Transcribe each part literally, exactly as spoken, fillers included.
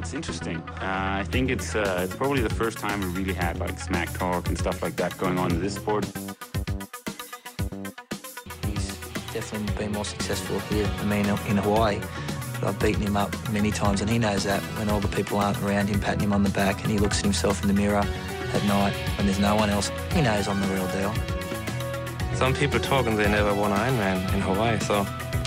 It's interesting. Uh, I think it's uh, it's probably the first time we really had like smack talk and stuff like that going on in this sport. He's definitely been more successful here than me in Hawaii. But I've beaten him up many times, and he knows that when all the people aren't around him patting him on the back, and he looks at himself in the mirror at night when there's no one else, he knows I'm the real deal. Some people talk and they never won Ironman in Hawaii, so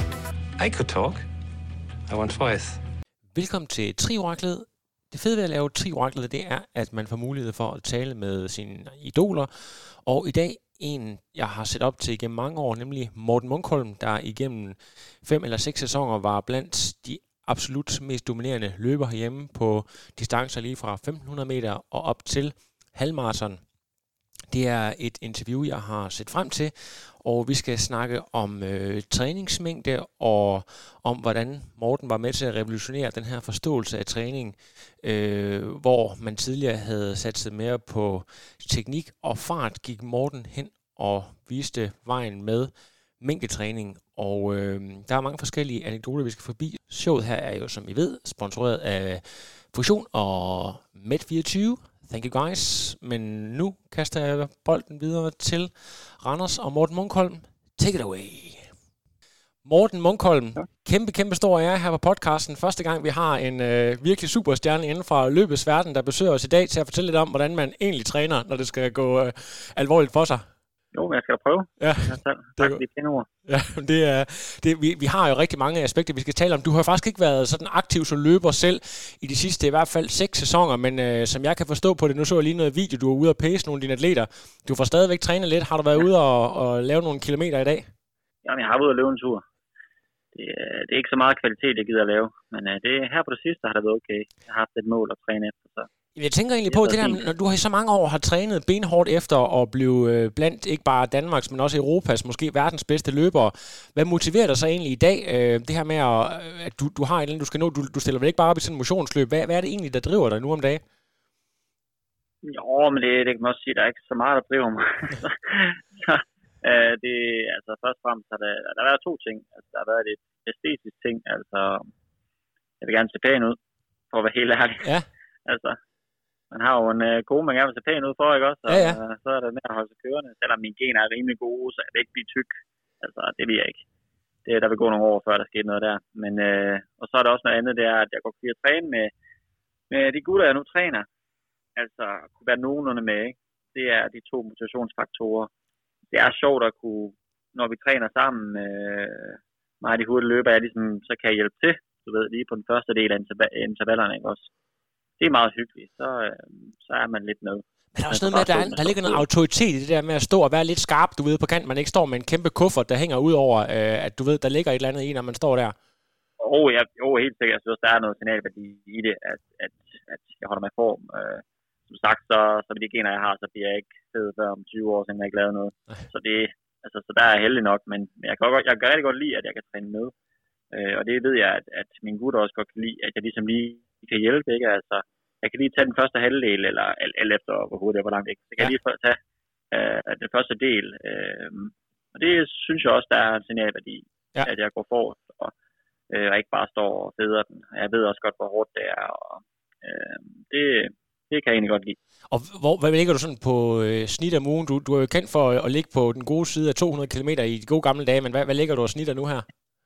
I could talk. I won twice. Velkommen til Trioraklet. Det fede ved at lave Trioraklet, det er, at man får mulighed for at tale med sine idoler. Og i dag en, jeg har set op til igennem mange år, nemlig Morten Munkholm, der igennem fem eller seks sæsoner var blandt de absolut mest dominerende løber herhjemme på distancer lige fra femten hundrede meter og op til halvmarathon. Det er et interview, jeg har set frem til, og vi skal snakke om øh, træningsmængde og om, hvordan Morten var med til at revolutionere den her forståelse af træning, øh, hvor man tidligere havde satset mere på teknik og fart, gik Morten hen og viste vejen med mængdetræning. Og øh, der er mange forskellige anekdoter, vi skal forbi. Showet her er jo, som I ved, sponsoreret af Fusion og Med fireogtyve. Thank you guys. Men nu kaster jeg bolden videre til Randers og Morten Munkholm. Take it away. Morten Munkholm, ja. kæmpe, kæmpe stor ære her på podcasten. Første gang, vi har en øh, virkelig superstjerne inden fra løbets verden, der besøger os i dag til at fortælle lidt om, hvordan man egentlig træner, når det skal gå øh, alvorligt for sig. Jo, men jeg skal da prøve. Ja, tak for de pæne ord. Ja, det er, det, vi, vi har jo rigtig mange aspekter, vi skal tale om. Du har faktisk ikke været sådan aktiv som løber selv i de sidste i hvert fald seks sæsoner, men øh, som jeg kan forstå på det, nu så jeg lige noget video, du er ude at pace nogle af dine atleter. Du får stadigvæk trænet lidt. Har du været ja. ude og, og lave nogle kilometer i dag? Jamen, jeg har været ude at løbe en tur. Det, det er ikke så meget kvalitet, jeg gider at lave, men øh, det her på det sidste har det været okay. Jeg har haft et mål at træne efter, så... Jeg tænker egentlig på, det der, når du har i så mange år har trænet benhårdt efter at blive blandt ikke bare Danmarks, men også Europas, måske verdens bedste løbere. Hvad motiverer dig så egentlig i dag? Det her med, at du, du har et eller andet, du skal nå, du, du stiller vel ikke bare op i sådan en motionsløb. Hvad, hvad er det egentlig, der driver dig nu om dagen? Jo, men det, det kan man også sige, der er ikke så meget, der driver mig. så, øh, det, altså først og fremmest har der, der har været to ting. Altså, der har været et æstetisk ting, altså jeg vil gerne se pæn ud, for at være helt ærlig. Ja. Altså, man har jo en øh, kone, man gerne vil se pæn ud for, ikke også? Og, ja, ja. Øh, så er det med at holde sig kørende. Selvom mine gener er rimelig gode, så jeg vil ikke blive tyk. Altså, det vil jeg ikke. Det, der vil gå nogle år, før der sker noget der. Men, øh, og så er der også noget andet, det er, at jeg går til at træne med, med de gutter, jeg nu træner. Altså, kunne være nogenlunde med, ikke? Det er de to motivationsfaktorer. Det er sjovt at kunne, når vi træner sammen, øh, mig og de hurtige løber, jeg ligesom, så kan jeg hjælpe til, du ved, lige på den første del af intervallerne, ikke også? Det er meget hyggeligt, så, øh, så er man lidt med. Men der er også noget med, at der, er, der ligger noget autoritet i det der med at stå og være lidt skarp, du ved, på kant. Man ikke står med en kæmpe kuffert, der hænger ud over, øh, at du ved, der ligger et eller andet i, når man står der. Åh, oh, ja, oh, helt sikkert. Jeg synes, der er noget signalværdi i det, at, at, at jeg holder mig i form. Øh, som sagt, så, så med de gener, jeg har, så bliver jeg ikke fed før om tyve år, siden jeg ikke lavet noget. Så, det, altså, så der er jeg heldig nok, men jeg kan, godt, jeg kan rigtig godt lide, at jeg kan træne med. Øh, og det ved jeg, at, at mine gutter også godt kan lide, at jeg ligesom lige kan hjælpe, ikke? Altså, jeg kan lige tage den første halvdel, eller, eller efter, hvor hurtigt det var langt, ikke? Så kan ja. jeg lige tage øh, den første del. Øh, og det synes jeg også, der er en signalværdi, ja. at jeg går forrest, og, øh, og ikke bare står og feder den. Jeg ved også godt, hvor hårdt det er, og øh, det, det kan jeg egentlig godt lide. Og hvor, hvad ligger du sådan på øh, snit om ugen? Du, du er jo kendt for at, at ligge på den gode side af to hundrede kilometer i de gode gamle dage, men hvad, hvad ligger du og snitter nu her?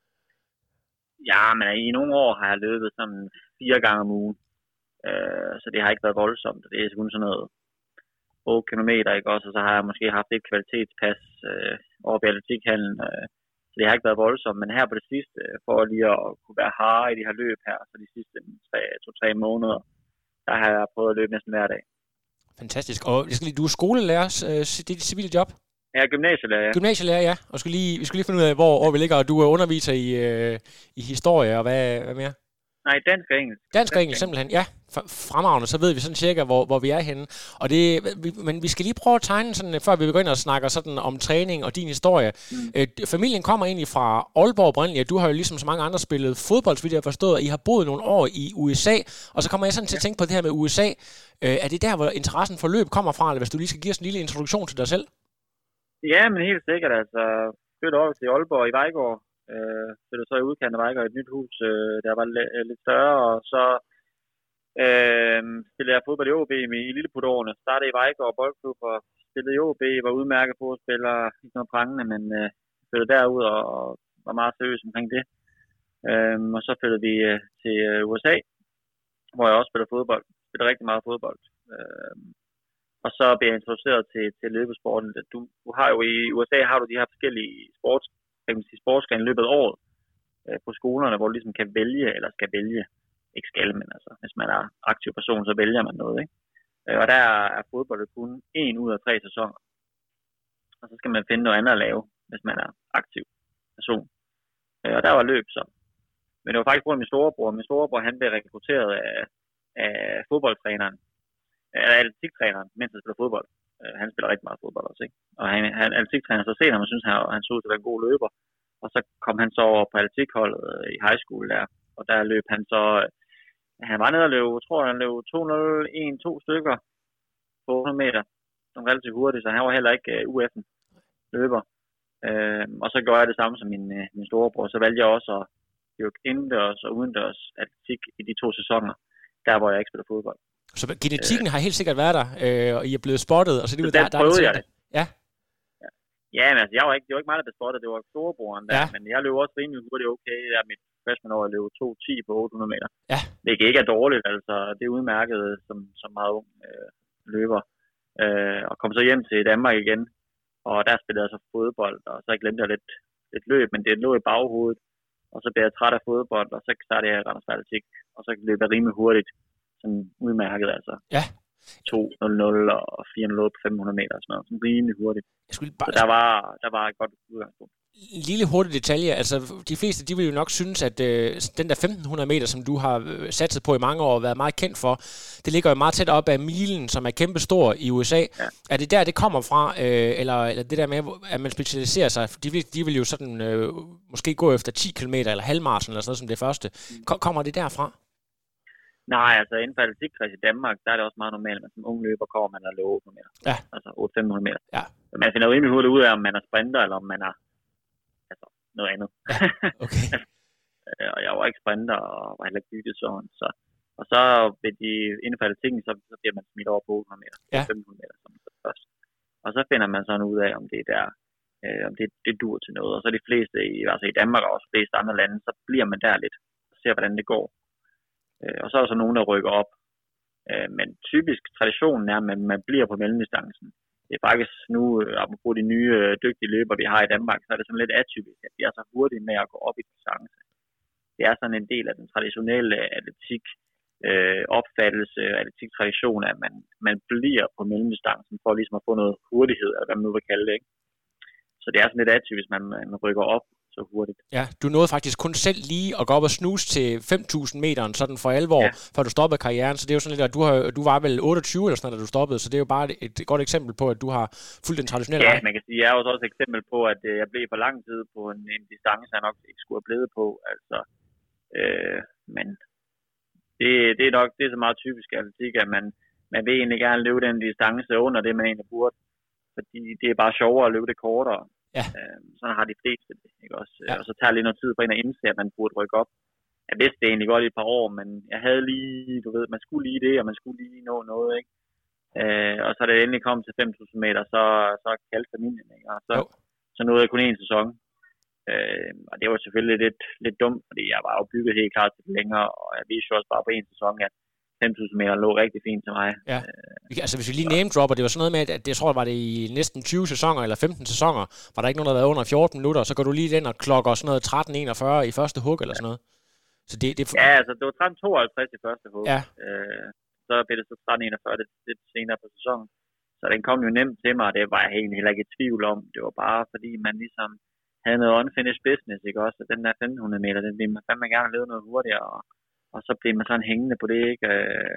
Ja, men i nogle år har jeg løbet sådan fire gange om ugen. Uh, så det har ikke været voldsomt. Det er kun sådan noget otte kilometer, ikke også? Og så har jeg måske haft et kvalitetspas uh, over i atletikhallen. Uh, så det har ikke været voldsomt. Men her på det sidste, uh, for lige at kunne være harde i de her løb her, så de sidste to-tre måneder, der har jeg prøvet at løbe næsten hver dag. Fantastisk. Og jeg skal lige, du er skolelærer, uh, det er dit civile job? Ja, gymnasielærer, ja. Gymnasielærer, ja. Og skal lige, vi skal lige finde ud af, hvor, hvor vi ligger. Og du er underviser i, uh, i historie, og hvad, hvad mere? Nej, dansk og engelsk. Dansk og engelsk, simpelthen. Ja, fremragende, så ved vi sådan cirka, hvor, hvor vi er henne. Og det, vi, men vi skal lige prøve at tegne, sådan, før vi begynder at snakke sådan om træning og din historie. Mm. Øh, familien kommer egentlig fra Aalborg oprindeligt, du har jo ligesom så mange andre spillet fodbold, så vidt jeg har forstået, og I har boet nogle år i U S A, og så kommer jeg sådan til at tænke på det her med U S A. Øh, er det der, hvor interessen for løb kommer fra, eller hvis du lige skal give os en lille introduktion til dig selv? Ja, men helt sikkert, altså. Flyttede over til Aalborg i Vejgaard. Øh, så det så i udkanten af Vejgaard et nyt hus, øh, der var l- lidt større, og så Øh, spillede jeg fodbold i O B i Lilleputårene. Startede i Vejgaard Boldklub og spillede i O B. Var udmærket på at spille ikke noget prangende, men øh, spillede derud og, og var meget seriøs omkring det. Øh, og så flyttede vi øh, til øh, U S A, hvor jeg også spillede fodbold. Spillede rigtig meget fodbold. Øh, og så blev jeg introduceret til, til løbesporten. Du, du har jo i U S A har du de her forskellige sports, sportsgrene i løbet af året øh, på skolerne, hvor du ligesom kan vælge, eller skal vælge. Ikke skal, men altså, hvis man er aktiv person, så vælger man noget, ikke? Øh, og der er fodbold kun en ud af tre sæsoner. Og så skal man finde noget andet at lave, hvis man er aktiv person. Øh, og der var løb så. Men det var faktisk på min storebror. Min storebror, han blev rekrutteret af, af fodboldtræneren, af atletiktræneren, mens han spiller fodbold. Øh, han spiller rigtig meget fodbold også, ikke? Og han, han atletiktræneren så senere, man synes, han, han så ud til at være en god løber. Og så kom han så over på atletikholdet i high school der. Og der løb han så... Han var nede og løb, jeg tror han løb to nul en to stykker på hundrede meter. Som relativt hurtigt, så han var heller ikke uh, U F'en løber. Uh, og så gjorde jeg det samme som min, uh, min storebror. Så valgte jeg også at dyrke indendørs og udendørs atletik i de to sæsoner, der hvor jeg ikke spiller fodbold. Så genetikken uh, har helt sikkert været der, øh, og I er blevet spottet, og så det så der, der, der prøvede der, jeg det. Ja. Ja, ja men altså, jeg var ikke, det var ikke mig, der blev spottet, det var storebroren der. Ja. Men jeg løb også rimelig hurtigt okay. Jeg er mit freshman år, jeg løb to ti på otte hundrede meter. Ja. Det ikke er dårligt, altså. Det er udmærket som, som meget ung øh, løber. Øh, og kom så hjem til Danmark igen, og der spillede jeg så fodbold, og så glemte jeg lidt, lidt løb, men det lå i baghovedet. Og så blev jeg træt af fodbold, og så startede jeg Randers Atletik, og så løb jeg rimelig hurtigt, sådan udmærket, altså. Ja. to nul nul og fire nul på fem hundrede meter og sådan noget, sådan rimelig hurtigt. Jeg skulle bare... Så der var, der var et godt udgangspunkt. Lille hurtig detalje, altså de fleste, de vil jo nok synes, at øh, den der femten hundrede meter, som du har øh, satset på i mange år og været meget kendt for, det ligger jo meget tæt op af milen, som er kæmpestor i U S A. Ja. Er det der, det kommer fra, øh, eller, eller det der med, at man specialiserer sig? De vil, de vil jo sådan øh, måske gå efter ti kilometer eller halvmaraton eller sådan noget som det første. Kom, kommer det derfra? Nej, altså inden for atletikkreds i Danmark, der er det også meget normalt, at man som ung løber kommer man og løber otte hundrede meter. Ja. Altså otte til fem hundrede meter. Ja. Man finder jo rimelig hurtigt ud af, om man er sprinter, eller om man er altså, noget andet. Ja. Okay. Og jeg var ikke sprinter, og var heller ikke bygget sådan. Så. Og så ved de, inden for atletikken, så, så bliver man smidt over på otte hundrede meter. Ja. fem hundrede meter som det først. Og så finder man sådan ud af, om det der, øh, om det, det dur til noget. Og så de fleste, i, altså i Danmark og også de fleste andre lande, så bliver man der lidt og ser, hvordan det går. Og så er der så nogen, der rykker op. Men typisk traditionen er, at man, man bliver på mellemdistancen. Det er faktisk nu, apropos de nye dygtige løber, vi har i Danmark, så er det sådan lidt atypisk, at de er så hurtige med at gå op i distance. Det er sådan en del af den traditionelle atletik øh, opfattelse, atletik-tradition, at man, man bliver på mellemdistancen for ligesom at få noget hurtighed, eller hvad man nu vil kalde det. Ikke? Så det er sådan lidt atypisk, at man, man rykker op så hurtigt. Ja, du nåede faktisk kun selv lige at gå op og snuse til fem tusind meteren, sådan for alvor, ja. Før du stoppede karrieren. Så det er jo sådan lidt, at du, har, du var vel otteogtyve eller sådan noget, da du stoppede, så det er jo bare et godt eksempel på, at du har fulgt den traditionelle vej. Ja, man kan sige, jeg er jo også et eksempel på, at jeg blev for lang tid på en, en distance, jeg nok ikke skulle have blevet på. Altså, øh, men det, det er nok det er så meget typisk atletik, at man, man vil egentlig gerne løbe den distance under det, man egentlig burde. Fordi det er bare sjovere at løbe det kortere. Ja. Øhm, sådan har de fleste det, ikke også? Ja. Og så tager det lidt noget tid for en at indse, at man burde rykke op. Jeg vidste det egentlig godt i et par år, men jeg havde lige, du ved, man skulle lige det, og man skulle lige nå noget, ikke? Øh, og så da det endelig kom til fem tusind meter, så, så kaldte familien, ikke? Og så, så nåede jeg kun én sæson. Øh, og det var selvfølgelig lidt, lidt dumt, fordi jeg var jo bygget helt klart til det længere, og jeg viste jo også bare på én sæson, at fem tusind meter lå rigtig fint til mig. Ja. Altså hvis vi lige name-dropper, det var sådan noget med, at jeg tror, det var det i næsten tyve sæsoner, eller femten sæsoner, var der ikke nogen, der havde under fjorten minutter, så går du lige den og klokker sådan noget tretten enogfyrre i første hug, eller sådan noget. Så det, det... Ja, altså det var tretten tooghalvtreds i første hug. Ja. Øh, så blev det så tretten enogfyrre lidt, lidt senere på sæsonen. Så den kom jo nemt til mig, og det var jeg egentlig heller ikke i tvivl om. Det var bare fordi, man ligesom havde noget unfinished business, ikke også? Og den der femten hundrede meter, den ville man fandme gerne løbe noget hurtigere, og Og så blev man sådan hængende på det, ikke?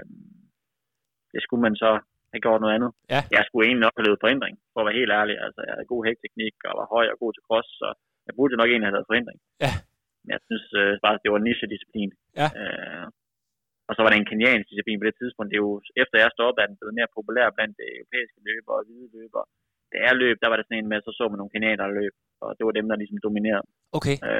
Det skulle man så have gjort noget andet. Ja. Jeg skulle egentlig nok have lavet forhindring, for at være helt ærlig. Altså, jeg havde god hækteknik, og var høj og god til cross, så jeg burde nok egentlig have lavet forhindring. Ja. Men jeg synes øh, bare, det var en niche-disciplin. Ja. Øh, og så var det en keniansk disciplin på det tidspunkt. Det er jo, efter jeg stoppede, er den blevet mere populær blandt de europæiske løbere og hvide løbere. Da jeg løb, der var det sådan en med, så så man nogle kenianere løb, og det var dem, der ligesom dominerede. Okay. Øh,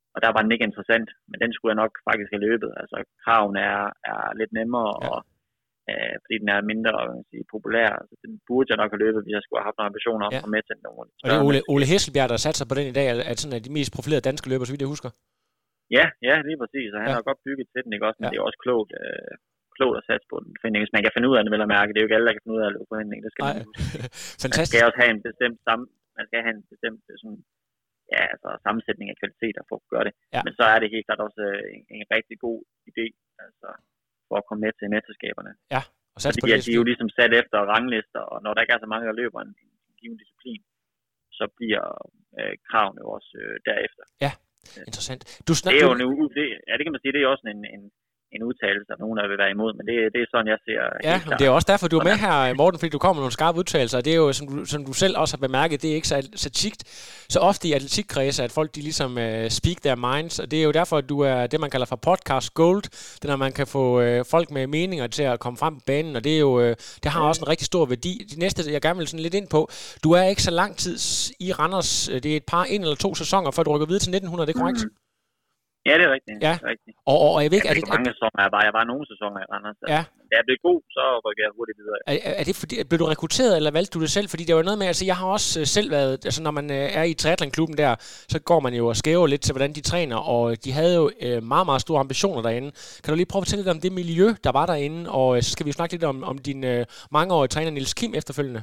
og der var den ikke interessant, men den skulle jeg nok faktisk have løbet. Altså kraven er, er lidt nemmere, ja. og øh, fordi den er mindre sige, populær. Altså, den burde jeg nok have løbet, hvis jeg skulle have haft nogle ambitioner om ja. at komme med til nogle. Og det er Ole, Ole Hesselbjerg, der satser på den i dag, er sådan af de mest profilerede danske løbere, så vidt jeg husker. Ja, ja, lige præcis. Og han ja. har godt bygget til den, ikke også? Men ja. det er også klogt, øh, klogt at satse på den forhindring. Hvis man kan finde ud af det, vel at mærke. Det er jo ikke alle, der kan finde ud af det på forhindring. Det skal man huske. Fantastisk. Man skal også have en bestemt sam man skal have en bestemt sådan, ja, altså, sammensætning af kvaliteter for at gøre det. Ja. Men så er det helt klart også en, en rigtig god idé, altså, for at komme med til mesterskaberne. Ja, og satse på det. De er jo ligesom sat efter ranglister, og når der ikke er så mange, der løber en, en given disciplin, så bliver øh, kravene jo også øh, derefter. Ja. Interessant. Du snak- det er jo nu, det, ja, det kan man sige, det er også en, en, en udtalelse, at nogen der vil være imod, men det, det er sådan, jeg ser. Ja, men det er også derfor, du er med her, Morten, fordi du kommer med nogle skarpe udtalelser, det er jo, som du, som du selv også har bemærket, det er ikke så, så tikt, så ofte i atletikkredse, at folk de ligesom uh, speak their minds, og det er jo derfor, at du er det, man kalder for podcast gold, det er, når man kan få uh, folk med meninger til at komme frem på banen, og det er jo, uh, det har også en rigtig stor værdi. De næste, jeg gerne vil sådan lidt ind på, du er ikke så lang tid i Randers, det er et par, en eller to sæsoner, før du rykker videre til nitten hundrede, det er korrekt? Mm. Ja, det er rigtigt. Ja. Det er rigtigt. Og, og, og jeg ved ikke, jeg er det... mange sæsoner, jeg var, jeg var nogle sæsoner i Randers. Ja. Da jeg blev god, så rykker jeg hurtigt videre. Er, er det fordi, blev du rekrutteret, eller valgte du det selv? Fordi det var noget med, altså jeg har også selv været, altså når man er i triathlon-klubben der, så går man jo og skæver lidt til, hvordan de træner, og de havde jo meget, meget store ambitioner derinde. Kan du lige prøve at fortælle lidt om det miljø, der var derinde, og så skal vi jo snakke lidt om, om din uh, mangeårige træner Niels Kim efterfølgende.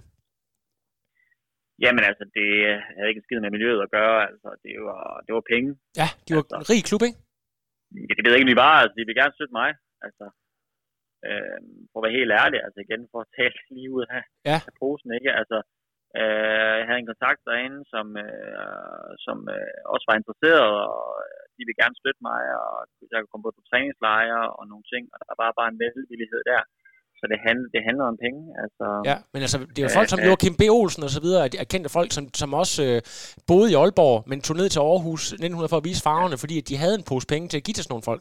Jamen altså, det havde ikke en skid med miljøet at gøre, altså det var, det var penge. Ja, de var altså, en rig klub, ikke? Jeg ved ikke, om de var, altså de vil gerne støtte mig, altså øh, for at være helt ærlig, altså igen, for at tale lige ud af, ja. af posen, ikke? Altså, øh, jeg havde en kontakt derinde, som, øh, som øh, også var interesseret, og de vil gerne støtte mig, og jeg kunne komme på, på træningslejre og nogle ting, og der var bare en velvillighed der. Så det handler, det handler om penge. Altså, ja, men altså, det er jo folk som øh, Joachim B. Olsen og så videre, er kendte folk, som, som også øh, boede i Aalborg, men tog ned til Aarhus nitten hundrede for at vise farverne, fordi de havde en pose penge til at give til sådan nogle folk.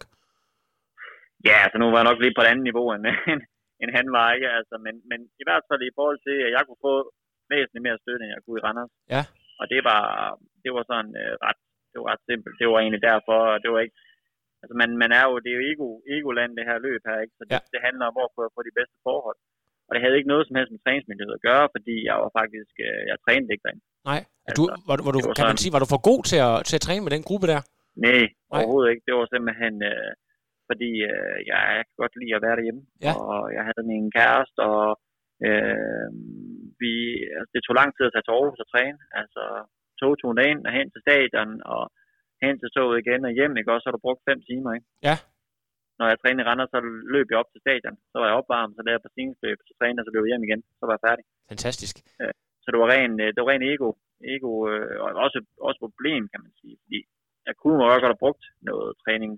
Ja, altså nu var jeg nok lidt på et andet niveau, end, end, end han var, ikke? Altså, men, men i hvert fald i forhold til, at jeg kunne få væsentligt mere støtte, end jeg kunne i Randers. Ja. Og det var, det var sådan øh, ret, det var ret simpelt. Det var egentlig derfor, det var ikke. Altså man, man er jo, det er jo ego, ego-land, det her løb her, ikke? Så det, ja. det handler om at få, få de bedste forhold. Og det havde ikke noget som helst med træningsmiljøet at gøre, fordi jeg var faktisk, jeg trænede ikke derinde. Nej, altså, du, var, var du, kan sådan, man sige, var du for god til at, til at træne med den gruppe der? Nej, overhovedet ikke. Det var simpelthen, øh, fordi øh, jeg, jeg kan godt lide at være derhjemme. Ja. Og jeg havde min kæreste, og øh, vi, altså, det tog lang tid at tage til Aarhus og træne. Altså togturen ind og hen til stadion, og hen til toget igen og hjem, ikke? Og så har du brugt fem timer, ikke? Ja. Når jeg trænede i Randers, så løb jeg op til stadion. Så var jeg opvarmet, så lavede jeg på stigningsløb, så trænede jeg, så løb jeg hjem igen. Så var jeg færdig. Fantastisk. Så det var ren, det var ren ego, ego og også, også problem, kan man sige. Fordi jeg kunne jo også godt have brugt noget trænings,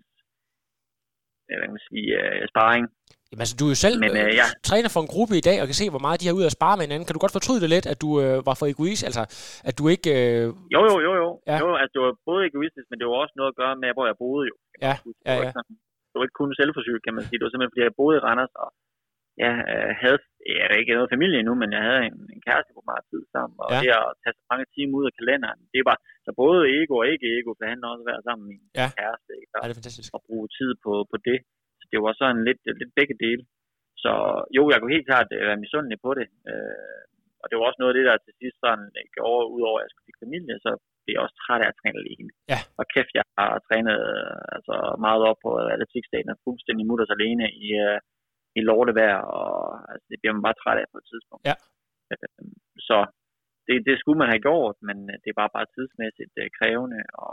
hvad kan man sige, sparring. Jamen altså, du er jo selv Men, øh, ja. træner for en gruppe i dag, og kan se, hvor meget de har ud at spare med hinanden. Kan du godt fortryde det lidt, at du øh, var for egoist? Altså, at du ikke... Øh... Jo, jo, jo, jo. Ja. jo altså, det var både egoistisk, men det var også noget at gøre med, hvor jeg boede jo. Ja, ja, ja. Det var ikke kun selvforsynet, kan man sige. Det var simpelthen, fordi jeg boede i Randers, og jeg havde, jeg havde ikke noget familie endnu, men jeg havde en, en kæreste på meget tid sammen, og ja. det at tage så mange timer ud af kalenderen, det var så både ego og ikke ego, det handler også at være sammen med min ja. kæreste, ikke? Ja, det er fantastisk. Og bruge tid på, på det. Så det var sådan lidt, lidt begge dele. Så jo, jeg kunne helt klart være misundelig på det, øh, og det var også noget af det, der til sidst sådan gjorde, udover at jeg skulle fik familie, så blev jeg også træt af at træne alene. Ja. Og kæft, jeg har trænet altså, meget op på atletikstaten og fuldstændig mutters alene i, uh, i lortevejr, og altså, det bliver man bare træt af på et tidspunkt. Ja. Øh, så det, det skulle man have gjort, men det var bare tidsmæssigt uh, krævende, og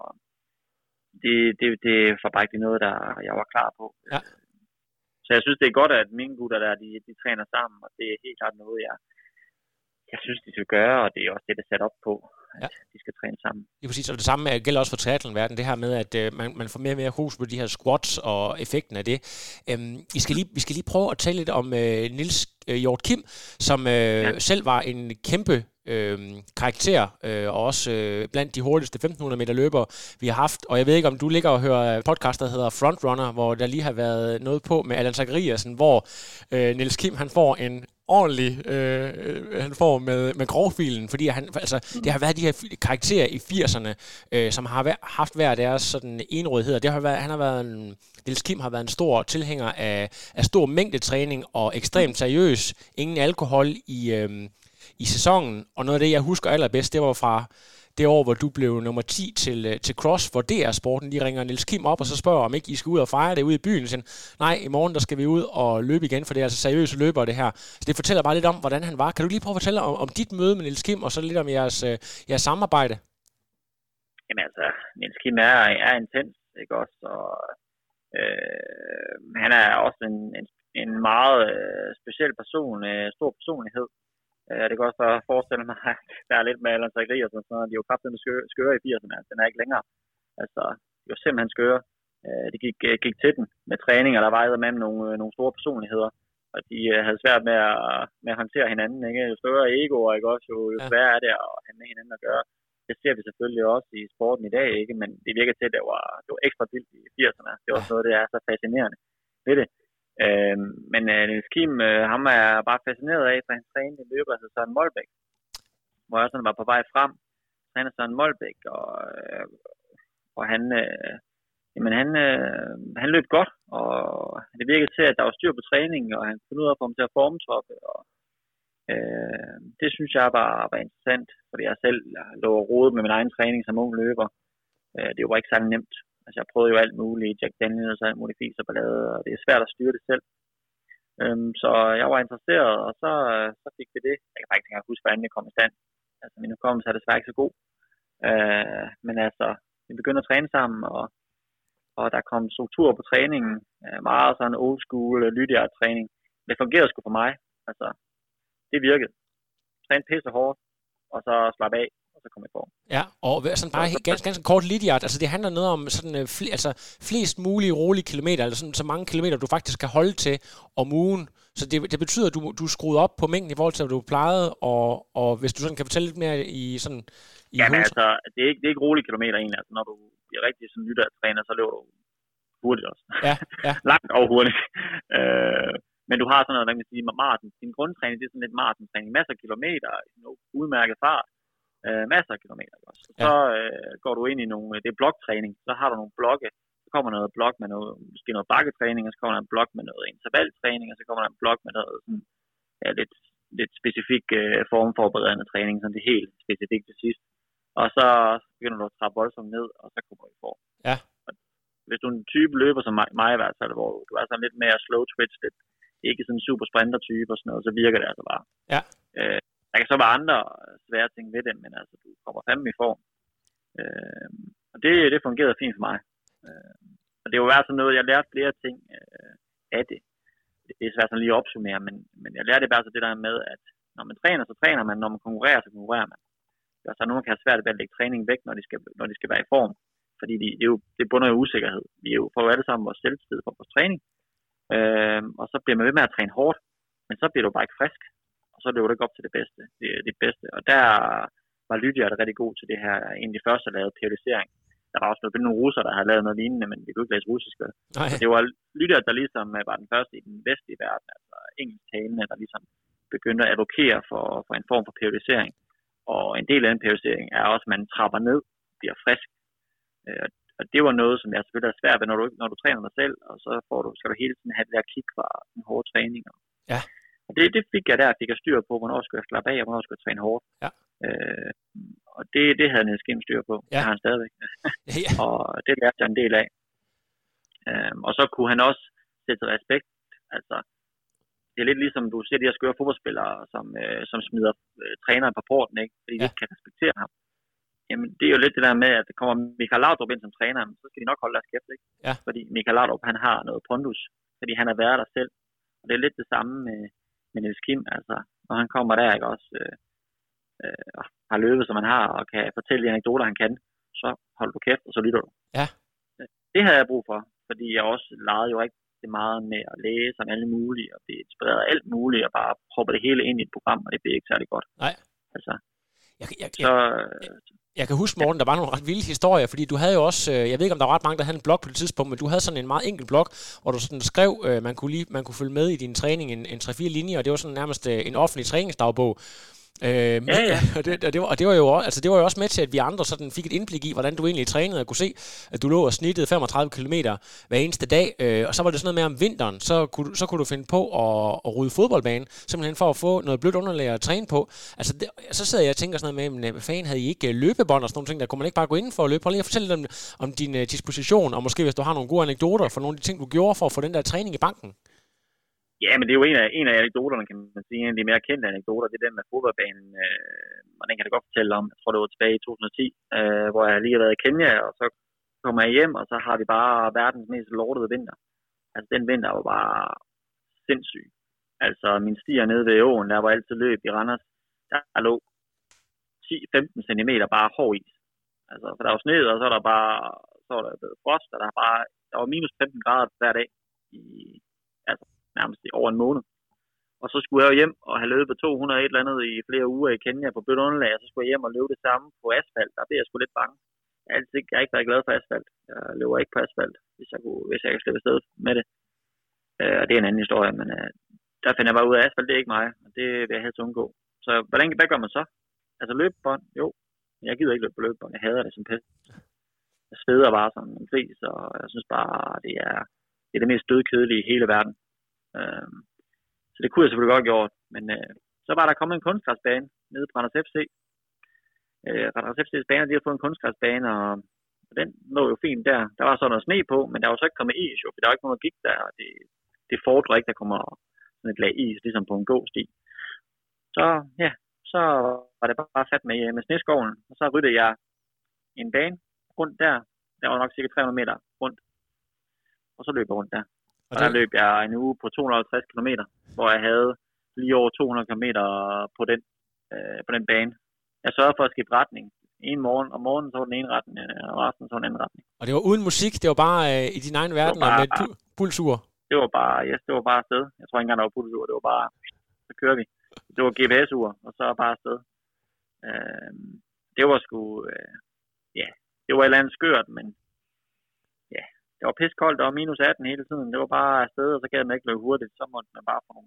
det, det, det var bare ikke noget, der jeg var klar på. Ja. Så jeg synes, det er godt, at mine gutter der, de, de træner sammen, og det er helt klart noget, jeg, jeg synes, de skal gøre, og det er også det, der er sat op på, at ja. de skal træne sammen. Det er præcis, og det samme gælder også for triathlon-verdenen, det her med, at øh, man, man får mere og mere fokus på de her squats og effekten af det. Øhm, vi, skal lige, vi skal lige prøve at tale lidt om øh, Niels øh, Hjort Kim, som øh, ja. selv var en kæmpe øh, karakter, øh, og også øh, blandt de hurtigste femten hundrede meter løbere, vi har haft. Og jeg ved ikke, om du ligger og hører podcast, der hedder Frontrunner, hvor der lige har været noget på med Allan Zachariasen, hvor øh, Niels Kim han får en ordentlig, øh, han får med, med grovfilen, fordi han, altså, det har været de her karakterer i firserne, øh, som har vær, haft hver deres sådan enrådighed. Det har været, han har været en, Niels Kim har været en stor tilhænger af, af stor mængdetræning og ekstremt seriøs. Ingen alkohol i, øh, i sæsonen, og noget af det, jeg husker allerbedst, det var fra det år, hvor du blev nummer ti til, til Cross, hvor D R-sporten, de ringer Niels Kim op, og så spørger, om ikke I skal ud og fejre det ude i byen. Så nej, i morgen der skal vi ud og løbe igen, for det er altså seriøse løbere, det her. Så det fortæller bare lidt om, hvordan han var. Kan du lige prøve at fortælle om, om dit møde med Niels Kim, og så lidt om jeres, jeres samarbejde? Jamen altså, Niels Kim er, er intens, ikke også? Og, øh, han er også en, en, en meget øh, speciel person, øh, stor personlighed. Uh, det kan også forestille mig, at der er lidt med Allan Zachary og sådan noget. De er jo kraftigt skøre, skøre i firserne, altså den er ikke længere. Altså, det var simpelthen skøre. Uh, de gik, gik til den med træning, og der var med dem nogle, nogle store personligheder. Og de uh, havde svært med at, med at håndtere hinanden, ikke? Jo større egoer, ikke også? Jo, jo sværere er det at have med hinanden at gøre. Det ser vi selvfølgelig også i sporten i dag, ikke? Men det virker til, at det var, det var ekstra vildt i firserne. Det er også noget, det er så fascinerende ved det. Øh, men uh, Niels Kim, uh, ham er bare fascineret af, for han trænede en løber, altså Søren Molbæk, hvor jeg sådan var på vej frem. Han er Søren Molbæk, og, uh, og han, uh, jamen han, uh, han løb godt, og det virkede til, at der var styr på træningen, og han kunne ud af at få ham til at formtoppe, og uh, det synes jeg bare var interessant, fordi jeg selv lå og rode med min egen træning som ung løber. Uh, det var ikke særlig nemt. Altså, jeg prøvede jo alt muligt, Jack Daniels og alt muligt fis og ballade, og det er svært at styre det selv. Øhm, så jeg var interesseret, og så, så fik vi det. Jeg kan faktisk ikke huske, hvordan det kom i stand. Altså, min hukommelse er desværre ikke så god. Øh, men altså, vi begyndte at træne sammen, og, og der kom struktur på træningen. Øh, meget sådan old school, lydiard-træning. Det fungerede sgu for mig. Altså, det virkede. Træne pisse hårdt, og så slappe af. Så kommer i form. Ja, og sådan bare ganske, ganske kort Lydiard, altså det handler noget om sådan uh, fl- altså flest mulige rolige kilometer, eller sådan så mange kilometer, du faktisk kan holde til om ugen. Så det, det betyder, at du, du er skruet op på mængden i forhold til, hvad du plejede, og, og hvis du sådan kan fortælle lidt mere i sådan... I Jamen altså, det er, ikke, det er ikke rolige kilometer egentlig, altså når du bliver rigtig sådan Lydiard-træner, så løber du hurtigt også. Ja, ja. Langt og hurtigt. øh, men du har sådan noget, der kan sige, maraton. Din grundtræning, det er sådan lidt maraton-træning. Masser af kilometer, udmærket fart. Øh, masser af kilometer også. Så øh, går du ind i nogle, det er bloktræning, så har du nogle blokke, så kommer noget blok med noget, måske noget bakketræning, og så kommer der en blok med noget intervaltræning, og så kommer der en blok med noget sådan, ja, lidt, lidt specifik øh, formforberedende træning, sådan det helt specifikt til sidst. Og så begynder du at trappe voldsomt ned, og så kommer du i form. Ja. Hvis du er en type løber som mig, mig i hvert fald, hvor du er sådan lidt mere slow twitch, lidt, ikke sådan en super sprinter type og sådan noget, så virker det altså bare. Ja. Øh, Der kan så være andre svære ting ved det, men altså, du kommer fandme i form. Øh, og det, det fungerede fint for mig. Øh, og det var i hvert fald noget, jeg lærte flere ting øh, af det. Det er svært sådan lige at opsummere, men, men jeg lærte bare så det der med, at når man træner, så træner man, når man konkurrerer, så konkurrerer man. Der er så nogen, der kan have svært ved at lægge træning væk, når de skal, når de skal være i form. Fordi de, det, er jo, det bunder jo usikkerhed. Vi er jo får jo alle sammen vores selvtid for vores træning. Øh, og så bliver man ved med at træne hårdt, men så bliver du bare ikke frisk. Og så løber det ikke op til det bedste. Det, det bedste. Og der var Lydiard rigtig god til det her. En af de første, der lavede periodisering. Der var også nogle, nogle russere, der havde lavet noget lignende, men vi kunne ikke læse russisk. Så det var Lydiard, der ligesom var den første i den vestlige verden, altså engelsktalende, der ligesom begyndte at advokere for, for en form for periodisering. Og en del af den periodisering er også, at man trapper ned, bliver frisk. Og det var noget, som jeg selvfølgelig er svært ved, når du, når du træner dig selv, og så får du, skal du hele tiden have det der kick fra den hårde træning. Ja. Og det, det fik jeg der, fik jeg styr på, hvornår skulle jeg slappe af, og hvornår skulle jeg træne hårdt. Ja. Øh, og det, det havde Niels Kim styr på. Ja. Det har han stadigvæk. Ja. Og det lærte jeg en del af. Øh, og så kunne han også sætte respekt. Altså, det er lidt ligesom, du ser de her skøre fodboldspillere, som, øh, som smider øh, træneren på porten, ikke? Fordi ja. de ikke kan respektere ham. Jamen, det er jo lidt det der med, at det kommer Michael Laudrup ind som træner, så skal de nok holde deres kæft, ikke? Ja. Fordi Michael Laudrup, han har noget pondus, fordi han har været der selv. Og det er lidt det samme med, med Niels Kim, altså, når han kommer der, ikke også, øh, øh, har løbet, som han har, og kan fortælle de anekdoter, han kan, så holder du kæft, og så lytter du. Ja. Det havde jeg brug for, fordi jeg også legede jo rigtig meget med at læse om alle mulige, og blive inspireret af alt muligt, og bare proppe det hele ind i et program, og det blev ikke særlig godt. Nej. Altså, jeg, jeg, jeg, så, jeg, Jeg kan huske, Morten, der var nogle ret vilde historier, fordi du havde jo også, jeg ved ikke, om der var ret mange, der havde en blog på det tidspunkt, men du havde sådan en meget enkel blog, hvor du sådan skrev, man kunne, lige, man kunne følge med i din træning en, en tre-fire linjer, og det var sådan nærmest en offentlig træningsdagbog. Øh, ja, ja. Og, det, og, det var, og det var jo altså det var jo også med til, at vi andre sådan fik et indblik i, hvordan du egentlig trænede, og kunne se, at du lå og snittede femogtredive kilometer hver eneste dag, øh, og så var det sådan noget med om vinteren, så kunne, så kunne du finde på at, at rydde fodboldbanen, simpelthen for at få noget blødt underlag at træne på. Altså, det, så sidder jeg og tænker sådan noget med, men hvad fanden, havde I ikke løbebånd og sådan nogle ting, der kunne man ikke bare gå ind for at løbe? Prøv lige at fortælle lidt om, om din uh, disposition, og måske hvis du har nogle gode anekdoter for nogle af de ting, du gjorde for at få den der træning i banken. Ja, men det er jo en af, en af anekdoterne, kan man sige. En af de mere kendte anekdoter, det er den med fodboldbanen. Øh, og den kan jeg godt fortælle om. Jeg tror, det var tilbage i to tusind og ti, øh, hvor jeg lige har været i Kenya, og så kommer jeg hjem, og så har vi bare verdens mest lortede vinter. Altså, den vinter var bare sindssyg. Altså, min stier nede ved åen, der var altid løb i Randers, der lå ti til femten centimeter bare hård is. Altså, for der var sne, og så er der bare så var der blevet frost, og der, bare, der var minus femten grader hver dag i altså, nærmest i over en måned. Og så skulle jeg jo hjem og have løbet to hundrede et eller andet i flere uger i Kenya på blødt underlag, og så skulle jeg hjem og løbe det samme på asfalt. Der blev jeg sgu lidt bange. Jeg har altid jeg har ikke været glad for asfalt. Jeg løber ikke på asfalt, hvis jeg, kunne, hvis jeg kan slippe afsted med det. Uh, og det er en anden historie, men uh, der finder jeg bare ud af, at asfalt det er ikke mig, og det vil jeg helst undgå. Så hvordan, hvad gør man så? Altså løbebånd? Jo. Men jeg gider ikke løbe på løbebånd. Jeg hader det som pest. Jeg sveder bare som en gris, og jeg synes bare, det er det, er det mest dødkedelige i hele verden. Uh, Så det kunne jeg selvfølgelig godt have gjort, men øh, så var der kommet en kunstgræsbane nede på Randers F C. Øh, Randers F C's baner, de har fået en kunstgræsbane, og den lå jo fint der. Der var så noget sne på, men der var så ikke kommet is jo, for der var ikke nogen, der gik der, og det, det fordrer ikke, der kommer sådan et lag is, ligesom på en gåsti. Så ja, så var det bare sat med, med sneskoven, og så ryddede jeg en bane rundt der. Der var nok cirka tre hundrede meter rundt, og så løb jeg rundt der. Og der løb jeg en uge på to hundrede og halvtreds kilometer, hvor jeg havde lige over to hundrede kilometer på den, øh, på den bane. Jeg sørgede for at skifte retning. En morgen, om morgenen så var den ene retning, og resten så den anden retning. Og det var uden musik, det var bare øh, i din egen verden bare, med pu- pulsur? Det var bare, yes, det var bare afsted. Jeg tror ikke engang, der var pulsur, det var bare, så kører vi. Det var G P S-ur, og så bare afsted. Øh, det var sgu, øh, ja, det var et eller andet skørt, men ja. Det var piskoldt, der var minus atten hele tiden. Det var bare afsted, og så gad man ikke løbe hurtigt. Så måtte man bare få nogle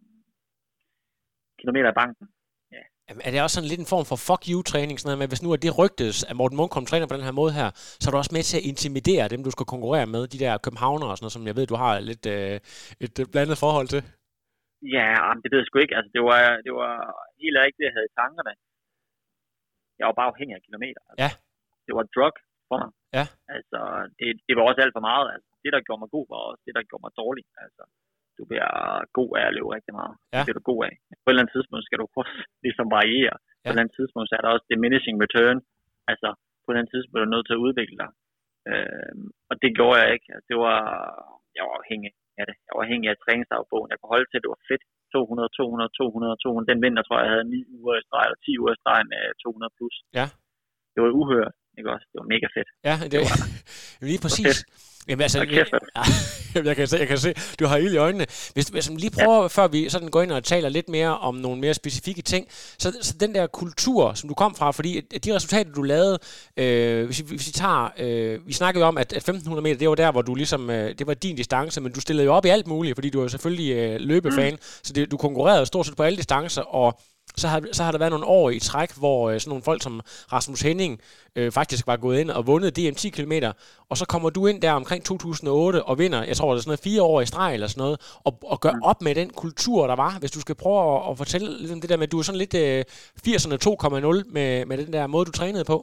kilometer i banken. Ja. Jamen, er det også sådan lidt en form for fuck you-træning, sådan noget med, hvis nu er det rygtes, at Morten Munkholm træner på den her måde her, så er du også med til at intimidere dem, du skal konkurrere med, de der københavnere og sådan noget, som jeg ved, du har lidt øh, et blandet forhold til? Ja, det ved jeg sgu ikke. Altså, det var, det var helt ikke det, jeg havde i tankerne. Jeg var bare afhængig af kilometer. Altså. Ja. Det var drug for mig. Ja. Altså, det, det var også alt for meget. Altså, det, der gjorde mig god, var også det, der gjorde mig dårlig. Altså, du bliver god af at løbe rigtig meget. Ja. Det er du god af. På et eller andet tidspunkt skal du også ligesom variere. Ja. På et eller andet tidspunkt så er der også diminishing return. Altså, på et eller andet tidspunkt er du nødt til at udvikle dig. Øhm, og det gjorde jeg ikke. Altså, det var, jeg var afhængig af det. Jeg var afhængig af træningsdagbogen. Jeg kunne holde til, at det var fedt. to hundrede, to hundrede, to hundrede, to hundrede. Den vinter tror jeg, jeg havde ni uger i streg, eller ti uger i streg med to hundrede plus. Ja. Det var uhørt. Ikke også? Det var mega fedt. Ja, det, det var lige præcis. Jamen, altså, kæft, jeg, jeg, kan se, jeg kan se, du har ild i øjnene. Hvis, hvis man lige prøver, ja. Før vi sådan går ind og taler lidt mere om nogle mere specifikke ting, så, så den der kultur, som du kom fra, fordi de resultater, du lavede, øh, hvis, vi, hvis vi tager, øh, vi snakkede jo om, at, at femten hundrede meter, det var der, hvor du ligesom, øh, det var din distance, men du stillede jo op i alt muligt, fordi du er jo selvfølgelig øh, løbefan, mm. så det, du konkurrerede stort set på alle distancer, og Så har, så har der været nogle år i træk, hvor øh, sådan nogle folk som Rasmus Henning øh, faktisk var gået ind og vundet D M ti kilometer, og så kommer du ind der omkring to tusind og otte og vinder, jeg tror det er sådan noget fire år i streg eller sådan noget, og, og gør op med den kultur, der var. Hvis du skal prøve at, at fortælle lidt om det der med, at du er sådan lidt øh, firserne to komma nul med, med den der måde, du trænede på.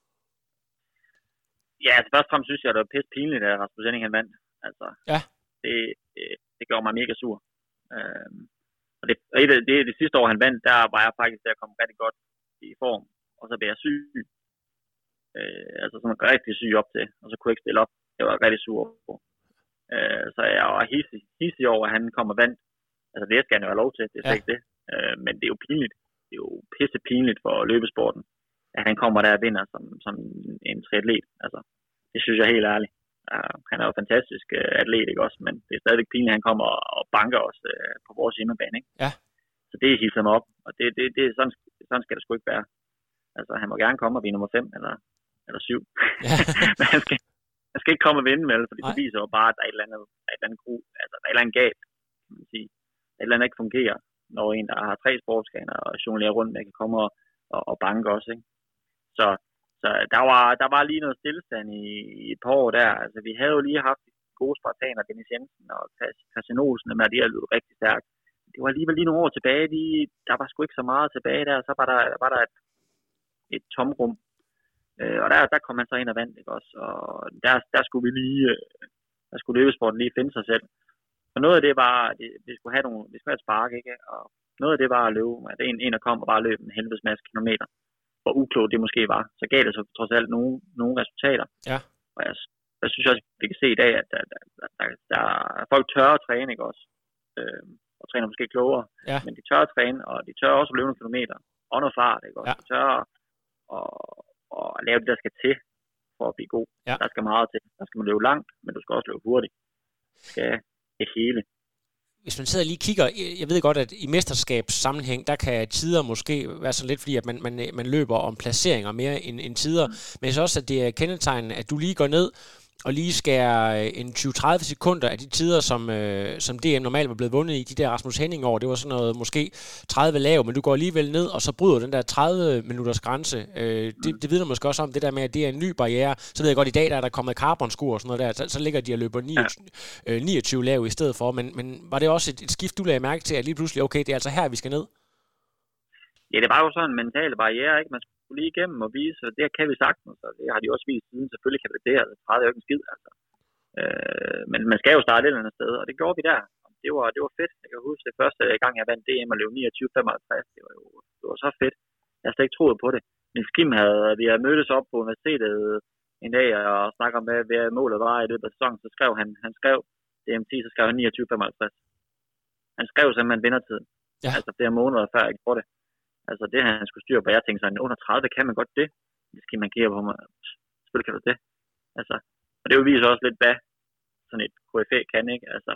Ja, altså først og fremmest synes jeg, at det var pisse pinligt, at Rasmus Henning han vandt. Altså, ja. det, det, det gjorde mig mega sur. Øhm. Og det, det, det, det sidste år, han vandt, der var jeg faktisk der kom rigtig godt i form. Og så blev jeg syg. Øh, altså sådan rigtig syg op til. Og så kunne jeg ikke stille op. Jeg var rigtig sur på. Øh, så jeg var hissig, hissig over, at han kom og vandt. Altså det skal han jo have lov til. Det er slet ja. ikke det. Øh, men det er jo pinligt. Det er jo pisse pinligt for løbesporten. At han kommer der og vinder som, som en triatlet. Altså, det synes jeg helt ærligt. Uh, han er jo fantastisk uh, atlet, ikke også? Men det er stadigvæk pinligt, at han kommer og banker os uh, på vores hjemmebane, ikke? Ja. Så det hisser mig op, og det, det, det, sådan, sådan skal det sgu ikke være. Altså, han må gerne komme og blive nummer fem, eller eller syv. Men han skal, han skal ikke komme og vinde med det, fordi Nej. Det viser jo bare, at der er et eller andet, der er et eller andet gru, altså der er et eller andet galt, kan man sige. Der er et eller andet, der ikke fungerer, når en, der har tre sportsskaner og jonglerer rundt med, kan komme og, og, og banke også, ikke? Så, så der, var, der var lige noget stillestand i, i et par år der. Altså vi havde jo lige haft gode spartaner, Dennis Jensen og Christian Olsen, med de her løb rigtig stærkt. Det var alligevel lige nogle år tilbage, de, der var sgu ikke så meget tilbage der, så var der, var der et, et tomrum. Øh, og der, der kom man så ind og vandt, ikke også? Og der, der skulle vi lige, der skulle løbesporten lige finde sig selv. Og noget af det var, at vi skulle have nogle, vi skulle have et spark, ikke? Og noget af det var at løbe, at en, en der kom og bare løb en helvedes masse kilometer. Hvor uklogt det måske var. Så gav det så trods alt nogle, nogle resultater. Ja. Og jeg, jeg synes også, at vi kan se i dag, at der, der, der, der er folk tør at træne, ikke også? Øh, og træner måske klogere. Ja. Men de tør at træne, og de tør også at løbe nogle kilometer. Og noget fart, ikke også? Ja. De tør at, at, at lave det, der skal til for at blive god. Ja. Der skal meget til. Der skal man løbe langt, men du skal også løbe hurtigt. Du skal det hele. Hvis man sidder og lige kigger, jeg ved godt, at i mesterskabssammenhæng, der kan tider måske være så lidt, fordi at man, man, man løber om placeringer mere end, end tider, men jeg synes også, at det er kendetegnende, at du lige går ned og lige skærer en tyve til tredive sekunder af de tider, som, øh, som D M normalt var blevet vundet i, de der Rasmus Henning år. Det var sådan noget måske tredive lav, men du går alligevel ned, og så bryder den der tredive minutters grænse. Øh, det, det vidner måske også om det der med, at det er en ny barriere. Så ved jeg godt, i dag der er der kommet carbonsko og sådan noget der, så, så ligger de og løber niogtyve, øh, niogtyve lav i stedet for. Men, men var det også et, et skift, du lagde mærke til, at lige pludselig, okay, det er altså her, vi skal ned? Ja, det var jo sådan en mental barriere, ikke? Man skulle lige igennem og vise, og det kan vi sagtens, og det har de også vist siden. Selvfølgelig kan vi det, altså tredive er jo ikke en skid, altså. Øh, men man skal jo starte et eller andet sted, og det gjorde vi der. Det var, det var fedt. Jeg kan huske, det første gang, jeg vandt D M og løb niogtyve femoghalvtreds, det var jo det var så fedt. Jeg har slet ikke troet på det. Min Kim havde, vi havde mødtes op på universitetet en dag og snakket om, hvad, hvad målet var i løbet af sæsonen, så skrev han, han skrev D M ti, så skrev han niogtyve femoghalvtreds. Han skrev simpelthen vindertiden. Ja. Altså flere måneder før jeg gjorde det. Altså det han skulle styre på, jeg tænkte sådan, under tredive kan man godt det. Det skal man kigge på mig. Selvfølgelig kan du det. Altså, og det viser også lidt, hvad sådan et K F A kan, ikke? Altså,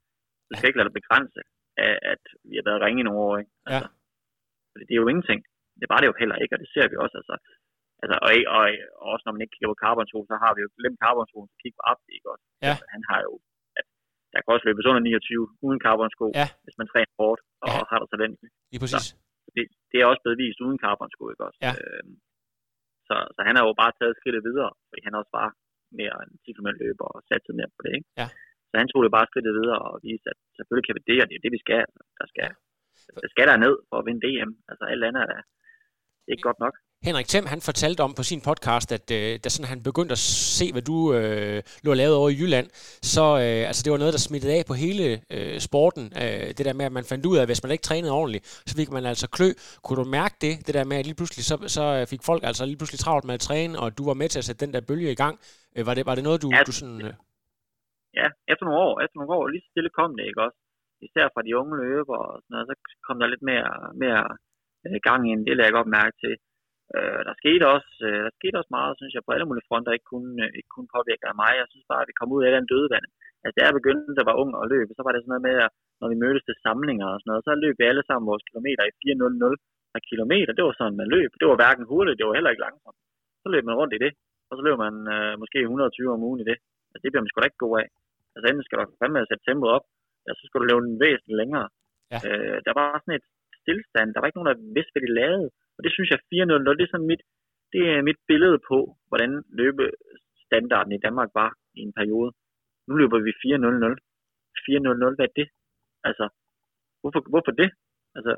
du skal ikke lade dig begrænse af, at vi har været ringe i nogle år, ikke? Altså, ja. Fordi det er jo ingenting. Det var det jo heller ikke, og det ser vi også, altså. Altså, og, og, og også når man ikke kigger på carbonsko, så har vi jo glemt carbonsko, så kigger på Abdi, ikke også? Ja. Altså, han har jo, at der kan også løbes under niogtyve uden carbonsko, ja. Hvis man træner hårdt og ja. har der talent. Lige præcis. Så, det, det er også blevet vist uden carbonsko, ikke også? Ja. Øhm, så, så han har jo bare taget skridtet videre, fordi han også var mere en ti kilometer løber og satset mere på det, ikke? Ja. Så han tog det bare skridtet videre og viste, at selvfølgelig kan vi det, og det er det, vi skal. Der skal, der skal der ned for at vinde D M. Altså alt andet er det er ikke godt nok. Henrik Thiem, han fortalte om på sin podcast, at øh, da sådan, han begyndte at se, hvad du øh, lå lavet over i Jylland, så øh, altså, det var noget, der smittede af på hele øh, sporten. Øh, det der med, at man fandt ud af, at hvis man ikke trænede ordentligt, så fik man altså klø. Kunne du mærke det? Det der med, at lige pludselig så, så fik folk altså lige pludselig travlt med at træne, og du var med til at sætte den der bølge i gang. Øh, var, det, var det noget, du, ja, du sådan... Øh... Ja, efter nogle år, efter nogle år, lige så stille kom det, ikke også? Især fra de unge løber og sådan noget, så kom der lidt mere, mere gang ind. Det lagde jeg godt mærke til. Øh, der, skete også, øh, der skete også meget, synes jeg, på alle mulige fronter, ikke kun, øh, ikke kun påvirket af mig. Jeg synes bare, at vi kom ud af den døde vand. Altså, da jeg begyndte at være ung og løbe, så var det sådan noget med, at når vi mødtes til samlinger og sådan noget, så løb vi alle sammen vores kilometer i fire nul nul per kilometer. Det var sådan, man løb. Det var hverken hurtigt, det var heller ikke langsomt. Så løb man rundt i det, og så løb man øh, måske et hundrede og tyve om ugen i det. Altså, det bliver man sgu da ikke god af. Altså, enten skal du fandme at sætte tempoet op, eller så skal du løbe den væsentligt længere. Ja. Øh, der var sådan et stillstand. Der var ikke nogen, der vidste, hvad de lavede. Og det synes jeg, fire nul nul, det er sådan mit, det er mit billede på, hvordan løbestandarden i Danmark var i en periode. Nu løber vi fire nul nul. fire nul nul, hvad er det? Altså, hvorfor, hvorfor det? Altså,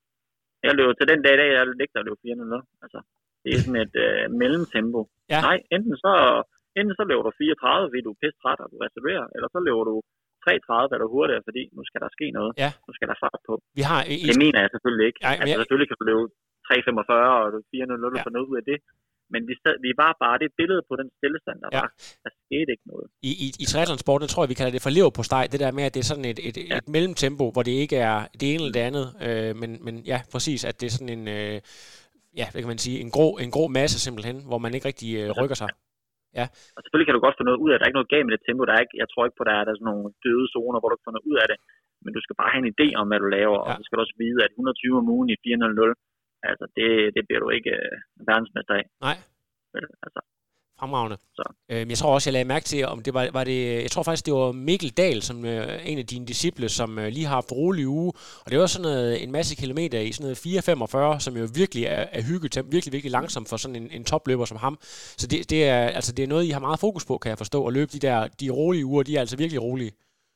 jeg løber til den dag i dag, jeg ligger og løber fire nul nul. Altså, det er sådan et øh, mellemtempo. Ja. Nej, enten så, enten så løber du fire tredive, fordi du er pisse træt, og du reserverer, eller så løber du tre tredive, hvad der er hurtigere, fordi nu skal der ske noget. Ja. Nu skal der fart på. Vi har, i, det mener jeg selvfølgelig ikke. Ej, altså, jeg... selvfølgelig kan du løbe tre femogfyrre, og du fire nul nul, du ja. får noget ud af det. Men vi, stad, vi var bare det billede på den stillestand, der ja. var. Der skete ikke noget. I, i, i triathlonsporten tror jeg, vi kalder det for leverpostej, det der med, at det er sådan et, et, ja. et mellemtempo, hvor det ikke er det ene eller det andet. Øh, men, men ja, præcis, at det er sådan en, øh, ja, hvad kan man sige, en grå, en grå masse simpelthen, hvor man ikke rigtig øh, rykker sig. Ja. Og selvfølgelig kan du godt få noget ud af det. Der er ikke noget galt med det tempo. Der er ikke, jeg tror ikke på, at der er, der er sådan nogle døde zoner, hvor du kan få noget ud af det. Men du skal bare have en idé om, hvad du laver. Ja. Og så skal du også vide, at et hundrede og tyve om ugen i fire nul nul, altså det, det bliver du ikke øh, verdensmester af. Nej. Altså. Fremragende. Så. Øhm, jeg tror også, jeg lagde mærke til, om det var, var det, jeg tror faktisk, det var Mikkel Dahl, som øh, en af dine disciple, som øh, lige har haft rolig uge, og det var sådan noget, en masse kilometer i sådan noget fire femogfyrre, som jo virkelig er, er hyggetemp, virkelig, virkelig langsomt for sådan en, en topløber som ham. Så det, det, er, altså, det er noget, I har meget fokus på, kan jeg forstå, at løbe de der, de rolige uger, de er altså virkelig rolige.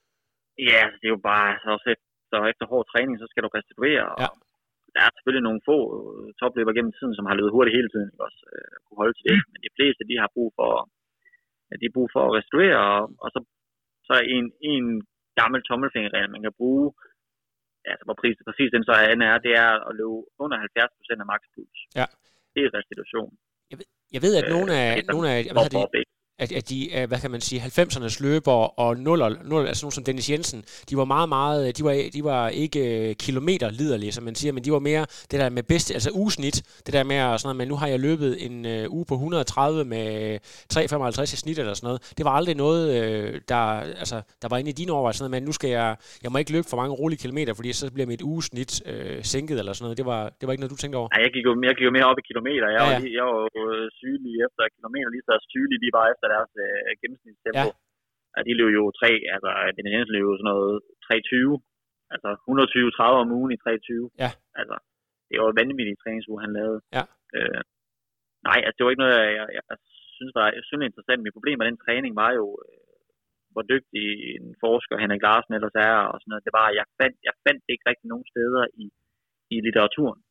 Ja, det er jo bare, så, også efter, så efter hård træning, så skal du restituere, og ja. Der er selvfølgelig nogle få topløbere gennem tiden, som har løbet hurtigt hele tiden, ikke også øh, kunne holde til det. Men de fleste, de har brug for, de har brug for at restituere, og, og så, så er en, en gammel tommelfingerregel, man kan bruge, altså hvor præcis, præcis den så er, det er at løbe under halvfjerds procent af makspuls. Ja. Det er restitution. Jeg ved, jeg ved at øh, nogle af, nogle af hvad hedder det, at, at de, hvad kan man sige, halvfemsernes løbere og nuller, nuller, altså nogen som Dennis Jensen, de var meget, meget, de var, de var ikke kilometer liderlige, som man siger, men de var mere det der med bedste, altså ugesnit, det der med sådan noget, men nu har jeg løbet en uh, uge på et hundrede og tredive med tre komma femoghalvtreds i snit eller sådan noget. Det var aldrig noget, uh, der, altså, der var inde i dine overvejelser, men nu skal jeg, jeg må ikke løbe for mange rolige kilometer, fordi så bliver mit ugesnit uh, sænket eller sådan noget. Det var, det var ikke noget, du tænkte over? Nej, jeg gik jo, jeg gik jo mere op i kilometer. Jeg, ja, ja. Var, lige, jeg var jo sygelig efter kilometer, lige så sygelig de var efter deres øh, gennemsnitstempo. Ja. Ja, de løb jo tre, altså den eneste løb jo sådan noget tre tyve, altså et hundrede og tyve tredive om ugen i tre tyve. Ja. Altså, det var en vanvittig træningsuge, han lavede. Ja. Øh, nej, altså det var ikke noget, jeg, jeg, jeg synes var synligt interessant. Mit problem med den træning var jo, øh, hvor dygtig en forsker Henrik Larsen ellers er, og sådan noget. Det var, jeg fandt, jeg fandt det ikke rigtig nogen steder i, i litteraturen.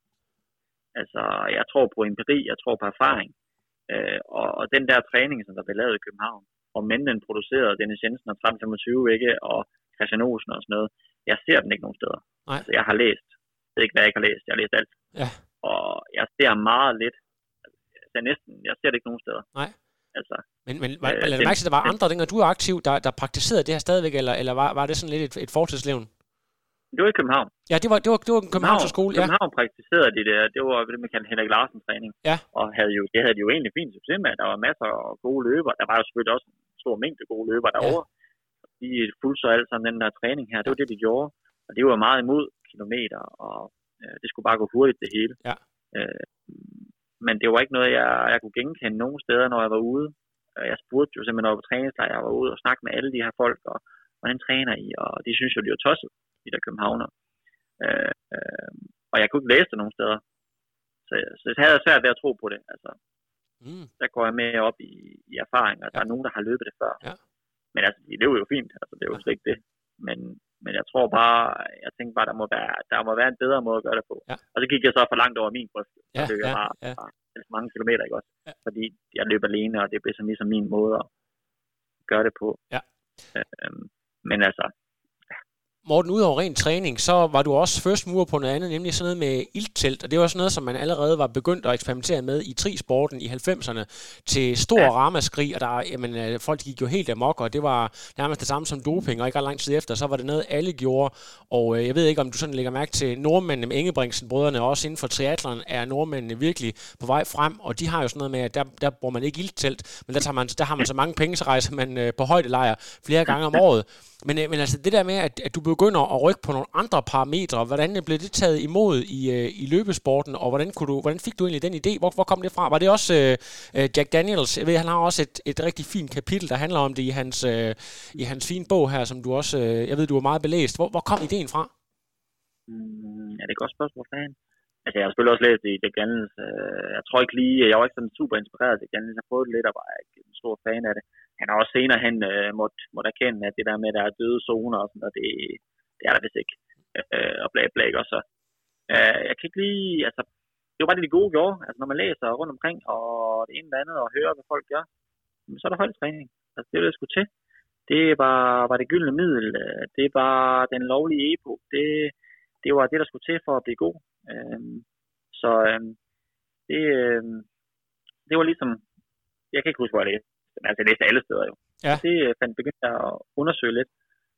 Altså, jeg tror på empiri, jeg tror på erfaring. Øh, og, og den der træning, som der blev lavet i København, og mændene producerede Dennis Jensen og tretten femogtyve ikke, og Christian Olsen og sådan noget, jeg ser den ikke nogen steder. Altså, jeg har læst. Jeg ved ikke, hvad jeg ikke har læst. Jeg har læst alt. Ja. Og jeg ser meget lidt. Altså, næsten, jeg ser det ikke nogen steder. Nej. Altså, men men øh, lad dig mærke til, at der var andre, dengang du er aktiv, der, der praktiserede det her stadigvæk, eller, eller var, var det sådan lidt et, et fortidslevn? Det var i København. Ja, det var, det var, det var en Københavns skole, ja. København praktiserede de det, det var det, man kaldte Henrik Larsen træning. Ja. Og havde jo, det havde de jo egentlig fint succes med. Der var masser af gode løber. Der var jo selvfølgelig også en stor mængde gode løber derovre. Ja. De fulgte så alle sammen den der træning her. Det var det, de gjorde. Og det var meget imod kilometer, og øh, det skulle bare gå hurtigt det hele. Ja. Øh, men det var ikke noget, jeg, jeg kunne genkende nogen steder, når jeg var ude. Jeg spurgte jo simpelthen over på træningslejr. Jeg var ude og snakke med alle de her folk, og hvordan træner I? Og de synes jo, de var tosset, de der københavner. Øh, øh, og jeg kunne ikke læse det nogen steder. Så, så jeg havde svært ved at tro på det. Altså, mm. Der går jeg mere op i, i erfaring, og der ja. er nogen, der har løbet det før. Ja. Men altså, de lever jo fint. Altså, det er jo slet ikke det. Men, men jeg tror bare, jeg tænkte bare, der må være, der må være en bedre måde at gøre det på. Ja. Og så gik jeg så for langt over min bryst. Ja, så løb jeg ja, bare, ja. bare mange kilometer, ikke også? Ja. Fordi jeg løb alene, og det blev sådan ligesom min måde at gøre det på. Ja. Øh, men altså, Morten, ud over ren træning, så var du også first mover på noget andet, nemlig sådan noget med ilttelt, og det var sådan noget, som man allerede var begyndt at eksperimentere med i trisporten i halvfemserne til stor ja. ramaskrig, og der, jamen, folk gik jo helt amok, og det var nærmest det samme som doping, og ikke ret lang tid efter, så var det noget, alle gjorde, og øh, jeg ved ikke, om du sådan lægger mærke til nordmændene med Ingebrigtsen-brødrene, også inden for triathlon er nordmændene virkelig på vej frem, og de har jo sådan noget med, at der, der bruger man ikke ilttelt, men der, tager man, der har man så mange penge, så rejser man øh, på højdelejr flere gange om året. Men, men altså det der med, at, at du begynder at rykke på nogle andre parametre, hvordan blev det taget imod i, uh, i løbesporten, og hvordan, kunne du, hvordan fik du egentlig den idé? Hvor, hvor kom det fra? Var det også uh, Jack Daniels? Jeg ved, han har også et, et rigtig fint kapitel, der handler om det i hans, uh, i hans fine bog her, som du også, uh, jeg ved, du er meget belæst. Hvor, hvor kom ideen fra? Mm, ja, det er et godt spørgsmål, fan. Altså, jeg har selvfølgelig også læst det i Jack Daniels. Uh, jeg tror ikke lige, jeg var ikke sådan super inspireret af Jack Daniels. Jeg har fået det lidt, og var ikke en stor fan af det. Han har også senere hen uh, måtte, måtte erkende, at det der med, at der er døde zoner og sådan noget, det, det er der vist ikke. Uh, og blag, blag også. Uh, jeg kan ikke lige, altså, det var bare det, de gode gjorde. Altså, når man læser rundt omkring, og det ene eller andet, og hører, hvad folk gør, så er der holdtræning. Altså, det er det, der skulle til. Det var, var det gyldne middel. Det var den lovlige epo. Det, det var det, der skulle til for at blive god. Uh, så uh, det, uh, det var ligesom, jeg kan ikke huske, hvor jeg læste. Altså, jeg læste alle steder jo. Ja. Det fandt begyndt at undersøge lidt.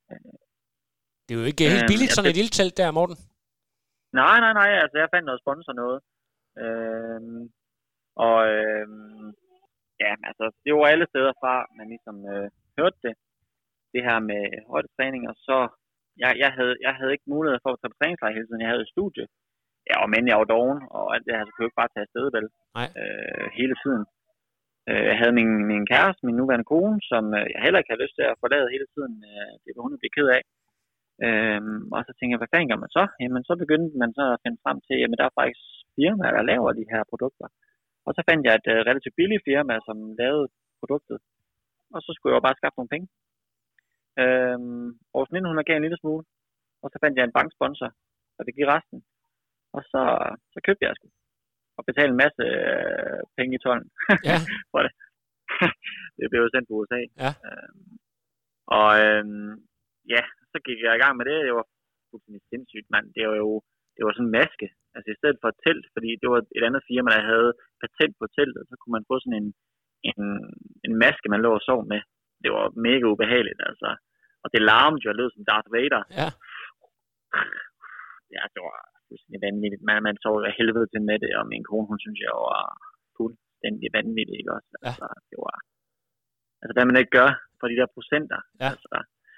Det er jo ikke helt billigt, øhm, sådan et ildtelt der, Morten. Nej, nej, nej. Altså, jeg fandt noget sponsor noget. Øhm, og øhm, ja, altså, det var alle steder fra, man ligesom øh, hørte det. Det her med højdetræning, og så, jeg, jeg, havde, jeg havde ikke mulighed for at tage på træningslejr hele tiden. Jeg havde et studie. Ja, og men jeg var doven, og alt det her, så kunne jeg ikke bare tage afsted, vel? Nej. Øh, hele tiden. Øh, jeg havde min, min kæreste, min nuværende kone, som øh, jeg heller ikke havde lyst til at forlade hele tiden. Øh, det var hun at blive ked af. Øhm, og så tænkte jeg, hvad fanden gør man så? Jamen så begyndte man så at finde frem til, jamen der er faktisk firmaer, der laver de her produkter. Og så fandt jeg et uh, relativt billigt firma, som lavede produktet. Og så skulle jeg jo bare skaffe nogle penge. Øhm, Aarhus nitten hundrede gav en lille smule. Og så fandt jeg en banksponsor, og det gik resten. Og så, så købte jeg sgu. Og betalte en masse øh, penge i tolden Ja. for det. Det blev jo sendt på U S A. Ja. Øhm, og øhm, ja, så gik jeg i gang med det. Det var fuldstændig sindssygt, mand. Det var jo det var sådan en maske. Altså i stedet for et telt, fordi det var et andet firma, der havde patent på teltet, så kunne man få sådan en, en, en maske, man lå og sov med. Det var mega ubehageligt, altså. Og det larmede jo, lød som Darth Vader. Ja. Ja, det var fuldstændig vanvittigt. Man, man sov af helvede til med det, og min kone, hun synes jeg var fuldstændig vanvittigt, ikke også? Ja. Altså, det var... Altså, hvad man ikke gør for de der procenter. Ja. Altså,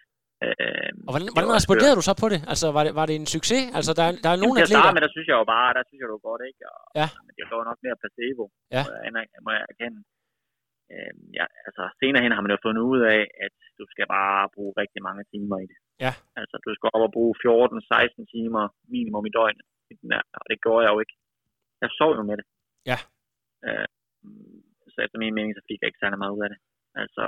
øh, Og hvordan, hvordan responderede du så på det? Altså, var det, var det en succes? Altså, der, der er nogle atleter... atleter... Men der synes jeg jo bare, der synes jeg jo godt, ikke? Og, Ja. Men det var nok mere placebo, Ja. må, jeg, må jeg erkende. Øh, ja, altså, senere hen har man jo fundet ud af, at du skal bare bruge rigtig mange timer i det. Ja. Altså, du skal op og bruge fjorten til seksten timer minimum i døgnet i den der, og det gjorde jeg jo ikke. Jeg sov jo med det. Ja. Øh, så efter min mening, så fik jeg ikke særlig meget ud af det. Altså,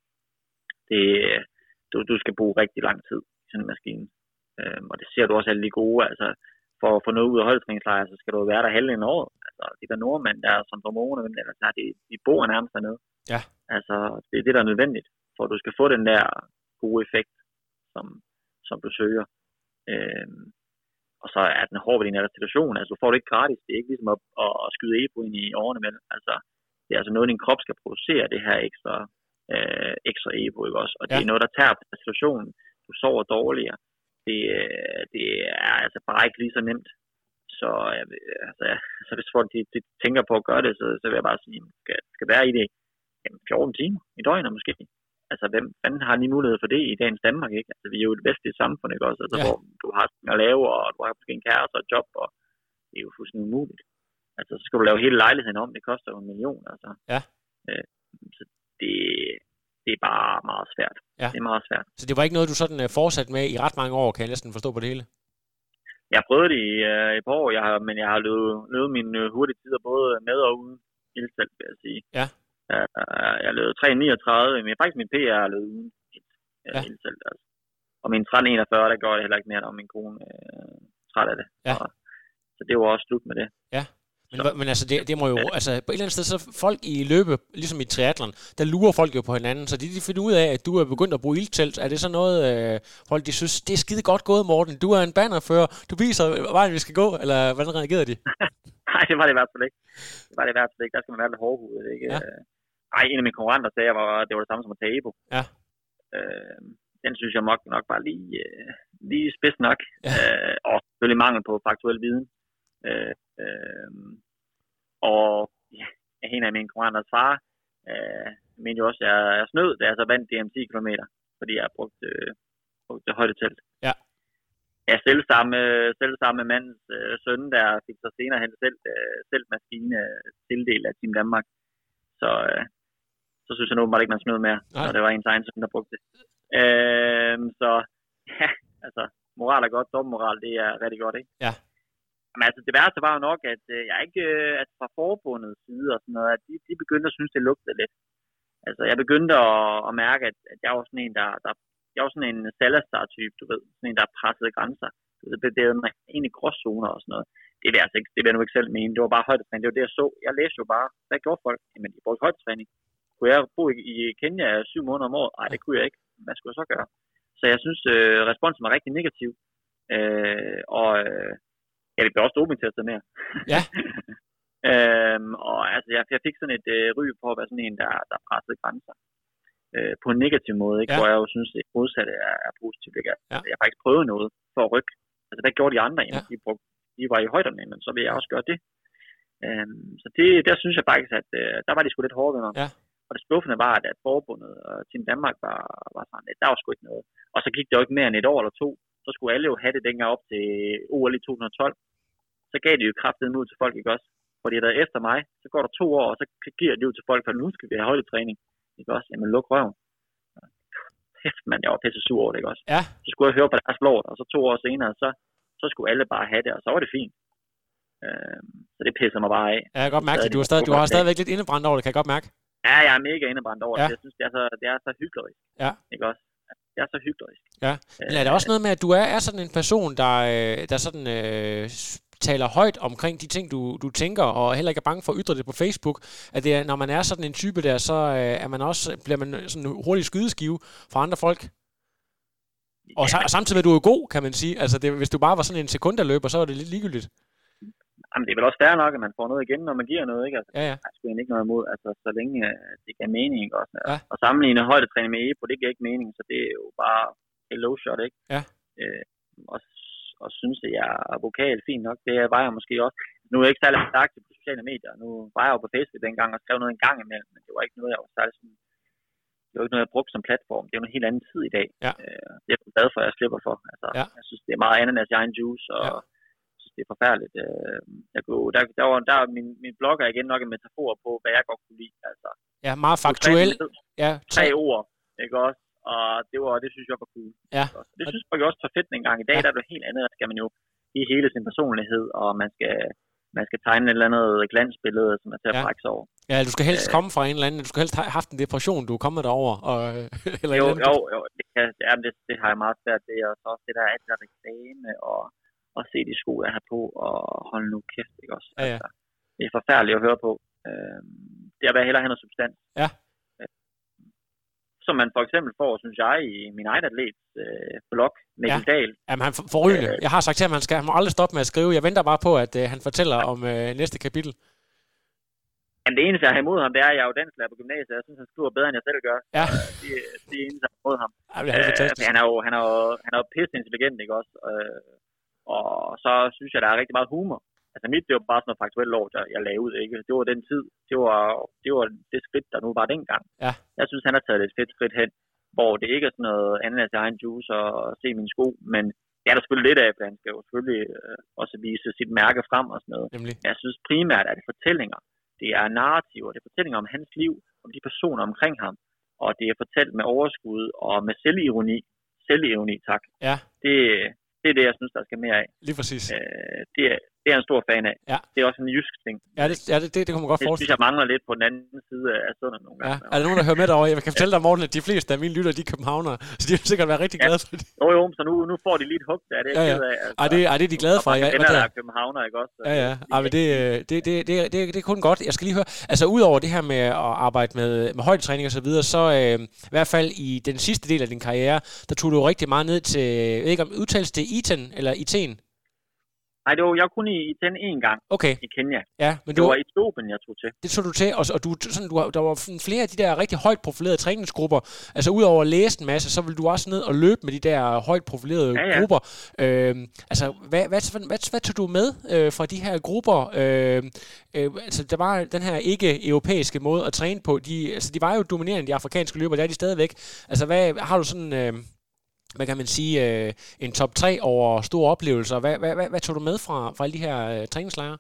det, du, du skal bruge rigtig lang tid i sådan en maskine. Øh, og det ser du også alle de gode. Altså, for at få noget ud af holdtræningslejre, så skal du være der halvdelen af året. Altså, de der nordmænd der, som Ramone, altså, de, de bor nærmest dernede. Ja. Altså, det er det, der er nødvendigt, for at du skal få den der gode effekt, som, som du søger. Øh, og så er den hård ved din adaptation. Altså, du får det ikke gratis. Det er ikke ligesom at, at skyde E P O ind i årene med. Altså, det er altså noget, din krop skal producere, det her ekstra, øh, ekstra E P O, ikke også? Og det Ja. er noget, der tager på situationen. Du sover dårligere. Det, det er altså bare ikke lige så nemt. Så altså, altså hvis folk de, de tænker på at gøre det, så, så vil jeg bare sige, at skal, skal være i det jamen, fjorten timer i døgnet måske. Altså, hvem fanden har lige mulighed for det i dagens Danmark, ikke? Altså, vi er jo et vestligt samfund, ikke også? Altså, Ja. hvor du har ting at lave, og du har måske en kæreste og et job, og det er jo fuldstændig umuligt. Altså, så skal du lave hele lejligheden om, det koster jo en million, altså. Ja. Øh, så det, det er bare meget svært. Ja. Det er meget svært. Så det var ikke noget, du sådan uh, fortsatte med i ret mange år, kan jeg næsten forstå på det hele? Jeg har prøvet det i uh, et par år, jeg har, men jeg har løbet, løbet mine uh, hurtige tider både med og uden ildtelt, vil jeg sige. Ja. Uh, jeg løbet tre niogtredive, men faktisk min P R er løbet uden uh, Ja. ildtelt. Altså. Og min tretten enogfyrre, der gør det heller ikke mere, når min kone uh, træt af det. Ja. Og, så det var også slut med det. Ja. Men, men altså, det, det må jo, altså på et eller andet sted, så folk i løbe, ligesom i triathlon, der lurer folk jo på hinanden, så de, de finder ud af, at du er begyndt at bruge ildtelt. Er det så noget, øh, folk de synes, det er skide godt gået, Morten, du er en bannerfører, du viser vejen, vi skal gå, eller hvordan reagerede de? Nej, det var det i hvert fald ikke. Det var det i hvert fald ikke. Der skal man være lidt hårdhudet, ikke? Ja. Ej, en af mine konkurrenter sagde, at det var det samme som at tage E P O. Ja. Øh, den synes jeg nok, nok bare lige, øh, lige spids nok. Ja. Øh, og selvfølgelig mangel på faktuel viden. Øh, øh, og ja, en af mine konkurrenters far øh, mente jo også, at jeg, jeg snød, da jeg så vandt D M ti kilometer, fordi jeg brugte, øh, brugte højdetelt. Ja. Ja, selv samme, selv samme mandens øh, søn, der fik så senere hen selv, øh, selv maskine tildelt af Team Danmark. Så, øh, så synes jeg nu bare ikke, man snød mere, Nej. når det var ens egen søn, der brugte det. Øh, så ja, altså, moral er godt, dobbeltmoral, det er rigtig godt, ikke? Ja. Men altså, det værste var jo nok, at øh, jeg ikke, øh, at fra forbundets side og sådan noget, at de, de begyndte at synes, det lugtede lidt. Altså, jeg begyndte at, at mærke, at, at jeg var sådan en, der, der jeg var sådan en Salazar-type, du ved, sådan en, der pressede grænser. Det bevægede mig ind i gråzoner og sådan noget. Det vil jeg altså ikke, det vil jeg nu ikke selv mene. Det var bare højdetræning, det var det, jeg så. Jeg læste jo bare, hvad gjorde folk? Jamen, de brugte højdetræning. Kunne jeg bo i Kenya syv måneder om året? Nej, det kunne jeg ikke. Hvad skulle jeg så gøre? Så jeg synes, øh, responsen var rigtig negativ. Øh, og øh, ja, det blev også dopingtestet mere. Ja. øhm, og altså, jeg, jeg fik sådan et øh, ry på at være sådan en, der, der pressede grænser. Øh, på en negativ måde, ikke? Ja. Hvor jeg jo synes, det modsatte er, er positivt. Ikke? Ja. Jeg har faktisk prøvet noget for at rykke. Altså, hvad gjorde de andre? Jamen, Ja. de, brugte, de var i højderne, men så vil jeg også gøre det. Øhm, så det, der synes jeg faktisk, at øh, der var de sgu lidt hårde ved mig. Ja. Og det skuffende var, at, at forbundet og Team Danmark var, var sådan, at der var sgu ikke noget. Og så gik det jo ikke mere end et år eller to. Så skulle alle jo have det dengang op til O L i to tusind og tolv. Så gav det jo kraftigt ud til folk, ikke også? hvor de har været efter mig, så går der to år, og så giver de ud til folk, for nu skal vi have højdetræning. Ikke også? Jamen, luk røven. Hæft, man, jeg var pisse sur over det, ikke også? Ja. Så skulle jeg høre på deres lort, og så to år senere, så, så skulle alle bare have det, og så var det fint. Øh, så det pisser mig bare af. Ja, jeg kan godt mærke det. Du har, stadig, du har stadigvæk lidt indebrændt over det, kan jeg godt mærke. Ja, jeg er mega indebrændt over det. Ja. Jeg synes, det er så, det er så hyggeligt. Ja. Ikke også? Det er så hyggeligt. Ja. Men er der også noget med, at du er, er sådan en person, der, der sådan, øh, taler højt omkring de ting, du, du tænker, og heller ikke er bange for at ytre det på Facebook? At det er, når man er sådan en type der, så øh, er man også, bliver man sådan en hurtig skydeskive fra andre folk? Og, ja, og samtidig med, at du er god, kan man sige. Altså, det, hvis du bare var sådan en sekunderløber, så var det lidt ligegyldigt. Jamen, det er vel også fair nok, at man får noget igen, når man giver noget, ikke? Altså, ja, ja. Jeg skulle egentlig ikke noget imod, altså, så længe det giver mening, ikke også? Ja. Og sammenligne højdetræning med EPO, det giver ikke mening, så det er jo bare et low shot, ikke? Ja. Øh, og, og synes, at jeg er vokal fint nok. Det var jeg måske også. Nu er jeg ikke særlig aktiv på sociale medier. Nu var jeg jo på Facebook dengang og skrev noget en gang imellem, men det var ikke noget, jeg var særlig sådan... Det var ikke noget, jeg brugte som platform. Det er jo en helt anden tid i dag. Ja. Øh, det er jeg glad for, at jeg slipper for. Altså, ja. Jeg synes, det er meget ananas i egen juice, og ja. Jeg synes, det er forfærdeligt. Øh, jeg kunne, der, der var der min, min blog er igen nok en metafor på, hvad jeg godt kunne lide. Altså, ja, meget faktuel. Ja, tre ord, ikke også? Og det, var, det synes jeg var cool. Ja. Det synes jeg også var fedt dengang. I dag ja. Der er det helt andet. Der skal man jo give hele sin personlighed, og man skal... Man skal tegne et eller andet glansbillede, som er til at ja. Brække sig over. Ja, du skal helst øh, komme fra en eller anden, du skal helst have haft en depression, du er kommet derover. Og, eller jo, jo, jo, det, kan, ja, det, det har jeg meget svært ved, og så også det der, alt der reklame, og, og se de sko, jeg har på, og holde nu kæft, ikke også? Ja, ja. Altså, det er forfærdeligt at høre på. Øh, det er, hvad jeg hellere have noget substans. Ja. Som man for eksempel får, synes jeg, i min egen atlets øh, blog, Mikkel ja. Dahl. Jamen, han får rygende. Øh, jeg har sagt til ham, han, skal, han må aldrig stoppe med at skrive. Jeg venter bare på, at øh, han fortæller om øh, næste kapitel. Jamen, det eneste, jeg har imod ham, det er, at jeg er jo dansklærer på gymnasiet. Jeg synes, han skriver bedre, end jeg selv gør. Ja. Det, det er eneste, jeg har imod ham. Ja, det er fantastisk. Øh, han er jo, han er jo, han er jo pisse intelligent, ikke også? Øh, og så synes jeg, der er rigtig meget humor. Altså mit, det var bare sådan noget faktuelt lort, jeg, jeg lavede, ikke? Det var den tid. Det var, det var det skridt, der nu var dengang. Ja. Jeg synes, han har taget et fedt skridt hen, hvor det ikke er sådan noget ananas i egen juice og se mine sko, men det er der selvfølgelig lidt af, for han skal jo selvfølgelig øh, også vise sit mærke frem og sådan noget. Nemlig. Men jeg synes primært, at det er fortællinger. Det er narrativer, det er fortællinger om hans liv, om de personer omkring ham, og det er fortalt med overskud og med selvironi. Selvironi, tak. Ja. Det, det er det, jeg synes, der skal mere af. Lige præcis. Øh, det, er, det er en stor fan af. Ja. Det er også en jysk ting. Ja, det, ja, det, det, det kunne man godt forestille. Det synes jeg mangler lidt på den anden side af sådan nogle gange. Ja. Er der nogen, der hører med derovre? Jeg kan fortælle dig, Morten, at de fleste af mine lytter, de er københavnere, så de vil sikkert være rigtig glade for det. Jo, jo, så nu, nu får de lige et hug der. Det er ja, ja. af, altså. Ej, det, ej, det er de glade for. Og jeg, den er der københavner, ikke også? Ja, ja. Ej, men det, det, det, det, det, det er kun godt. Jeg skal lige høre, altså udover det her med at arbejde med, med højdetræning og så videre, så øh, i hvert fald i den sidste del af din karriere, der tog du rigtig meget ned til, jeg ved ikke om udtales det Iten eller Iten? Nej, det var jeg kun i Iten én gang okay. i Kenya. Ja, men det du, var Etiopien, jeg tog til. Det tog du til, og, og du, sådan, du, der var flere af de der rigtig højt profilerede træningsgrupper. Altså udover at læse en masse, så vil du også ned og løbe med de der højt profilerede ja, ja. grupper. Øh, altså, hvad, hvad, hvad, hvad, hvad tog du med øh, fra de her grupper? Øh, øh, altså, der var den her ikke-europæiske måde at træne på. De, altså, de var jo dominerende, de afrikanske løber, der er de stadigvæk. Altså, hvad har du sådan... Øh, hvad kan man sige, øh, en top tre over store oplevelser. Hvad, hvad, hvad, hvad tog du med fra, fra alle de her øh, træningslejre?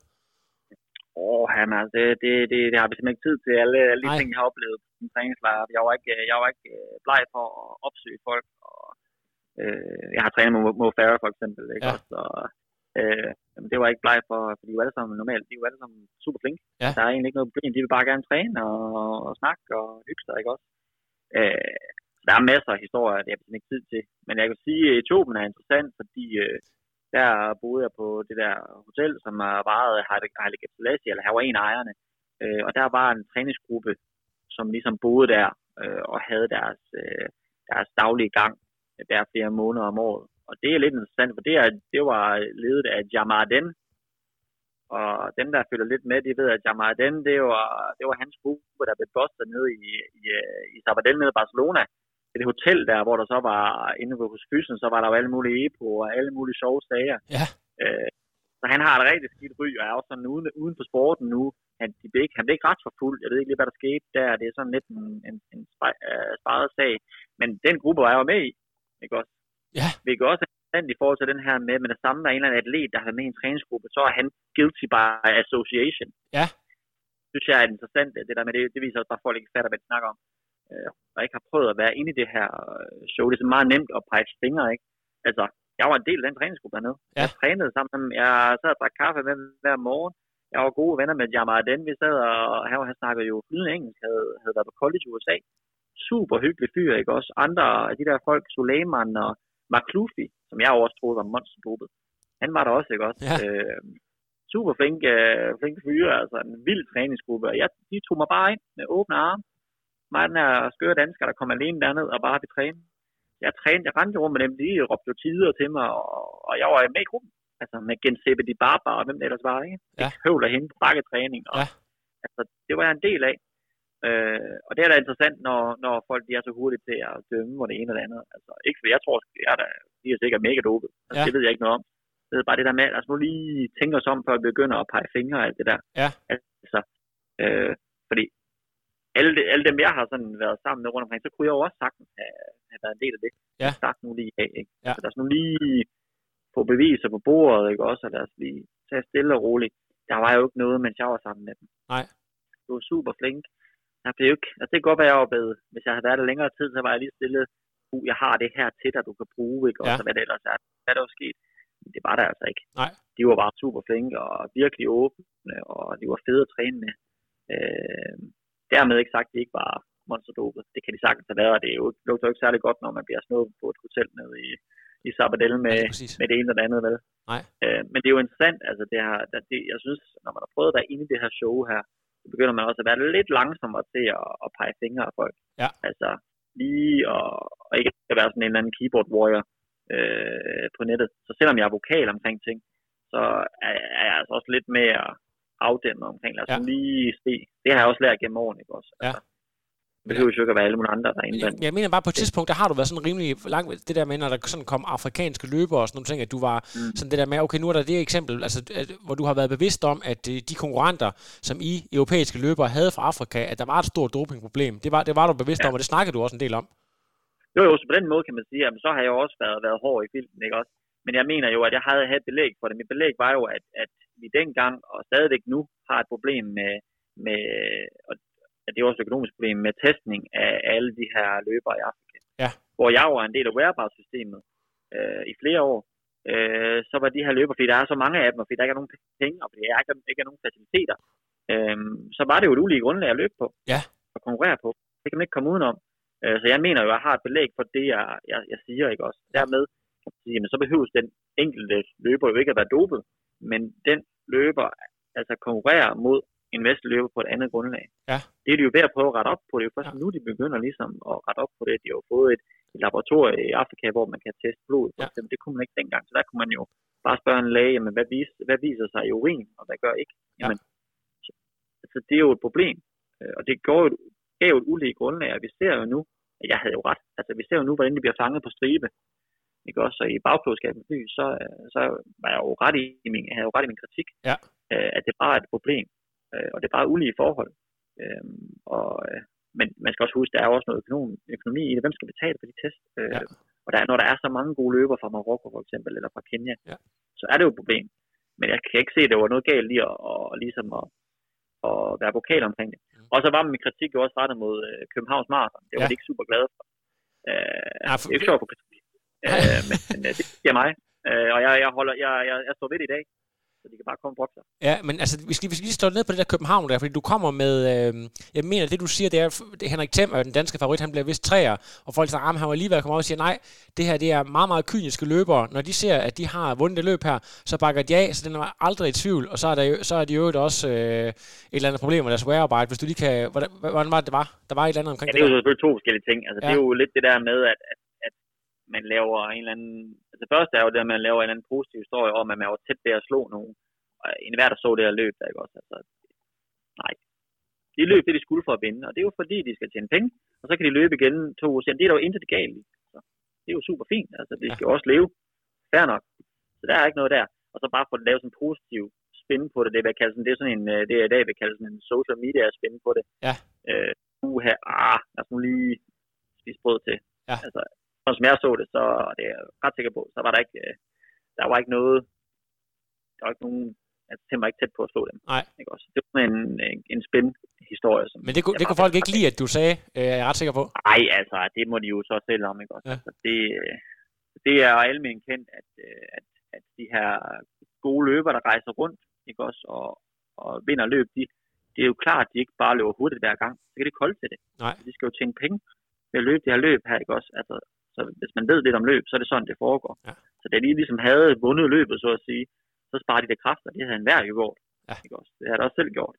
Åh, oh, jamen, altså, det, det, det, det har vi simpelthen ikke tid til. Alle, alle de ting, jeg har oplevet på en træningslejre. Jeg var ikke, jeg var ikke bleg for at opsøge folk. Og, øh, jeg har trænet med Mo Farah for eksempel. Ikke? Ja. Også, og, øh, det var jeg ikke bleg for, for de er jo alle sammen normalt. De er jo alle sammen super flinke. Ja. Der er egentlig ikke noget problem. De vil bare gerne træne og, og snakke og hygge sig, ikke også? Øh, Der er masser af historier, det har jeg ikke tid til. Men jeg kan sige, at Etiopien er interessant, fordi øh, der boede jeg på det der hotel, som har varet Haile Gebrselassie, eller her var en af ejerne. Øh, og der var en træningsgruppe, som ligesom boede der øh, og havde deres, øh, deres daglige gang der flere måneder om året. Og det er lidt interessant, for det, er, det var ledet af Jamaden. Og dem, der følger lidt med, de ved, at Jamaden, det var, det var hans gruppe, der blev bustet nede i, i, i Sabadell nede i Barcelona. Det hotel der, hvor der så var inde hos Fysen, så var der jo alle mulige epo og alle mulige sjove sager. Ja. Øh, så han har et rigtig skidt ry, og er også sådan uden, uden for sporten nu. Han, de blev ikke, han blev ikke ret for fuld. Jeg ved ikke lige, hvad der skete der. Det er sådan lidt en, en, en sparet sag. Men den gruppe var jeg jo med i. Ikke også? Ja. Hvilket også er interessant i forhold til den her med, med det samme, der er en eller anden atlet, der har været med i en træningsgruppe, så er han guilty by association. Ja. Det synes jeg er interessant, det der med det, det viser også bare, at folk ikke fatter, hvad de snakker om. Øh, og ikke har prøvet at være inde i det her show. Det er så meget nemt at pege fingre, ikke? Altså, jeg var en del af den træningsgruppe dernede. Ja. Jeg trænede sammen med dem. Jeg sad og drak kaffe med dem hver morgen. Jeg var gode venner med Jamar Den. Vi sad og han, han snakkede jo flydende engelsk, havde, havde været på college i U S A. Super hyggelig fyr, ikke også? Andre af de der folk, Suleiman og McCluffy, som jeg også troede var monsterdopet. Han var der også, ikke også? Ja. Øh, super flink, øh, flink fyre, altså en vild træningsgruppe. Og jeg, de tog mig bare ind med åbne arme. Mig den her skøre dansker, der kom alene derned og bare ville træne. Jeg trænede, jeg rendte rundt med dem, de råbte jo tider til mig, og, og jeg var med i gruppen. Altså med Gensebe de Barber og hvem det ellers var, ikke? Ja. Det høvler hende på bakketræning, og ja. Altså, det var jeg en del af. Øh, og det er da interessant, når, når folk de er så hurtige til at dømme, hvor det ene eller andet. Altså, ikke for jeg tror, at jeg er, de er sikkert mega dopet. Altså, ja. Det ved jeg ikke noget om. Det er bare det der med, at altså, nu lige tænker os om, før vi begynder at pege fingre og alt det der. Ja. Altså, øh, fordi alle, de, alle dem, jeg har sådan været sammen med rundt omkring, så kunne jeg jo også sagtens have, have været en del af det. Ja. Start nu lige af, ikke? Ja. Så lad os nu lige få beviser på bordet, ikke også? Og lad os lige tage stille og roligt. Der var jo ikke noget, mens jeg var sammen med dem. Nej. Du var super flink. Jeg blev ikke, altså det kan godt være, jeg var bedre. Hvis jeg havde været der længere tid, så var jeg lige stille. Uh, jeg har det her til dig, du kan bruge, ikke? Og ja. så hvad det ellers er. Hvad der var sket? Men det var der altså ikke. Nej. De var bare super flinke og virkelig åbne, og de var fede at træne med. Øh, dermed ikke sagt, at de ikke var monsterdopet. Det kan de sagtens have været, og det er jo, lugter jo ikke særlig godt, når man bliver snået på et hotel nede i, i Sabadell med, ja, med det ene og det andet, vel? Nej. Øh, men det er jo interessant, altså det her, det, jeg synes, når man har prøvet at være inde i det her show her, så begynder man også at være lidt langsommere til at, at pege fingre af folk. Ja. Altså lige og, og ikke at være sådan en eller anden keyboard warrior øh, på nettet. Så selvom jeg er vokal omkring ting, så er, er jeg altså også lidt mere afdæmmet omkring. Lad os ja. lige se. Det har jeg også lært gennem årene, ikke også? Altså, ja. Det behøver jo ikke at være alle mulige andre, der er indvendt. Jeg, jeg mener bare på et tidspunkt, der har du været sådan rimelig langt, det der med, når der sådan kom afrikanske løbere og sådan nogle ting, at du var mm. sådan det der med, okay, nu er der det eksempel, altså, at, hvor du har været bevidst om, at de konkurrenter, som I europæiske løbere havde fra Afrika, at der var et stort dopingproblem. Det var, det var du bevidst ja. om, og det snakkede du også en del om. Jo, jo, så på den måde kan man sige, at så har jeg også været, været hård i filmen, ikke også? Men jeg mener jo, at jeg havde haft belæg for det. Mit belæg var jo, at, at vi dengang, og stadigvæk nu, har et problem med, med og at det er også et økonomisk problem med testning af alle de her løbere i Afrika. Ja. Hvor jeg var en del af whereabouts-systemet øh, i flere år, øh, så var de her løbere, fordi der er så mange af dem, og fordi der ikke er nogen penge, og fordi der ikke er, ikke er nogen faciliteter, øh, så var det jo et ulige grundlag at løbe på, ja. og konkurrere på. Det kan man ikke komme udenom. Øh, så jeg mener jo, at jeg har et belæg for det, jeg, jeg, jeg siger, ikke også. Dermed kan man sige, jamen, så behøves den enkelte løber jo ikke at være dopet, men den løber altså konkurrerer mod en vestlig løber på et andet grundlag. Ja. Det er de jo ved at prøve at rette op på. Det er jo først ja. nu, de begynder ligesom at rette op på det. De har jo fået et, et laboratorium i Afrika, hvor man kan teste blod. Ja. Det kunne man ikke dengang. Så der kunne man jo bare spørge en læge, jamen, hvad, vis, hvad viser sig i urin, og hvad gør ikke? Ja. Jamen, så, altså, det er jo et problem. Og det går jo, gav jo et ulige grundlag, og vi ser jo nu, at jeg havde jo ret. Altså, vi ser jo nu, hvordan de bliver fanget på stribe. Ikke også? Så i bagklodskabens by, så, så var jeg jo ret i min, jeg havde jo ret i min kritik, ja. at det bare er et problem. Og det er bare ulige forhold. Øhm, og, øh, men man skal også huske, der er også noget økonomi, økonomi i det. Hvem skal betale for de test? Øh, ja. Og der, når der er så mange gode løber fra Marokko for eksempel, eller fra Kenya, ja. så er det jo et problem. Men jeg kan ikke se, at der var noget galt i at, og, ligesom at, at være vokal omkring det. Mm. Og så var min kritik jo også rettet mod øh, Københavns Marathon. Det var ja. de ikke super glade for. Øh, ja, for... Det er ikke sjovt for kritik. øh, men men øh, det er mig. Øh, og jeg, jeg, holder, jeg, jeg, jeg står ved det i dag. Så de kan bare komme og brokke sig. Ja, men altså, vi skal, vi skal lige stå ned på det der København der, fordi du kommer med, øh, jeg mener, det du siger, det er, det er Henrik Them, den danske favorit, han bliver vist træer, og folk siger, at han var lige ved at komme over og siger, nej, det her, det er meget, meget kyniske løbere. Når de ser, at de har vundet det løb her, så bakker de af, så den er aldrig i tvivl, og så er, der jo, så er de jo også øh, et eller andet problem med deres weararbejde, hvis du lige kan, hvordan, hvordan var det, det var? Der var et eller andet omkring ja, det det. Det er jo selvfølgelig to forskellige ting. Altså, ja. Det er jo lidt det der med, at, at, at man laver en eller anden, altså det første er jo det, at man laver en eller anden positiv historie om, at man var tæt ved at slå nogen. En hver, der så det her løb, der ikke også. Altså, nej. De løb det, de skulle for at vinde, og det er jo fordi, de skal tjene penge, og så kan de løbe igen to uger senere. Det er der jo intet galt i. Så det er jo super fint. Altså, de skal jo også leve. Fair nok. Så der er ikke noget der. Og så bare få det lavet sådan en positiv spin på det. Det er, sådan, det er sådan en, det er i dag, vi kalder sådan en social media spin på det. Ja. Øh, uha, ah, lad os nu lige spise brød til. Ja. Altså, Og som jeg så det, så det er jeg ret sikker på, så var der ikke, der var ikke noget, der var ikke nogen, altså det var ikke tæt på at slå dem. Nej. Ikke også? Det var en, en, en spændende historie. Som Men det, det kunne folk ikke lide, at du sagde, øh, er jeg ret sikker på? Nej, altså, det må de jo så selv om, ikke også? Ja. Altså, det, det er almen kendt, at, at, at de her gode løber, der rejser rundt, ikke også, og, og vinder løb, de, det er jo klart, at de ikke bare løber hurtigt hver gang. Så kan de ikke holde til det. Nej. De skal jo tjene penge ved at løbe det her løb her, ikke også? Altså, så hvis man ved lidt om løb, så er det sådan, det foregår. Ja. Så da de ligesom havde vundet løbet, så at sige, så sparer de det kræfter. Det havde enhver jo gjort. Ja. Ikke også? Det har jeg også selv gjort.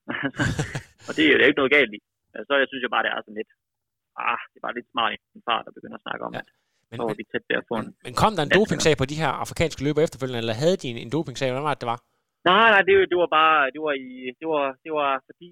Og det er jo ikke noget galt i. Så jeg synes jo bare, det er sådan lidt, ah, det er bare lidt smart i en far, der begynder at snakke om, ja. At men, så var vi tæt ved at få en... Men kom der en dopingsag på de her afrikanske løber efterfølgende, eller havde de en, en dopingsag? Hvordan var det, det var? Nej, nej, det, det var bare, det var i, det var, det var fordi,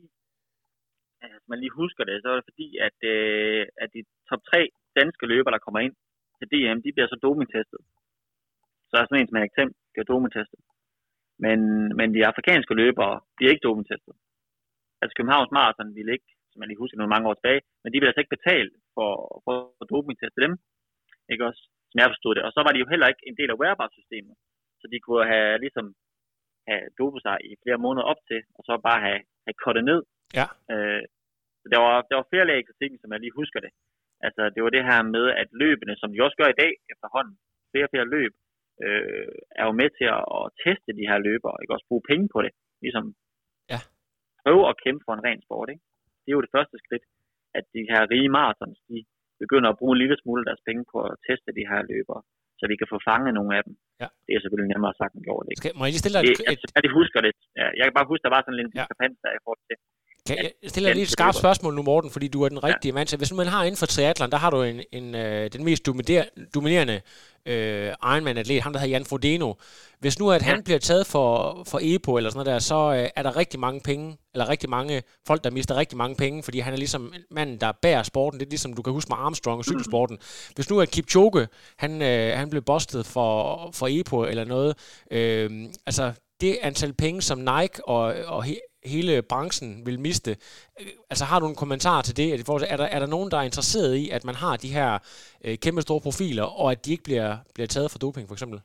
altså man lige husker det, så var det fordi, at, øh, at de top tre danske løber, der kommer ind til D M, de bliver så dopingtestet. Så er sådan en, som Henrik Thiem, bliver dopingtestet. Men, men de afrikanske løbere bliver ikke dopingtestet. Altså Københavns Marathon ville ikke, som man lige husker nogle mange år tilbage, men de ville altså ikke betale for, for, for dopingteste dem. Ikke også? Som jeg forstod det. Og så var de jo heller ikke en del af wearbar-systemet. Så de kunne have ligesom have dopet sig i flere måneder op til, og så bare have, have kottet ned. Ja. Øh, så der var, der var flere lag i kritikken, som jeg lige husker det. Altså det var det her med, at løbene, som de også gør i dag efterhånden, flere og flere løb, øh, er jo med til at, at teste de her løbere, ikke også bruge penge på det. Ligesom ja. Prøve at kæmpe for en ren sport, ikke? Det er jo det første skridt, at de her rige marathons, de begynder at bruge en lille smule af deres penge på at teste de her løbere, så vi kan få fanget nogle af dem. Ja. Det er selvfølgelig nemmere sagt end gjort, ikke? Skal, må jeg lige stille dig et... Det, altså, jeg husker det. Ja, jeg kan bare huske, der var sådan en lille diskrepans der i forhold til... Kan jeg stiller lige et skarpt spørgsmål nu, Morten, fordi du er den rigtige ja. mand til. Hvis man har inden for triathlon, der har du en, en, øh, den mest dominerende øh, Ironman-atlet, ham der hedder Jan Frodeno. Hvis nu at han ja. bliver taget for, for E P O eller sådan noget der, så øh, er der rigtig mange penge, eller rigtig mange folk, der mister rigtig mange penge, fordi han er ligesom manden, der bærer sporten. Det er ligesom, du kan huske med Armstrong og cykelsporten. Mm. Hvis nu at Kipchoge, han, øh, han blev bustet for, for E P O eller noget, øh, altså det antal penge, som Nike og, og he, hele branchen vil miste. Altså har du en kommentar til det? Er der, er der nogen, der er interesseret i, at man har de her øh, kæmpe store profiler, og at de ikke bliver, bliver taget for doping, for eksempel?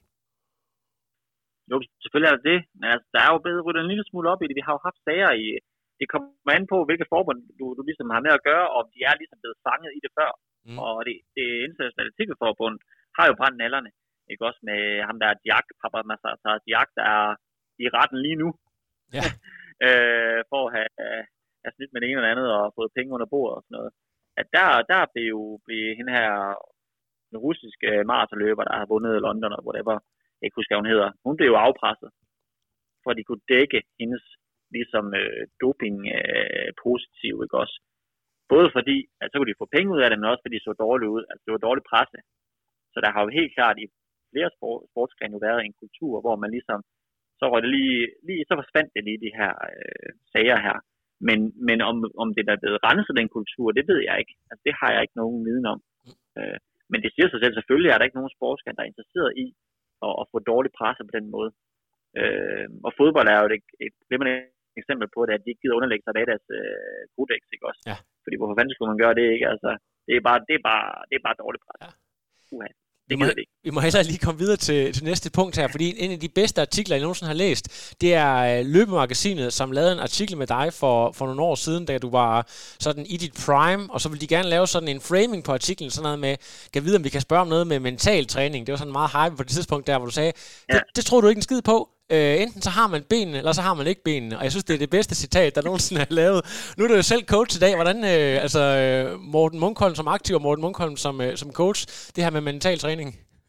Jo, selvfølgelig er det det. Men altså, der er jo bedre ryddet en lille smule op i det. Vi har jo haft sager i... Det kommer an på, hvilke forbund du, du ligesom har med at gøre, og de er ligesom blevet fanget i det før. Mm. Og det, det internationale cykelforbund har jo brændt nallerne. Ikke også med ham der Diak, Papa Massata Diak, der er i retten lige nu. Ja. øh, for at have, have snydt med det ene eller andet og fået penge under bordet og sådan noget. At der, der blev jo blev hende her den russiske maratonløber, der har vundet London og whatever, jeg ikke husker, hvad hun hedder. Hun blev jo afpresset, for at de kunne dække hendes ligesom øh, doping øh, positiv, ikke også? Både fordi, at så kunne de få penge ud af det, men også fordi de så dårligt ud. Altså det var dårlig presse. Så der har jo helt klart i flere sport, sportsgrene været en kultur, hvor man ligesom så var det lige, lige så forsvandt det lige de her øh, sager her. Men, men om, om det der er blevet renset den kultur, det ved jeg ikke. Altså, det har jeg ikke nogen viden om. Øh, men det siger sig selv, selvfølgelig er der ikke nogen sportsgren, der er interesseret i at, at få dårlig presse på den måde. Øh, og fodbold er jo et, et glimrende eksempel på det, at de ikke gider underlægge sig bag deres øh, kodex, ikke også? Ja. Fordi hvorfor fanden skulle man gøre det, ikke? Altså, det er bare, det er bare, det er bare dårlig presse. Ja. Uha. Vi må, vi må heller lige komme videre til, til næste punkt her, fordi en af de bedste artikler, jeg nogensinde har læst, det er Løbemagasinet, som lavede en artikel med dig for, for nogle år siden, da du var sådan i dit prime, og så ville de gerne lave sådan en framing på artiklen, sådan noget med, kan vide, om vi kan spørge om noget med mental træning. Det var sådan meget hype på det tidspunkt der, hvor du sagde, ja. det, det tror du ikke en skid på. Øh, enten så har man benene, eller så har man ikke benene. Og jeg synes, det er det bedste citat, der nogensinde er lavet. Nu er du jo selv coach i dag. Hvordan, øh, altså Morten Munkholm som aktiv og Morten Munkholm som, øh, som coach, det her med mental træning?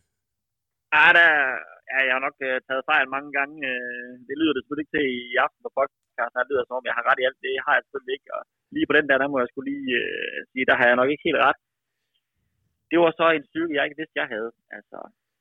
Ja, der, ja jeg har nok øh, taget fejl mange gange. Øh, det lyder det selvfølgelig ikke til i aften på podcast. Det lyder som om, jeg har ret i alt. Det har jeg selvfølgelig ikke. Og lige på den der, der må jeg skulle lige øh, sige, der har jeg nok ikke helt ret. Det var så en styrke, jeg ikke vidste, jeg havde. Altså,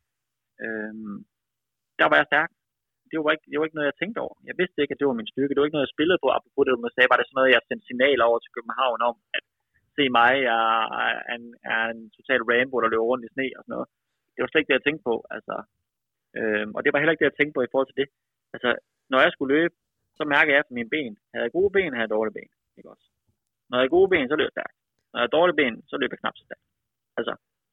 øh, der var jeg stærk. Det var, ikke, det var ikke noget, jeg tænkte over. Jeg vidste ikke, at det var min styrke. Det var ikke noget, jeg spillede på. Apropos det, man sagde, var det sådan noget, jeg sendte signaler over til København om, at se mig, jeg er en, er en total Rambo, der løber rundt i sne og sådan noget. Det var slet ikke det, jeg tænkte på. Altså, øhm, og det var heller ikke det, jeg tænkte på i forhold til det. Altså, når jeg skulle løbe, så mærker jeg efter mine ben. Havde jeg gode ben, havde jeg dårlige ben. Ikke også? Når jeg havde gode ben, så løb jeg stærkt. Når jeg havde dårlige ben, så løb jeg knap så stærkt. Altså,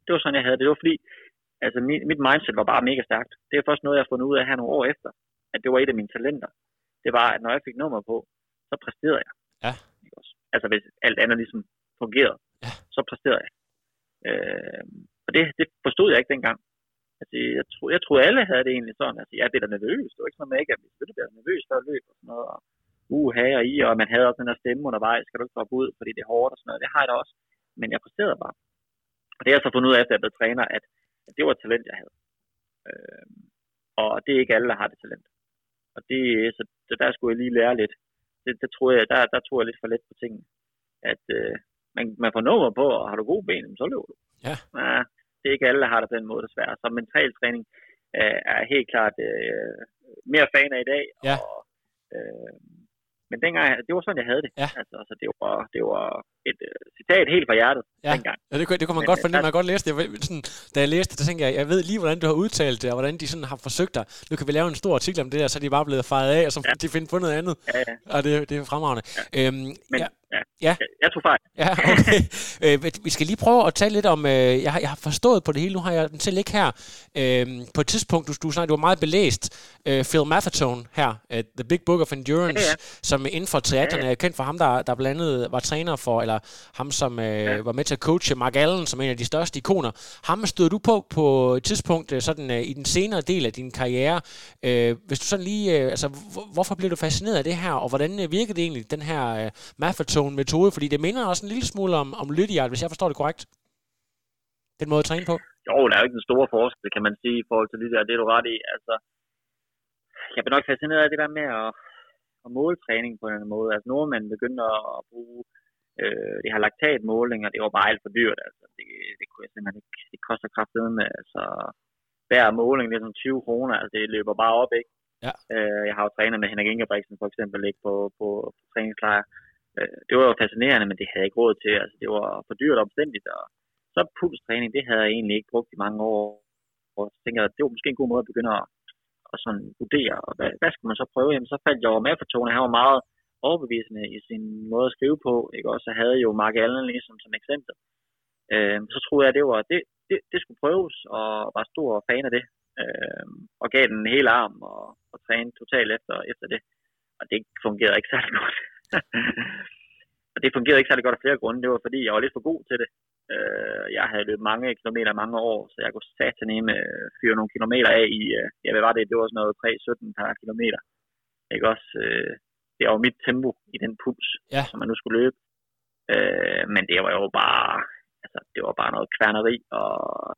det var sådan, jeg havde det. Det var fordi, altså mit, mit mindset var bare mega stærkt. Det er først noget, jeg har fundet ud af her nogle år efter, at det var et af mine talenter. Det var, at når jeg fik nummer på, så præsterede jeg. Ja. Altså hvis alt andet ligesom fungerede, ja. så præsterede jeg. Øh, og det, det forstod jeg ikke dengang. Altså, jeg, tro, jeg troede, alle havde det egentlig sådan. Altså, jeg blev da nervøs. Det var ikke sådan, at jeg ikke blev nervøs før løb og sådan noget. Og uha og i, og man havde også den der stemme undervejs. Skal du ikke droppe ud, fordi det er hårdt og sådan noget. Det har jeg da også. Men jeg præsterede bare. Og det har jeg så fundet ud af, efter jeg blev træner, at, at det var et talent, jeg havde. Øh, og det er ikke alle, der har det talent. Og det, så, så der skulle jeg lige lære lidt. Det, det tror jeg, der, der tog jeg lidt for let på tingene. At øh, man, man får nummer på, og har du gode ben, så løber du. Ja. Ja, det er ikke alle, der har det på den måde, desværre. Så mental træning øh, er helt klart øh, mere fan af i dag. Ja. Og, øh, men dengang, det var sådan, jeg havde det. Ja. Altså, altså, det, var, det var et uh, citat helt fra hjertet ja. dengang. Ja, det, det kunne man men, godt fornemme, man godt læse det. Jeg, sådan, da jeg læste det, så tænkte jeg, jeg ved lige, hvordan du har udtalt det, og hvordan de sådan har forsøgt dig. Nu kan vi lave en stor artikel om det der, så er de bare blevet fejret af, og så ja. de finder på noget andet. Ja, ja. Og det, det er fremragende. Ja. Øhm, men, ja. Ja. Ja. Jeg, jeg tog fejl. Ja, okay. øh, vi skal lige prøve at tale lidt om, øh, jeg, har, jeg har forstået på det hele, nu har jeg den selv ikke her. Øh, på et tidspunkt, du, du snakkede, du var meget belæst, øh, Phil Maffetone her, uh, The Big Book of Endurance, ja, ja. som inden for triathlon er kendt for ham, der, der blandt andet var træner for, eller ham, som øh, ja. var med til at coache Mark Allen, som en af de største ikoner. Ham stod du på på et tidspunkt, sådan øh, i den senere del af din karriere. Øh, hvis du sådan lige, øh, altså, hvorfor blev du fascineret af det her, og hvordan øh, virkede det egentlig, den her øh, Maffetone-metode? Fordi det minder også en lille smule om, om Lydiard, hvis jeg forstår det korrekt. Den måde at træne på. Jo, der er jo ikke den store forskel, kan man sige, i forhold til Lydiard. Det er du ret i. Altså, jeg blev nok fascineret af det der med at, at måle træning på en anden måde. Altså, nordmænd begyndte at bruge øh, de her laktatmålinger. Det var bare alt for dyrt. Altså, det, det kunne jeg simpelthen ikke. Det koster kraftedeme med. Altså, hver måling, det er sådan tyve kroner. Altså, det løber bare op, ikke? Ja. Øh, jeg har jo trænet med Henrik Ingebrigtsen, for eksempel, ikke på, på, på træningslejr. Det var jo fascinerende, men det havde jeg ikke råd til. Altså, det var for dyrt og omstændigt. Og så pulstræning, det havde jeg egentlig ikke brugt i mange år. Og så tænkte jeg, at det var måske en god måde at begynde at, at sådan vurdere. Og hvad, hvad skulle man så prøve? Jamen, så faldt jeg over med for Tone. Han var meget overbevisende i sin måde at skrive på. Ikke? Og så havde jeg jo Mark Allen ligesom som eksempel. Øh, så troede jeg, at det, var, det, det, det skulle prøves, og var stor fan af det. Øh, og gav den en hel arm og, og trænede totalt efter, efter det. Og det fungerede ikke særlig godt. Og det fungerede ikke særlig godt af flere grunde. Det var fordi, jeg var lidt for god til det. Jeg havde løbet mange kilometer mange år, så jeg kunne sataneme fyre nogle kilometer af i, ja, hvad var det? Det var sådan noget tre sytten per kilometer. Ikke også? Det var jo mit tempo i den puls, ja. som man nu skulle løbe. Men det var jo bare, altså, det var bare noget kværneri og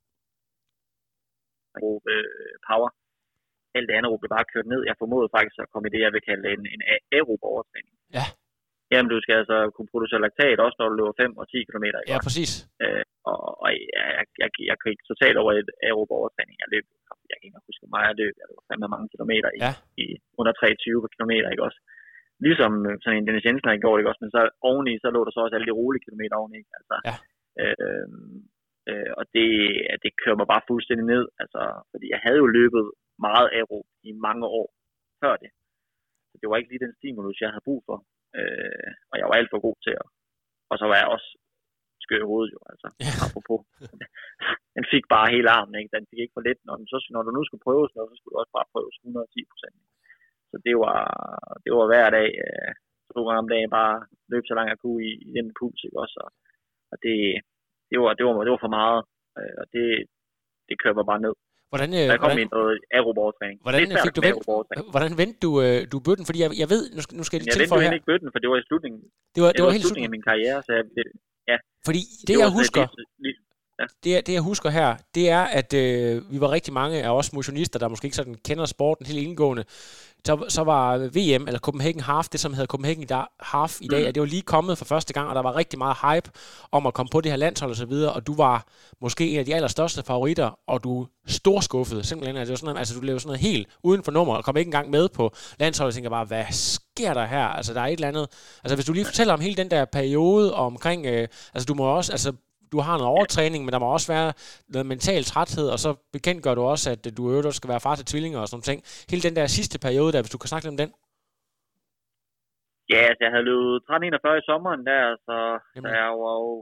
power. Alt det andet blev bare kørt ned. Jeg formodede faktisk at komme i det, jeg vil kalde en, en aerob overtræning. Ja. Jamen, du skal altså kunne producere laktat også, når du løber fem og ti kilometer. Ja, præcis. Øh, og og jeg, jeg, jeg, jeg kan ikke totalt over et aerob overtræning. Jeg løb, jeg kan ikke huske mig, jeg løb. Jeg løb fandme mange kilometer i, ja. i under treogtyve kilometer, ikke også? Ligesom sådan en Dennis Jensen, der går, ikke også? Men så oveni, så lå der så også alle de rolige kilometer oveni, ikke? Altså, ja. øh, øh, og det, det kører mig bare fuldstændig ned, altså, fordi jeg havde jo løbet meget aerob i mange år før det. Så det var ikke lige den stimulus, jeg havde brug for. Øh, og jeg var alt for god til at, og så var jeg også skør i hovedet jo, altså, ja. Apropos. Den fik bare hele armen, ikke? Den fik ikke for let, når, den, så, når du nu skulle prøves noget, så skulle du også bare prøves hundrede og ti procent. Så det var, det var hver dag, øh, to gange om dagen, bare løb så langt jeg kunne i, i den puls, ikke også, og, og det, det, var, det, var, det var for meget, øh, og det, det kører mig bare ned. Hvordan, der kom hvordan, i noget aerob-overtræning. Hvordan, fik du vendt, hvordan vendte du, øh, du bøtten? Fordi jeg, jeg ved, nu skal, nu skal jeg lige tilføje her. Jeg vendte jo ikke bøtten, for det var i slutningen. Det var, det, det var, var helt slutningen af min karriere, så jeg, det, ja. Fordi det, det jeg husker, det, det, ja. det, det jeg husker her, det er, at øh, vi var rigtig mange af os motionister, der måske ikke sådan kender sporten helt indgående. Så, så var V M, eller Copenhagen Half, det som hedder Copenhagen Half i dag, mm. at det var lige kommet for første gang, og der var rigtig meget hype om at komme på det her landshold og så videre, og du var måske en af de allerstørste favoritter, og du storskuffede simpelthen. Altså, det var sådan, altså du lavede sådan noget helt uden for nummer, og kom ikke engang med på landsholdet, og tænker bare, hvad sker der her? Altså, der er et eller andet. Altså, hvis du lige fortæller om hele den der periode omkring, øh, altså du må også, altså du har noget overtræning, men der må også være noget mental træthed, og så bekendtgør du også, at du øvrigt skal være far til tvillinger og sådan nogle ting. Hele den der sidste periode der, hvis du kan snakke lidt om den. Ja, altså jeg havde løbet tretten enogfyrre i sommeren der, så, så jeg var jo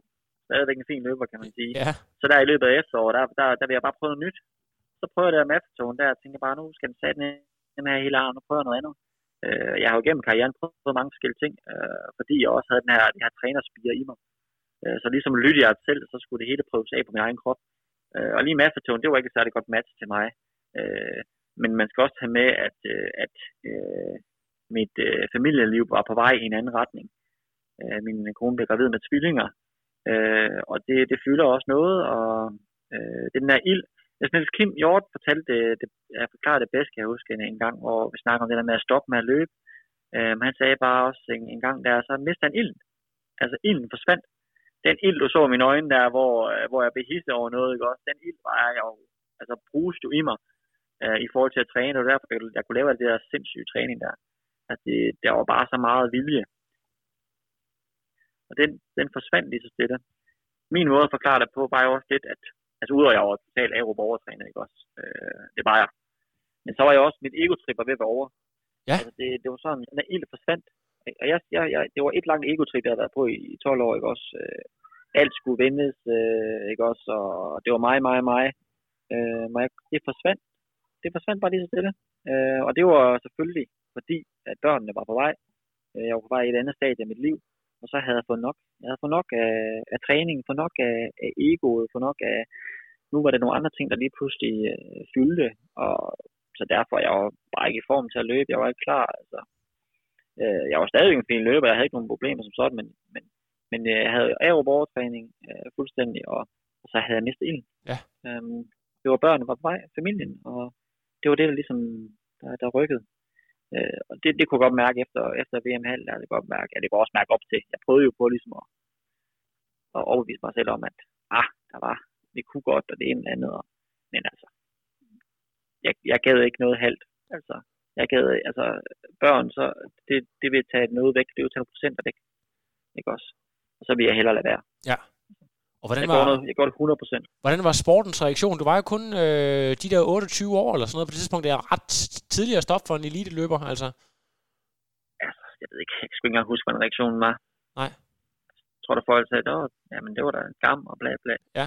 stadigvæk en fin løber, kan man sige. Ja. Så der i løbet af efteråret, der, der, der vil jeg bare prøve noget nyt. Så prøver jeg det der maraton der, og tænker bare, nu skal den sætte den her hele arm, nu prøver jeg noget andet. Øh, jeg har jo gennem karrieren prøvet mange forskellige ting, øh, fordi jeg også havde den her, de her trænerspirer i mig. Øh, så ligesom lyttede jeg selv, så skulle det hele prøves af på min egen krop. Øh, og lige maraton, det var ikke et særligt godt match til mig. Øh, men man skal også have med, at, øh, at øh, mit øh, familieliv var på vej i en anden retning. Øh, min kone blev gravid med tvillinger, øh, og det, det fylder også noget, og øh, det er den der ild. Jeg synes, Kim Hjort fortalte det, det, jeg forklarede det bedst, kan jeg huske, en gang, hvor vi snakker om det der med at stoppe med at løbe. Øh, han sagde bare også en, en gang der, så mistede han ilden. Altså ilden forsvandt. Den ild, du så i mine øjne der, hvor, hvor jeg blev hisset over noget, ikke også? Den ild var jeg jo, altså bruste jo i mig øh, i forhold til at træne, og derfor jeg, jeg kunne lave alt det der sindssyge træning der. Altså det, der var bare så meget vilje. Og den, den forsvandt lige så stille. Min måde at forklare det på var jo også lidt, at altså udover jeg var totalt aerob-overtræner, ikke også? Øh, det var jeg. Men så var jeg også, mit ego-trip var ved at være over. Ja. Altså det, det var sådan, den der ild forsvandt. Og jeg, jeg, jeg, det var et langt ego-trip, jeg havde været på i tolv år, ikke også? Øh, alt skulle vendes, øh, ikke også? Og det var mig, mig, mig. Øh, men jeg, det forsvandt. Det forsvandt bare lige så stille. Øh, og det var selvfølgelig, fordi at børnene var på vej. Øh, jeg var på vej i et andet stadie af mit liv. Og så havde jeg fået nok. Jeg havde fået nok af, af træning, fået nok af, af egoet, fået nok af... Nu var det nogle andre ting, der lige pludselig øh, fyldte. Og så derfor jeg var bare ikke i form til at løbe. Jeg var ikke klar, altså. Øh, jeg var stadig en fin løber, jeg havde ikke nogen problemer som sådan, men, men, men jeg havde aerob-overtræning øh, fuldstændig, og, og så havde jeg mistet ilden. Ja. Øhm, det var børnene, var på vej, familien, og det var det, der ligesom, der, der rykkede. Øh, og det, det kunne jeg godt mærke efter, efter V M-halv, der det godt mærke, ja, det kunne også mærke op til. Jeg prøvede jo på ligesom at, at overbevise mig selv om, at ah, der var, det kunne godt, og det ene eller andet, og, men altså, jeg, jeg gad ikke noget halvt, altså. Jeg gad, altså børn, så det, det vil tage noget væk, det vil tage nogle procenter væk, ikke også? Og så vil jeg hellere lade være. Ja. Og hvordan jeg, var, går noget, jeg går det hundrede procent. Hvordan var sportens reaktion? Du var jo kun øh, de der otteogtyve år eller sådan noget på det tidspunkt. Det er ret tidligere stop for en elite-løber, altså. Altså, jeg ved ikke, jeg kan sgu ikke engang huske, hvordan reaktionen var. Nej. Jeg tror, der folk sagde, at jamen, det var da en skam og bla bla. Ja.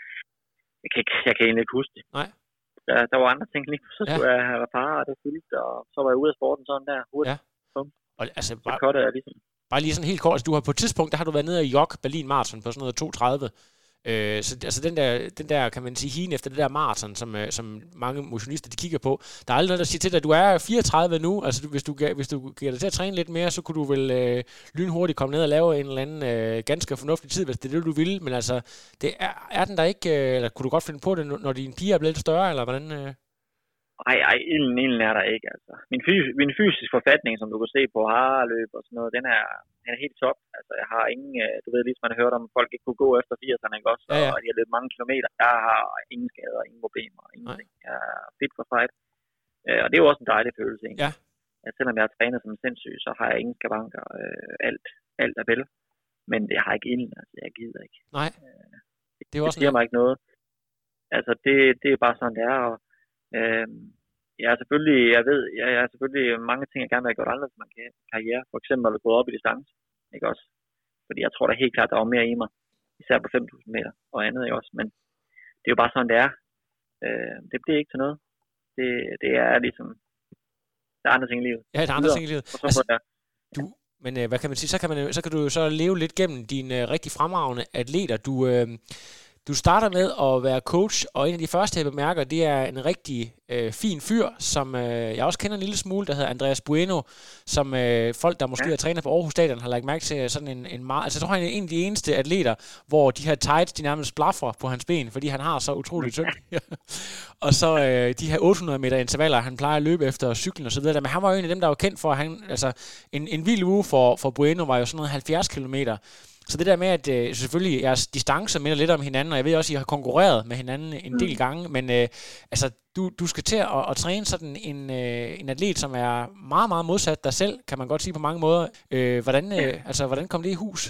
Jeg kan, ikke, jeg kan egentlig ikke huske det. Nej. Der, der var andre ting lige, så skulle ja. jeg have far, og det fyldte, og så var jeg ude af sporten sådan der, hurtigt. Ja. Og altså, bare, så kottede jeg ligesom. Bare lige sådan helt kort, altså du har på et tidspunkt, der har du været nede i Jog Berlin Marathon på sådan noget to tredive. Øh, så altså den der, den der, kan man sige, hien efter det der maraton, som, øh, som mange motionister de kigger på, der er aldrig noget, der siger til dig, at du er fireogtredive nu, altså du, hvis, du, hvis du giver dig til at træne lidt mere, så kunne du vel øh, lynhurtigt komme ned og lave en eller anden øh, ganske fornuftig tid, hvis det er det, du vil, men altså, det er, er den der ikke, øh, eller kunne du godt finde på det, når dine piger er blevet lidt større, eller hvordan? Øh? Ej, ej, ilden, ilden er der ikke, altså. Min, fys- min fysiske forfatning, som du kan se på hareløb og sådan noget, den er, den er helt top. Altså, jeg har ingen, du ved lige, som man har hørt om, at folk ikke kunne gå efter firserne, ikke også? Ja, ja. Og de har løbet mange kilometer. Jeg har ingen skader, ingen problemer, ingenting. Nej. Jeg er fit for fight. Og det er jo også en dejlig følelse, egentlig. Ja. At selvom jeg har trænet som sindssyg, så har jeg ingen skavanker. Alt, alt er vel. Men jeg har ikke ilden, altså. Jeg gider ikke. Nej. Det, det, det siger mig ikke noget. Altså, det, det er bare sådan, det er, og Øh, jeg er selvfølgelig, jeg ved, jeg, jeg er selvfølgelig mange ting, jeg gerne vil have gjort anderledes i min karriere. For eksempel at gå op i distance, ikke også? Fordi jeg tror da helt klart, der var mere i mig. Især på fem tusind meter og andet, ikke også? Men det er jo bare sådan, det er. Øh, det bliver ikke til noget. Det, det er ligesom, der er andre ting i livet. Ja, der er andre ting i livet. Altså, du, men øh, hvad kan man sige, så kan, man, så kan du så leve lidt gennem dine øh, rigtig fremragende atleter. Du... Øh, Du starter med at være coach, og en af de første, jeg bemærker, det er en rigtig øh, fin fyr, som øh, jeg også kender en lille smule, der hedder Andreas Bueno, som øh, folk, der måske ja. er træner på Aarhus Stadion, har lagt mærke til sådan en, en meget... Altså, jeg tror, han er en af de eneste atleter, hvor de her tights, de nærmest blaffer på hans ben, fordi han har så utroligt tyndt. Og så øh, de her otte hundrede meter intervaller, han plejer at løbe efter cyklen og så videre. Men han var jo en af dem, der var kendt for, at han... Altså, en, en vild uge for, for Bueno var jo sådan noget halvfjerds kilometer. Så det der med, at øh, selvfølgelig jeres distancer minder lidt om hinanden, og jeg ved også, at I har konkurreret med hinanden en del gange, men øh, altså, du, du skal til at, at træne sådan en, øh, en atlet, som er meget, meget modsat dig selv, kan man godt sige på mange måder. Øh, hvordan, øh, altså, hvordan kom det i hus?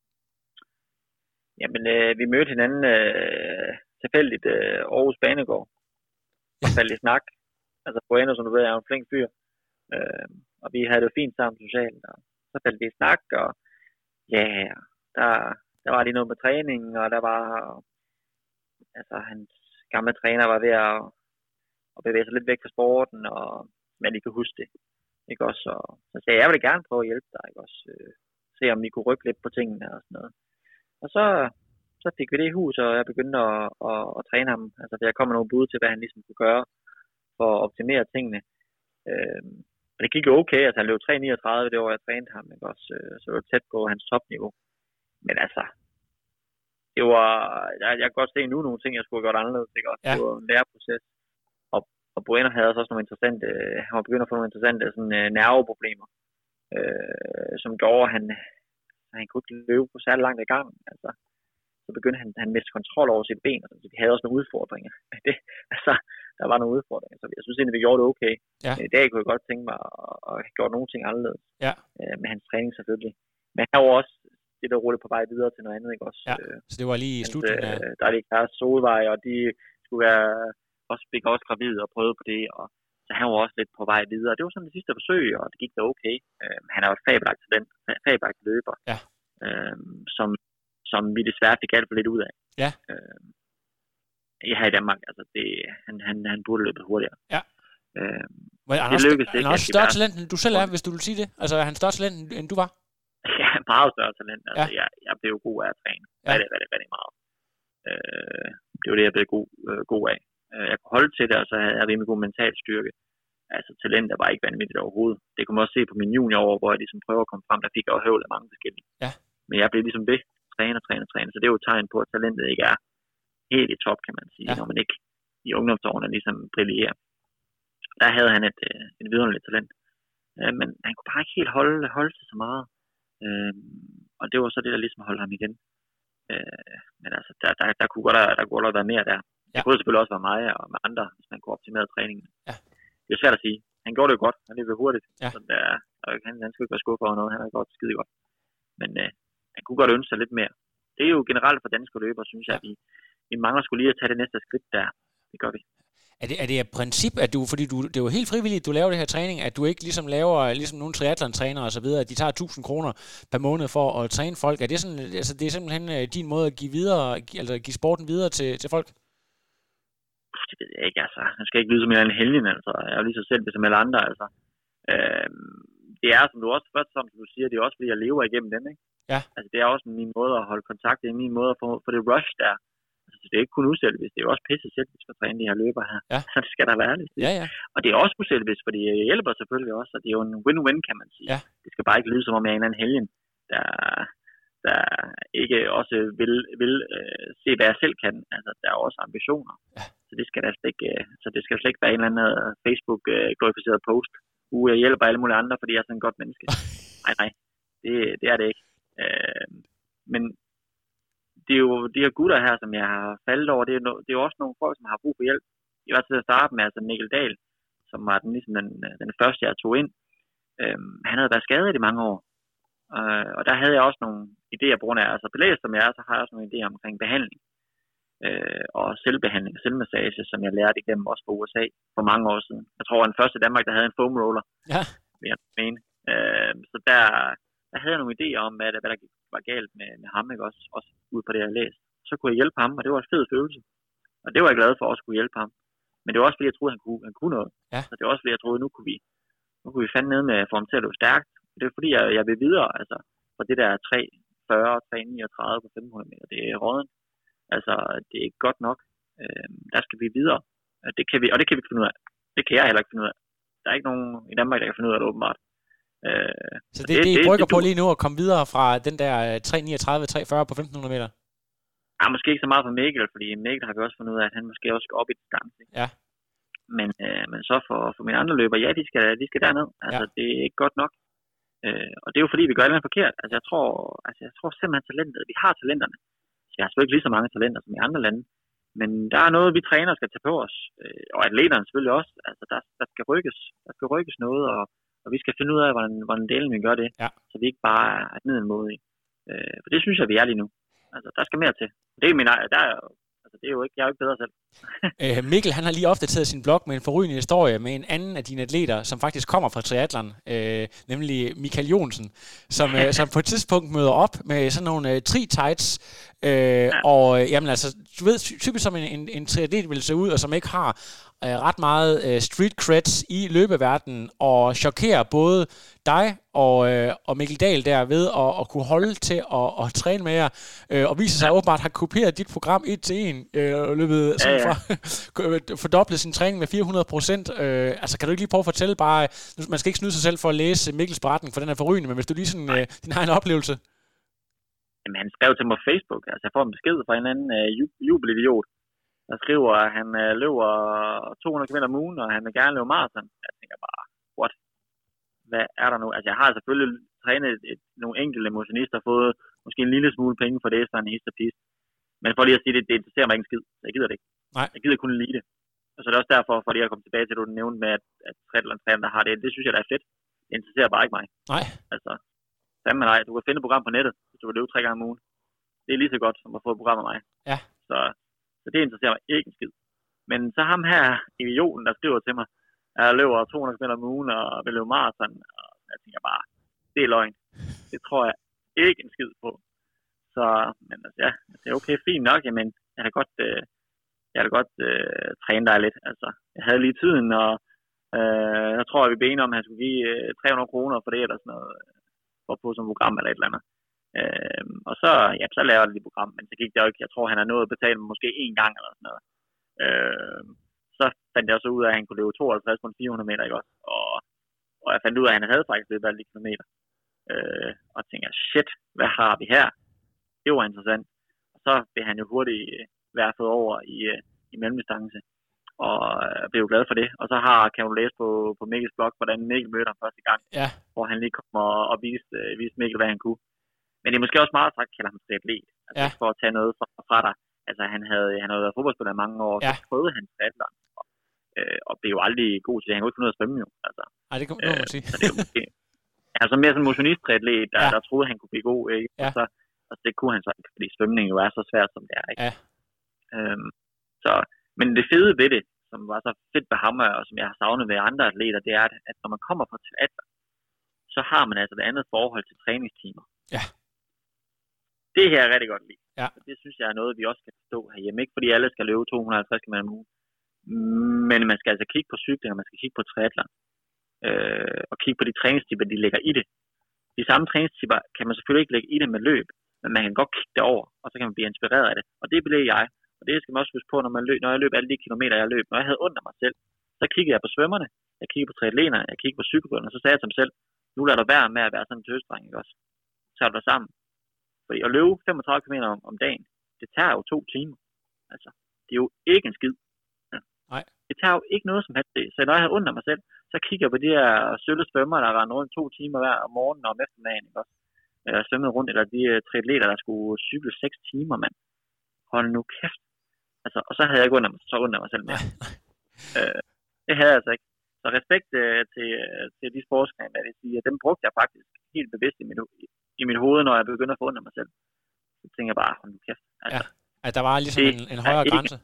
Jamen, øh, vi mødte hinanden øh, tilfældigt øh, Aarhus Banegård, og faldt i snak. Altså, Bueno, som du ved, er en flink fyr, øh, og vi havde det fint sammen socialt, og så faldt vi i snak, og ja, Der, der var lige noget med træningen, og der var, altså hans gamle træner var ved at, at bevæge sig lidt væk fra sporten, og man ikke kan huske det. Ikke også? Og så sagde jeg, jeg ville gerne prøve at hjælpe dig, ikke også? Øh, se om vi kunne rykke lidt på tingene og sådan noget. Og så, så fik vi det i hus, og jeg begyndte at, at, at træne ham. Altså, der kom nogle bud til, hvad han ligesom kunne gøre for at optimere tingene. Øh, og det gik jo okay, altså han løb tre niogtredive det år, jeg trænede ham, ikke også? Så det var tæt på hans topniveau. Men altså, det var, jeg, jeg kan godt se nu nogle ting, jeg skulle have gjort anderledes, ikke også? Ja. Det var en læreproces. Og, og Bueno havde også nogle interessante, han var begyndt at få nogle interessante sådan, uh, nerveproblemer, øh, som gjorde, at han, han kunne ikke løbe på særlig langt i gang. Altså, så begyndte han, han miste kontrol over sit ben, og vi havde også nogle udfordringer. Det, altså, der var nogle udfordringer, så jeg synes egentlig, vi gjorde det okay. Ja. I dag kunne jeg godt tænke mig at, at have gjort nogle ting anderledes, ja. øh, med hans træning selvfølgelig. Men han var også det, der rullede på vej videre til noget andet, ikke også? Ja, så det var lige i slutningen af... Øh, der er lige kære Solvej, og de skulle være, også, fik også gravide og prøve på det, og så han var også lidt på vej videre. Det var sådan det sidste forsøg, og det gik da okay. Øh, han er jo et fabelagt talent, fabelagt løber, ja. øh, som, som vi desværre fik alt for lidt ud af. Ja. Øh, her i Danmark, altså det, han, han, han burde løbe hurtigere. Ja. Øh, Men Anders, det lykkedes ikke. Han er også større talent, end du selv er, hvis du vil sige det. Altså er han større talent, end du var? Ja, meget større talent. Altså, ja. jeg, jeg blev god af at træne. Ja. Rigtig, rigtig, rigtig meget. Øh, det var det, jeg blev god, øh, god af. Jeg kunne holde til det, og så havde jeg rimelig god mental styrke. Altså, talentet var ikke vanvittigt overhovedet. Det kunne man også se på min juniorår, hvor jeg ligesom prøver at komme frem. Der fik jeg også høvl af mange forskellige. Ja. Men jeg blev ligesom ved. Træne, træne, træne. Så det er jo et tegn på, at talentet ikke er helt i top, kan man sige. Ja. Når man ikke i ungdomsårene ligesom brillerer. Der havde han et, et vidunderligt talent. Men han kunne bare ikke helt holde, holde sig så meget. Øhm, og det var så det, der ligesom holdt ham igen. Øh, men altså, der, der, der kunne godt have, der kunne godt have været mere der. Ja. Det kunne selvfølgelig også være mig og med andre, hvis man kunne optimere træningen. Ja. Det er svært at sige. Han gjorde det jo godt. Han løb hurtigt. Ja. Så der, han, han skulle ikke være skuffet over noget. Han har gjort skide godt. Men øh, han kunne godt ønske sig lidt mere. Det er jo generelt for danske løbere, synes jeg, at vi, vi mangler skulle lige at tage det næste skridt der. Det gør vi. Er det, er det et princip, at du, fordi du, det er jo helt frivilligt, du laver det her træning, at du ikke ligesom laver, ligesom nogle triathlon-trænere og så videre, at de tager tusind kroner per måned for at træne folk. Er det sådan, altså det er simpelthen din måde at give videre, altså give sporten videre til, til folk? Det ved jeg ikke, altså. Jeg skal ikke lyde som en helgen, altså. Jeg er jo lige så selv som alle andre, altså. Øhm, det er, som du også først, som du siger, det er også, fordi jeg lever igennem den, ikke? Ja. Altså, det er også min måde at holde kontakt, det er min måde at få, få det rush der. Altså, det er ikke kun uselvis, det er jo også pisse selvvis for at træne de her løber her. Ja. Så det skal der være lidt. Ja, ja. Og det er også uselvis, fordi jeg hjælper selvfølgelig også, og det er jo en win-win, kan man sige. Ja. Det skal bare ikke lyde som om jeg er en eller anden helgen, der, der ikke også vil, vil øh, se, hvad jeg selv kan. Altså, der er også ambitioner. Ja. Så det skal der slet ikke, så det skal slet ikke være en eller anden Facebook-glorificeret post. Uh, jeg hjælper alle mulige andre, fordi jeg er sådan en godt menneske. nej, nej. Det, det er det ikke. Øh, men det er jo de her gutter her, som jeg har faldet over, det er, no, det er jo også nogle folk, som har brug for hjælp. Jeg var til at starte med, altså Mikkel Dahl, som var den, ligesom den, den første, jeg tog ind. Øhm, han havde været skadet i mange år. Øh, og der havde jeg også nogle idéer på grund af, altså belæst som jeg er, så har jeg også nogle idéer omkring behandling. Øh, og selvbehandling og selvmassage, som jeg lærte igennem også fra U S A for mange år siden. Jeg tror, den første i Danmark, der havde en foam roller. Ja. Vil jeg mene. Øh, så der, der havde jeg nogle idéer om, hvad, hvad der var galt med, med ham, ikke? Også, også ud på det, jeg læste. Så kunne jeg hjælpe ham, og det var en fed følelse. Og det var jeg glad for, at også kunne hjælpe ham. Men det var også, fordi jeg troede, han kunne, han kunne noget. Ja. Så det var også, fordi jeg troede, nu kunne vi, nu kunne vi fandme ned med at få ham til at løbe stærkt. Det er fordi, jeg, jeg vil videre, altså, fra det der tre fyrre, tre niogtredive på fem hundrede meter. Det er råden. Altså, det er ikke godt nok. Øh, der skal vi videre. Det kan vi, og det kan vi ikke finde ud af. Det kan jeg heller ikke finde ud af. Der er ikke nogen i Danmark, der kan finde ud af det, åbenbart. Øh, så det, det, det I brygger det, det, på lige nu at komme videre fra den der tre niogtredive, tre fyrre på femten hundrede meter? Ja, måske ikke så meget for Mikkel, fordi Mikkel har vi også fundet ud af, at han måske også skal op i distance. Ja. Men, øh, men så for, for mine andre løber, ja, de skal, de skal derned. Altså, ja. Det er ikke godt nok. Øh, og det er jo fordi, vi gør alt forkert. Altså, jeg tror, altså, jeg tror simpelthen talentet. Vi har talenterne. Så jeg har selvfølgelig ikke lige så mange talenter som i andre lande. Men der er noget, vi træner skal tage på os. Øh, og atleterne selvfølgelig også. Altså, der, der skal rykkes. Der skal rykkes noget, og, og vi skal finde ud af, hvordan, hvordan delen vi gør det. Ja. Så vi ikke bare er et middelmåde i. Øh, for det synes jeg, vi er lige nu. Altså, der skal mere til. Det er min, der er, altså, det er jo ikke, jeg er jo ikke bedre selv. øh, Mikkel, han har lige opdateret sin blog med en forrygende historie med en anden af dine atleter, som faktisk kommer fra triathlon, øh, nemlig Michael Jonsen, som, øh, som på et tidspunkt møder op med sådan nogle øh, tri-tights, øh, ja. og øh, jamen altså, du ved, typisk som en, en, en triatlet vil se ud, og som ikke har øh, ret meget øh, street creds i løbeverdenen, og chokerer både dig og, øh, og Mikkel Dahl der ved at, at kunne holde til at, at træne med jer, øh, og viser sig ja. åbenbart at have kopieret dit program et til en, øh, og løbet ja, sådan fra, ja. fordoblet sin træning med fire hundrede procent. Øh, altså kan du ikke lige prøve at fortælle bare, man skal ikke snyde sig selv for at læse Mikkels beretning, for den er forrygende, men hvis du lige sådan øh, din egen oplevelse. Jamen han skrev til mig på Facebook, altså jeg får en besked fra en anden øh, jubelidiot, der skriver, at han øh, løber to hundrede kilometer om ugen, og han vil gerne løbe maraton. Jeg tænker bare, what? Hvad er der nu? Altså jeg har selvfølgelig trænet et, et, nogle enkelte motionister, og fået måske en lille smule penge for det, så en hist og pist. Men for lige at sige det, det interesserer mig ikke en skid. Jeg gider det ikke. Nej. Jeg gider kun lide det. Og så er det også derfor, for lige at komme tilbage til, at du nævnte med, at, at triathlon-træner, der har det, det synes jeg, der er fedt. Det interesserer bare ikke mig. Nej. Altså, sammen med dig. Du kan finde et program på nettet, hvis du vil løbe tre gange om ugen. Det er lige så godt, som at få et program af mig. Ja. Så, så det interesserer mig ikke en skid. Men så ham her, idioten, der skriver til mig, at jeg løber to hundrede kilometer om ugen og vil løbe maraton, og jeg tænker bare, det er løgn. Det tror jeg ikke en skid på. Så, men altså, ja, det er okay, fint nok, men jeg har godt, øh, jeg har godt øh, træne dig lidt. Altså, jeg havde lige tiden, og øh, jeg tror, at vi blev enige om, at han skulle give øh, tre hundrede kroner for det, eller sådan noget, for at få sådan et program eller et eller andet. Øh, og så, ja, så lavede jeg det program, men så gik det jo ikke. Jeg tror, han har nået at betale måske én gang eller sådan noget. Øh, så fandt jeg så ud af, at han kunne løbe tooghalvtreds på fire hundrede meter, ikke også? Og, og jeg fandt ud af, at han havde faktisk løbet alle de kilometer. Øh, og tænkte, shit, hvad har vi her? Det var interessant. Og så blev han jo hurtigt værfet over i, i mellemdistance, og jeg blev jo glad for det. Og så har, kan du læse på, på Mikkels blog, hvordan Mikkel mødte ham første gang, ja. hvor han lige kom og, og viste, viste Mikkel, hvad han kunne. Men det er måske også meget sagt, at kalde ham triatlet, altså ja. for at tage noget fra, fra dig. Altså han havde, han havde været fodboldspiller i mange år, ja. så prøvede han triathlon, og, øh, og blev jo aldrig god til det. Han kunne ikke finde ud af at svømme jo. Altså, Ej, det kan man øh, sige. Så det er jo måske, altså mere sådan en motionist-triatlet, der, ja. der troede, han kunne blive god, ikke? Ja. Og så, altså, det kunne han så ikke, fordi svømning jo er så svært, som det er, ikke? Ja. Øhm, så, men det fede ved det, som var så fedt ved ham, og som jeg har savnet ved andre atleter, det er, at når man kommer fra triathlon, så har man altså et andet forhold til træningstimer. Ja. Det her er rigtig godt lide. Ja. Det synes jeg er noget, vi også skal forstå herhjemme. Ikke fordi alle skal løbe to hundrede og halvtreds kilometer om ugen. Men man skal altså kigge på cykling, og man skal kigge på triathlon. Øh, og kigge på de træningstyper, de lægger i det. De samme træningstyper kan man selvfølgelig ikke lægge i det med løb, men man kan godt kigge det over, og så kan man blive inspireret af det. Og det blev jeg. Og det skal man også huske på, når, man løb, når jeg løb alle de kilometer, jeg løb. Når jeg havde ondt af mig selv, så kiggede jeg på svømmerne, jeg kiggede på triatleter, jeg kiggede på cykelrytterne, og så sagde jeg til mig selv, nu lader du være med at være sådan en tøsdreng, ikke også? Så er du sammen. Fordi at løbe femogtredive kilometer om, om dagen, det tager jo to timer. Altså, det er jo ikke en skid. Ja. Nej. Det tager jo ikke noget som helst. Så når jeg havde ondt af mig selv, så kigger jeg på de her sølle svømmer, der rendte rundt to timer hver om morgenen og om eftermiddagen, ikke også? Jeg svømmede rundt, eller de triatleter, der skulle cykle seks timer, mand. Hold nu kæft. Altså, og så havde jeg ikke ondt af mig, så ondt af mig selv med. øh, det havde jeg altså ikke. Så respekt øh, til, til de sportsgrene, hvad det siger, dem brugte jeg faktisk helt bevidst i mit, i mit hoved, når jeg begyndte at få ondt af mig selv. Så tænker jeg bare, hold nu kæft. Altså, ja, at der var ligesom det, en, en højere ikke, grænse.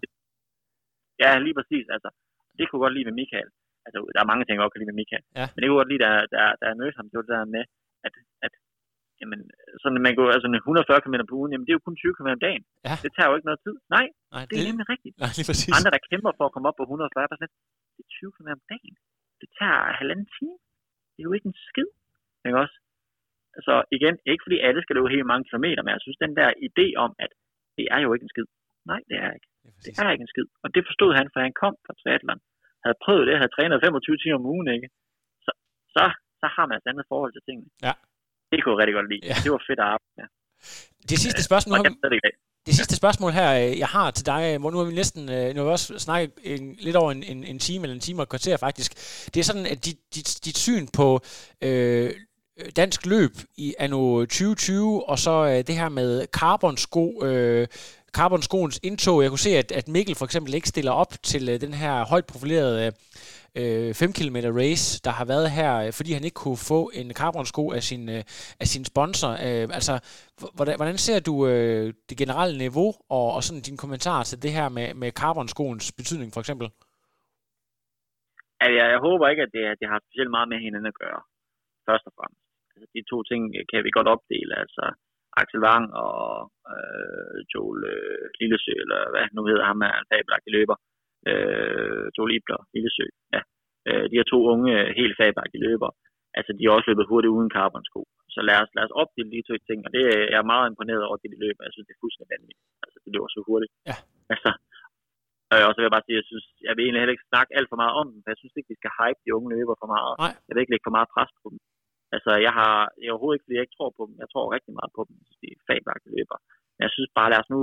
Ja, lige præcis. Altså, det kunne jeg godt lide med Michael. Altså, der er mange ting, jeg godt kan lide med Michael. Ja. Men det kunne jeg godt lide, der, der, der jeg mødte ham, det var det der med, at, at jamen, sådan, man går, altså et hundrede og fyrre kilometer på ugen, jamen det er jo kun tyve kilometer om dagen. Ja. Det tager jo ikke noget tid. Nej, Nej det, det er nemlig rigtigt. Nej, lige præcis. Andre, der kæmper for at komme op på et hundrede og fyrre procent, det er tyve kilometer om dagen. Det tager halvanden time. Det er jo ikke en skid. Ikke også? Altså igen, ikke fordi alle skal løbe helt mange kilometer, men jeg synes, den der idé om, at det er jo ikke en skid. Nej, det er ikke. Det er ikke en skid. Og det forstod han, for han kom fra triathlon, havde prøvet det, havde trænet femogtyve timer om ugen, ikke? Så, så, så har man et andet forhold til tingene. Ja. Det kunne jeg rigtig godt lide. Ja. Det var fedt at arbejde med. Det sidste spørgsmål, øh, har vi, det sidste spørgsmål her, jeg har til dig, hvor nu har vi næsten, nu har vi også snakket en, lidt over en, en, en time, eller en time og et kvarter faktisk. Det er sådan, at dit, dit, dit syn på øh, dansk løb i anno tyve tyve, og så øh, det her med carbon-sko, øh, carbon-skoens indtog. Jeg kunne se, at, at Mikkel for eksempel ikke stiller op til uh, den her højt profilerede uh, fem kilometer race, der har været her, uh, fordi han ikke kunne få en carbon-sko af sin, uh, af sin sponsor. Uh, altså, hvordan, hvordan ser du uh, det generelle niveau og, og sådan dine kommentarer til det her med, med carbon-skoens betydning for eksempel? Altså, jeg, jeg håber ikke, at det, det har specielt meget med hinanden at gøre, først og fremmest. Altså, de to ting kan vi godt opdele, altså Axel Wang og øh, Joel øh, Lillesø, eller hvad nu hedder ham, er en fabelagtig løber. Øh, Joel Ibler Lillesø, ja. Øh, de her to unge, helt fabelagtige løber, altså de har også løbet hurtigt uden carbonsko. Så lad os, lad os opdele de to ting, og det er jeg er meget imponeret over, det de løber. Jeg synes, det er fuldstændig vanvittigt. Altså, det løber så hurtigt. Ja. Altså, og så vil jeg bare sige, jeg synes, jeg vil egentlig heller ikke snakke alt for meget om dem, for jeg synes ikke, vi skal hype de unge løber for meget. Nej. Jeg vil ikke lægge for meget pres på dem. Altså, jeg har jeg overhovedet ikke, fordi jeg ikke tror på dem. Jeg tror rigtig meget på dem, jeg synes, de er fabelagtige løber. Men jeg synes bare, lad os nu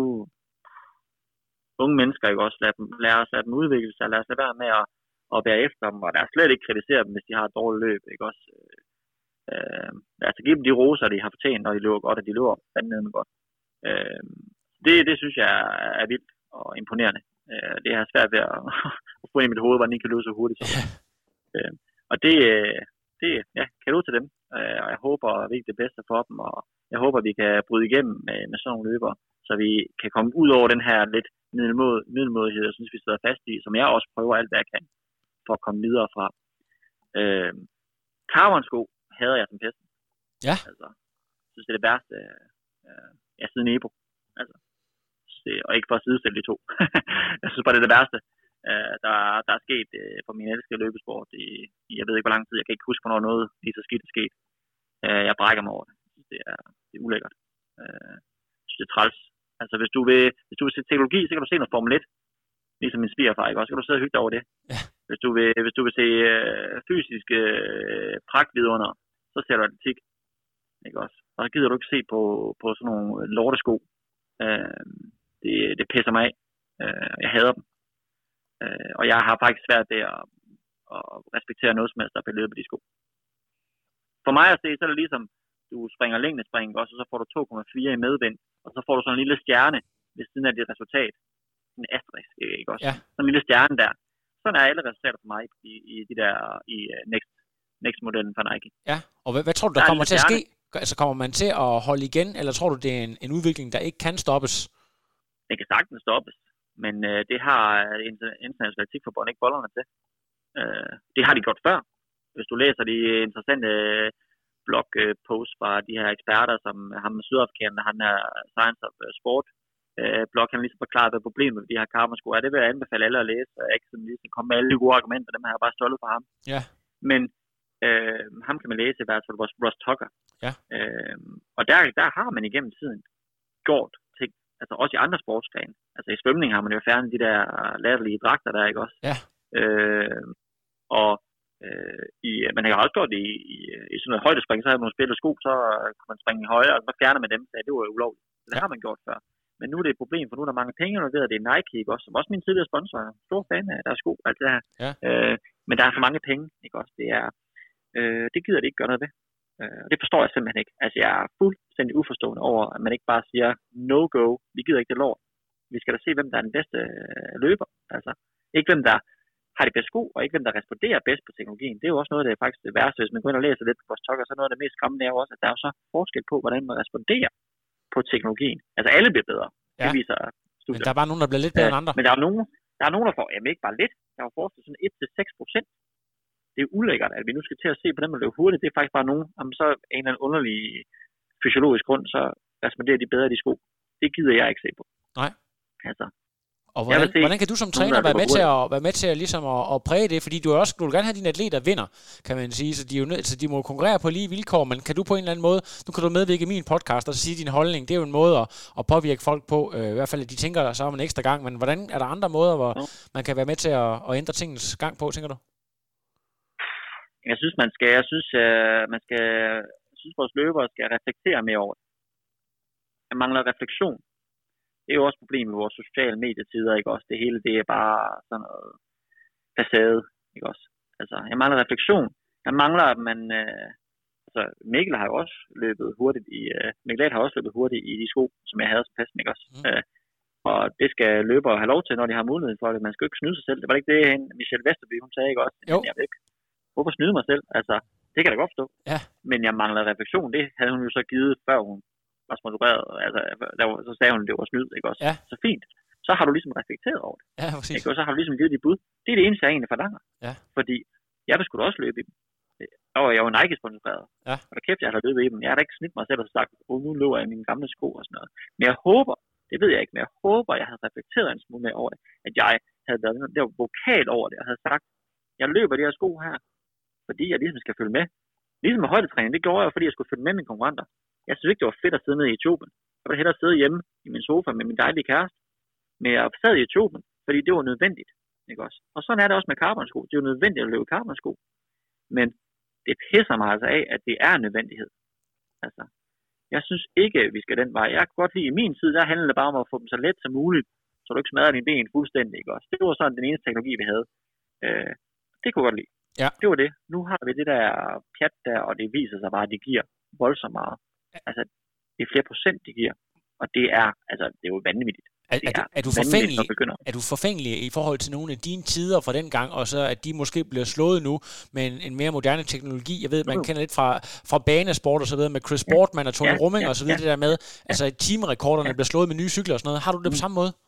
unge mennesker, ikke også, lad, dem, lad os lade dem udvikle sig, lad os lade være med at, at bære efter dem, og lad os slet ikke kritisere dem, hvis de har et dårligt løb, ikke også. Øh, lad os give dem de roser, de har fortjent, når de løber godt, og de løber fandme godt. Øh, det, det synes jeg er vildt og imponerende. Øh, det har svært ved at, at få ind i mit hoved, hvordan de kan løbe så hurtigt. Så. Øh, og det, det ja, kan du til dem, øh, og jeg håber virkelig det bedste for dem, og jeg håber, vi kan bryde igennem med, med sådan nogle løber, så vi kan komme ud over den her lidt middelmod, middelmodighed, jeg synes, vi sidder fast i, som jeg også prøver alt, hvad jeg kan, for at komme videre fra. Øh, Carbon-sko hader jeg som pesten. Ja. Altså, jeg synes, det er det værste, øh, jeg siden Ebo. Altså, det, og ikke for at sidestille de to. Jeg synes bare, det er det værste, øh, der, der er sket øh, for min elskede løbesport i, i, jeg ved ikke, hvor lang tid. Jeg kan ikke huske, hvornår noget lige så skidt er sket. Øh, jeg brækker mig over det. Det er, det er ulækkert. Øh, jeg synes, det er træls. Altså, hvis du vil, hvis du vil se teknologi, så kan du se noget Formel et. Ligesom min svigerfar, ikke også? Så kan du sidde og hygge dig over det. Ja. Hvis du vil, hvis du vil se øh, fysiske øh, pragtvidunder, så ser du atletik. Ikke også? Og så gider du ikke se på, på sådan nogle lortesko. Øh, det, det pisser mig af. Øh, jeg hader dem. Øh, og jeg har faktisk svært ved at, at respektere noget som helst, der bliver løbet på de sko. For mig at se, så er det ligesom, du springer længdespring, også, og så får du to komma fire i medvind, og så får du sådan en lille stjerne ved siden af dit resultat. En asterisk, ikke også? Ja. Sådan en lille stjerne der. Sådan er alle resultater for mig i, i de der, i uh, Next, Next-modellen fra Nike. Ja, og hvad, hvad tror du, der, der kommer til at ske? Altså, kommer man til at holde igen, eller tror du, det er en, en udvikling, der ikke kan stoppes? Det kan sagtens stoppes, men uh, det har Internationale Atletikforbund ikke bollerne til. Uh, det har de gjort før. Hvis du læser de interessante uh, blogposts fra de her eksperter, som ham med sydafrikanerne, han er Science of Sport, Uh, blog, han ligesom forklaret, hvad problemet med de her carbon-sko er. Det vil jeg anbefale alle at læse, og jeg ikke sådan ligesom komme med alle de gode argumenter, dem har jeg bare stoltet for ham. Ja. Men uh, ham kan man læse i hvert fald, vores Ross Tucker. Ja. Uh, og der, der har man igennem tiden gjort ting, altså også i andre sportsgrene. Altså i svømning har man jo fjernet de der latterlige dragter der, ikke også? Ja. Uh, og uh, i, man har jo også gjort det i, i, i sådan noget højdespring, så har man spillet sko, så kan man springe højere, og så fjerner man dem, så det var jo ulovligt. Så det ja. har man gjort før. Men nu er det et problem, for nu er der mange penge, og ved, at det er Nike, ikke også? Som også min tidligere sponsor er stor fan af deres sko, alt det her. Ja. Øh, men der er for mange penge, ikke også? Det er, øh, det gider det ikke gøre noget ved. Øh, det forstår jeg simpelthen ikke. Altså, jeg er fuldstændig uforstående over, at man ikke bare siger, no-go, vi gider ikke det lort. Vi skal da se, hvem der er den bedste løber. Altså, ikke hvem der har de bedste sko, og ikke hvem der responderer bedst på teknologien. Det er jo også noget, der er faktisk det værste. Hvis man går ind og læser lidt på vores talker, så er noget af det mest skræmmende er også, at der er jo så forskel på, hvordan man responderer på teknologien. Altså alle bliver bedre. Ja. Det viser studier. Men der er bare nogen, der bliver lidt bedre ja, end andre. Men der er nogen, der er nogen, der får, jamen ikke bare lidt, der er forsket sådan et til seks procent. Det er ulækkert, at vi nu skal til at se på dem, der løber hurtigt. Det er faktisk bare nogen, jamen så en eller anden underlig fysiologisk grund, så responderer de bedre de sko. Det gider jeg ikke se på. Nej. Altså. Og hvordan, se, hvordan kan du som træner være med, til at, være med til at, ligesom at, at præge det? Fordi du, er også, du vil gerne have, at dine atleter vinder, kan man sige. Så de, er jo nød, så de må konkurrere på lige vilkår. Men kan du på en eller anden måde, nu kan du medvirke i min podcast og sige din holdning. Det er jo en måde at, at påvirke folk på. Øh, I hvert fald, at de tænker så om en ekstra gang. Men hvordan er der andre måder, hvor ja. man kan være med til at, at ændre tingens gang på, tænker du? Jeg synes, man skal, jeg synes, øh, man skal, jeg synes, vores løbere skal reflektere mere over det. Jeg mangler refleksion. Det er jo også et problem med vores sociale medietider, ikke også? Det hele, det er bare sådan noget facade, ikke også? Altså, jeg mangler refleksion. Jeg mangler, at man... Øh, altså, Mikkel har jo også løbet hurtigt i... Øh, Mikkel har også løbet hurtigt i de sko, som jeg havde som pesten, ikke også? Mm. Øh, og det skal løbere have lov til, når de har mulighed for det. Man skal jo ikke snyde sig selv. Det var ikke det, Michelle Vesterby, hun sagde ikke også. Jo. Jeg ved ikke, hvorfor snyde mig selv? Altså, det kan jeg da godt forstå. Ja. Men jeg mangler refleksion. Det havde hun jo så givet, før hun var sponsoreret. Altså, der var, så sagde hun, at det var snyd, ikke også? Ja. Så fint. Så har du ligesom reflekteret over det. Ja, præcis. Ikke? Og så har du ligesom givet dit bud. Det er det eneste, jeg egentlig forlanger. Ja. Fordi jeg vil sgu da også løbe i dem. Og jeg var Nike-sponsoreret. Ja. Og der kæft, jeg har løbet i dem. Jeg har da ikke snidt mig selv og sagt, åh, nu løber jeg i mine gamle sko og sådan noget. Men jeg håber, det ved jeg ikke, men jeg håber, jeg havde reflekteret en smule mere over det. At jeg havde været der vokal over det og havde sagt, jeg løber de her sko her, fordi jeg ligesom skal følge med. Ligesom med højdetræning, det gjorde jeg, fordi jeg skulle følge med mine konkurrenter. Jeg synes ikke, det var fedt at sidde nede i Etiopien. Jeg ville hellere sidde hjemme i min sofa med min dejlige kæreste. Men jeg sad i Etiopien, fordi det var nødvendigt. Ikke også? Og sådan er det også med carbonsko. Det er jo nødvendigt at løbe carbonsko. Men det pisser mig altså af, at det er en nødvendighed. Altså, jeg synes ikke, at vi skal den vej. Jeg kan godt lide, i min tid, der handler det bare om at få dem så let som muligt, så du ikke smadrer dine ben fuldstændig. Ikke også? Det var sådan den eneste teknologi, vi havde. Øh, det kunne jeg godt lide. Ja. Det var det. Nu har vi det der pjat der, og det viser sig bare, at det giver voldsomt meget. Altså, det er flere procent, det giver. Og det er, altså, det er jo vanvittigt. Er, det er, du, er, er, du forfængelig, er du forfængelig i forhold til nogle af dine tider fra den gang, og så at de måske bliver slået nu med en, en mere moderne teknologi? Jeg ved, man mm. kender lidt fra, fra banesport og så videre med Chris Boardman og Tony ja, Romming ja, og så videre, ja, det der med, ja, altså timerekorderne ja. bliver slået med nye cykler og sådan noget. Har du det på samme måde?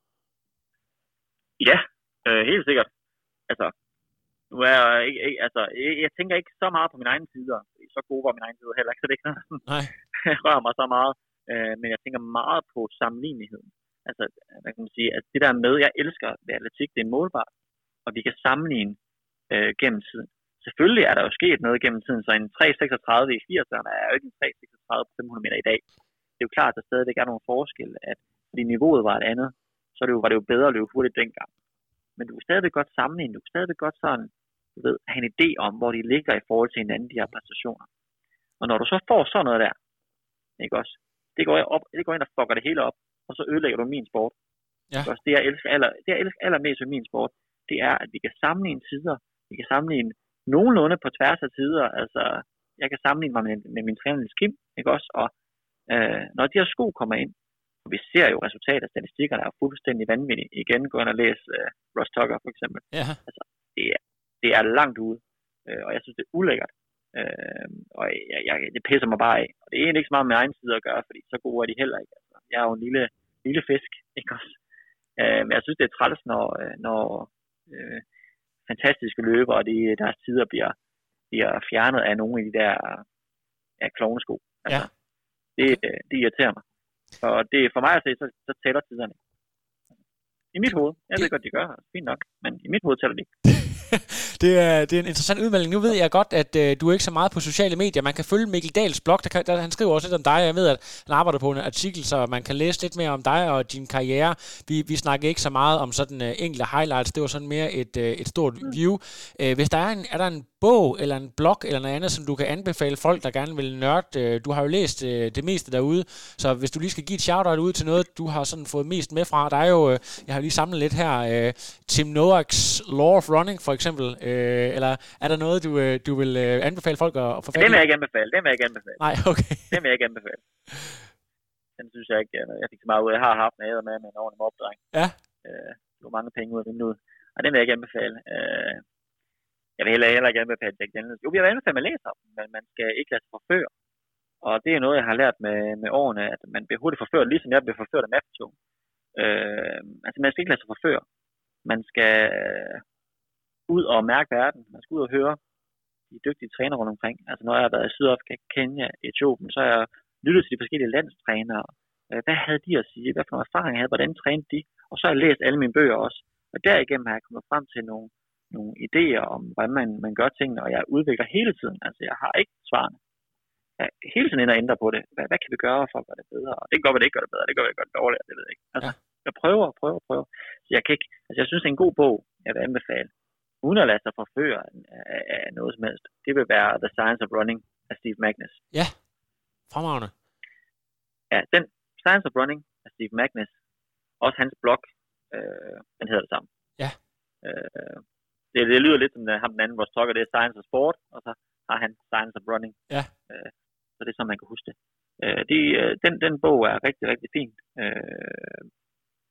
Ja, øh, helt sikkert. Altså, nu er jeg, ikke, ikke, altså, jeg, jeg tænker ikke så meget på mine egne tider. Så gode var mine egne tider heller ikke, så det er ikke noget, Nej. rører mig så meget. Øh, men jeg tænker meget på sammenligneligheden. Altså, hvad kan man sige, at det der med, jeg elsker ved atletik, det er målbart, og vi kan sammenligne øh, gennem tiden. Selvfølgelig er der jo sket noget gennem tiden, så en tre seksogtredive i firserne er jo ikke en tre seksogtredive på fem hundrede meter i dag. Det er jo klart, at der stadigvæk er nogle forskelle, at fordi niveauet var et andet, så det jo, var det jo bedre at løbe hurtigt dengang. Men du kan stadigvæk godt sammenligne, du kan stadigvæk godt sådan, du ved, have en idé om, hvor de ligger i forhold til hinanden, de her præstationer. Og når du så får sådan noget der, ikke også, det går, op, det går ind og fucker det hele op, og så ødelægger du min sport. Ja. Også det, jeg elsker, aller, det, jeg elsker allermest ved min sport, det er, at vi kan sammenligne tider. Vi kan sammenligne nogenlunde på tværs af tider. Altså, jeg kan sammenligne mig med, med min træner Niels Kim, ikke også? Og øh, når de her sko kommer ind, og vi ser jo resultater af statistikkerne, er fuldstændig vanvittige. Igen, gå ind og læs øh, Ross Tucker, for eksempel. Ja. Altså, det er, det er langt ude, øh, og jeg synes, det er ulækkert. Øh, og jeg, jeg, det pisser mig bare af. Og det er egentlig ikke så meget med egen side at gøre, fordi så gode er de heller ikke. Altså, jeg er jo en lille, lille fisk, ikke også? Øh, men jeg synes, det er træls, når, når øh, fantastiske løbere og de, deres tider bliver, bliver fjernet af nogle af de der ja, klovnesko. Altså, ja. det, det irriterer mig. Og det, for mig at se, så, så tæller tiderne. I mit hoved. Jeg ved godt, de gør. Fint nok. Men i mit hoved tæller de ikke. Det er, det er en interessant udmelding. Nu ved jeg godt, at øh, du er ikke så meget på sociale medier. Man kan følge Mikkel Dahls blog. Der kan, der, han skriver også lidt om dig. Jeg ved, at han arbejder på en artikel, så man kan læse lidt mere om dig og din karriere. Vi, vi snakker ikke så meget om sådan øh, enkelte highlights. Det var sådan mere et, øh, et stort view. Øh, hvis der er en, er der en bog eller en blog eller noget andet, som du kan anbefale folk, der gerne vil nørde. Øh, du har jo læst øh, det meste derude, så hvis du lige skal give et shout-out ud til noget, du har sådan fået mest med fra. Der er jo, øh, jeg har lige samlet lidt her, øh, Tim Nowaks Law of Running for eksempel. Øh, eller er der noget, du, øh, du vil øh, anbefale folk at, at få fat i? Den vil jeg ikke anbefale. Den vil jeg ikke anbefale. Nej, okay. Den vil jeg ikke anbefale. Den synes jeg ikke, jeg fik så meget ud. Jeg har haft med med en ordentlig mobdreng. Ja. Øh, det var mange penge ud af vinduet. Og den vil jeg ikke anbefale. Øh, jeg vil heller, heller ikke anbefale Jack Daniels. Jo, jeg vil anbefale, at man læser dem, men man skal ikke lade sig forføre. Og det er noget, jeg har lært med, med årene, at man bliver hurtigt forført, ligesom jeg bliver forført af Maptone. Øh, altså, man skal ikke lade sig forføre. Man skal ud og mærke verden. Man skal ud og høre de dygtige trænere rundt omkring. Altså, når jeg har været i Sydafrika, Kenya, Etiopien, så har jeg lyttet til de forskellige landstrænere. Hvad havde de at sige? Hvad for nogle erfaringer jeg havde? Hvordan trænede de? Og så har jeg læst alle mine bøger også. Og derigennem har jeg kommet frem til nogle, nogle idéer om, hvordan man, man gør tingene, og jeg udvikler hele tiden. Altså, jeg har ikke svarene. Jeg er hele tiden inde og ændre på det. Hvad, hvad kan vi gøre for at gøre det bedre? Og det kan godt være, det ikke gør det bedre. Det kan godt være, det gør det dårligere. Det ved jeg ikke. Altså, jeg prøver og prøver og prøver. Så jeg kan ikke, altså, jeg synes, det er en god bog, jeg vil anbefale. Uden at lade sig forføre af, af noget som helst. Det vil være The Science of Running af Steve Magness. Ja, fremragende. Ja, den Science of Running af Steve Magness, også hans blog, øh, den hedder det samme. Ja. Øh, det, det lyder lidt som ham den anden, vores talker, det er Science of Sport, og så har han Science of Running. Ja. Øh, så det er sådan, man kan huske det. Øh, de, den, den bog er rigtig, rigtig fin. Øh,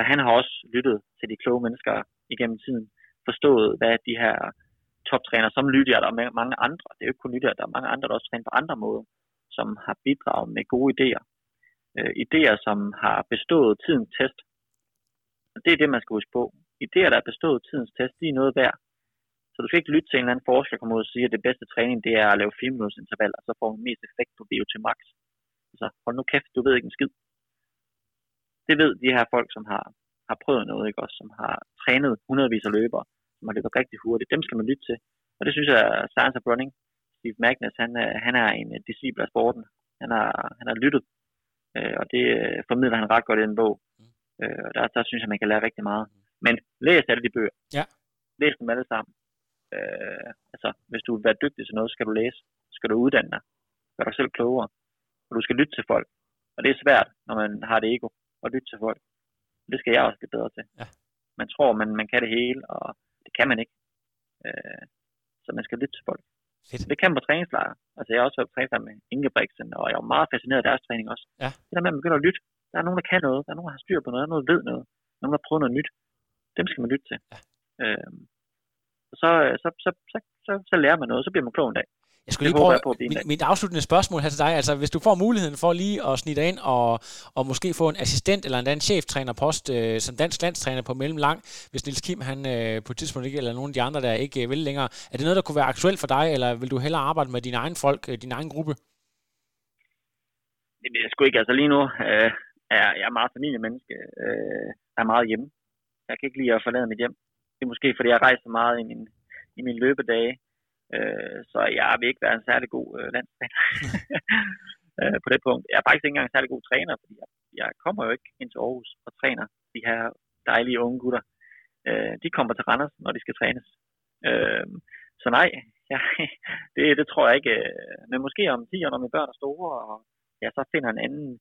han har også lyttet til de kloge mennesker igennem tiden, forstået, hvad de her toptræner, som Lydia, der er mange andre, det er jo ikke kun Lydia, der er mange andre, der også træner på andre måder, som har bidraget med gode idéer. Øh, idéer, som har bestået tidens test. Og det er det, man skal huske på. Idéer, der har bestået tidens test, de er noget værd. Så du skal ikke lytte til en eller anden forsker, der kommer ud og sige, at det bedste træning, det er at lave fire minutters interval, og så får man mest effekt på V O two max. Altså, hold nu kæft, du ved ikke en skid. Det ved de her folk, som har, har prøvet noget, ikke også, som har trænet hundredvis af løbere, som har løbet rigtig hurtigt. Dem skal man lytte til. Og det synes jeg, Science of Running, Steve Magness, han, han er en disciple af sporten. Han har, han har lyttet, øh, og det formidler han ret godt i den bog. Øh, og der, der synes jeg, man kan lære rigtig meget. Men læs alle de bøger. Ja. Læs dem alle sammen. Øh, altså, hvis du vil være dygtig til noget, skal du læse. Skal du uddanne dig. Gør dig selv klogere. Og du skal lytte til folk. Og det er svært, når man har det ego, at lytte til folk. Det skal jeg også blive bedre til. Ja. Man tror, man, man kan det hele, og det kan man ikke. Øh, så man skal lytte til folk. Fedt. Det kan man på træningslejre. Altså, jeg har også været trænet med Ingebrigtsen, og jeg er meget fascineret af deres træning også. Ja. Det der med, at man begynder at lytte. Der er nogen, der kan noget. Der er nogen, der har styr på noget. Der er nogen, der ved noget. Nogen, der har prøvet noget nyt. Dem skal man lytte til. Ja. Øh, så, så, så, så, så, så lærer man noget. Så bliver man klog en dag. Jeg skulle lige prøve, jeg på mit, mit afsluttende spørgsmål her til dig, altså hvis du får muligheden for lige at snige dig ind og, og måske få en assistent eller en anden cheftrænerpost øh, som dansk landstræner på mellemlang, hvis Niels Kim han øh, på et tidspunkt ikke, eller nogle af de andre der ikke øh, vil længere, er det noget, der kunne være aktuelt for dig, eller vil du hellere arbejde med dine egne folk, øh, din egen gruppe? Det ved jeg sgu ikke, altså lige nu øh, er jeg er meget familiemenneske, øh, er meget hjemme. Jeg kan ikke lide at forlade mit hjem. Det er måske fordi jeg rejser meget i min, i mine løbedage. Øh, så jeg vil ikke være en særlig god øh, landstræner øh, på det punkt. Jeg er faktisk ikke engang en særlig god træner, fordi jeg, jeg kommer jo ikke ind til Aarhus og træner de her dejlige unge gutter. Øh, de kommer til Randers, når de skal trænes. Øh, så nej, ja, det, det tror jeg ikke. Øh, men måske om ti år, når mine børn er store, og jeg så finder en anden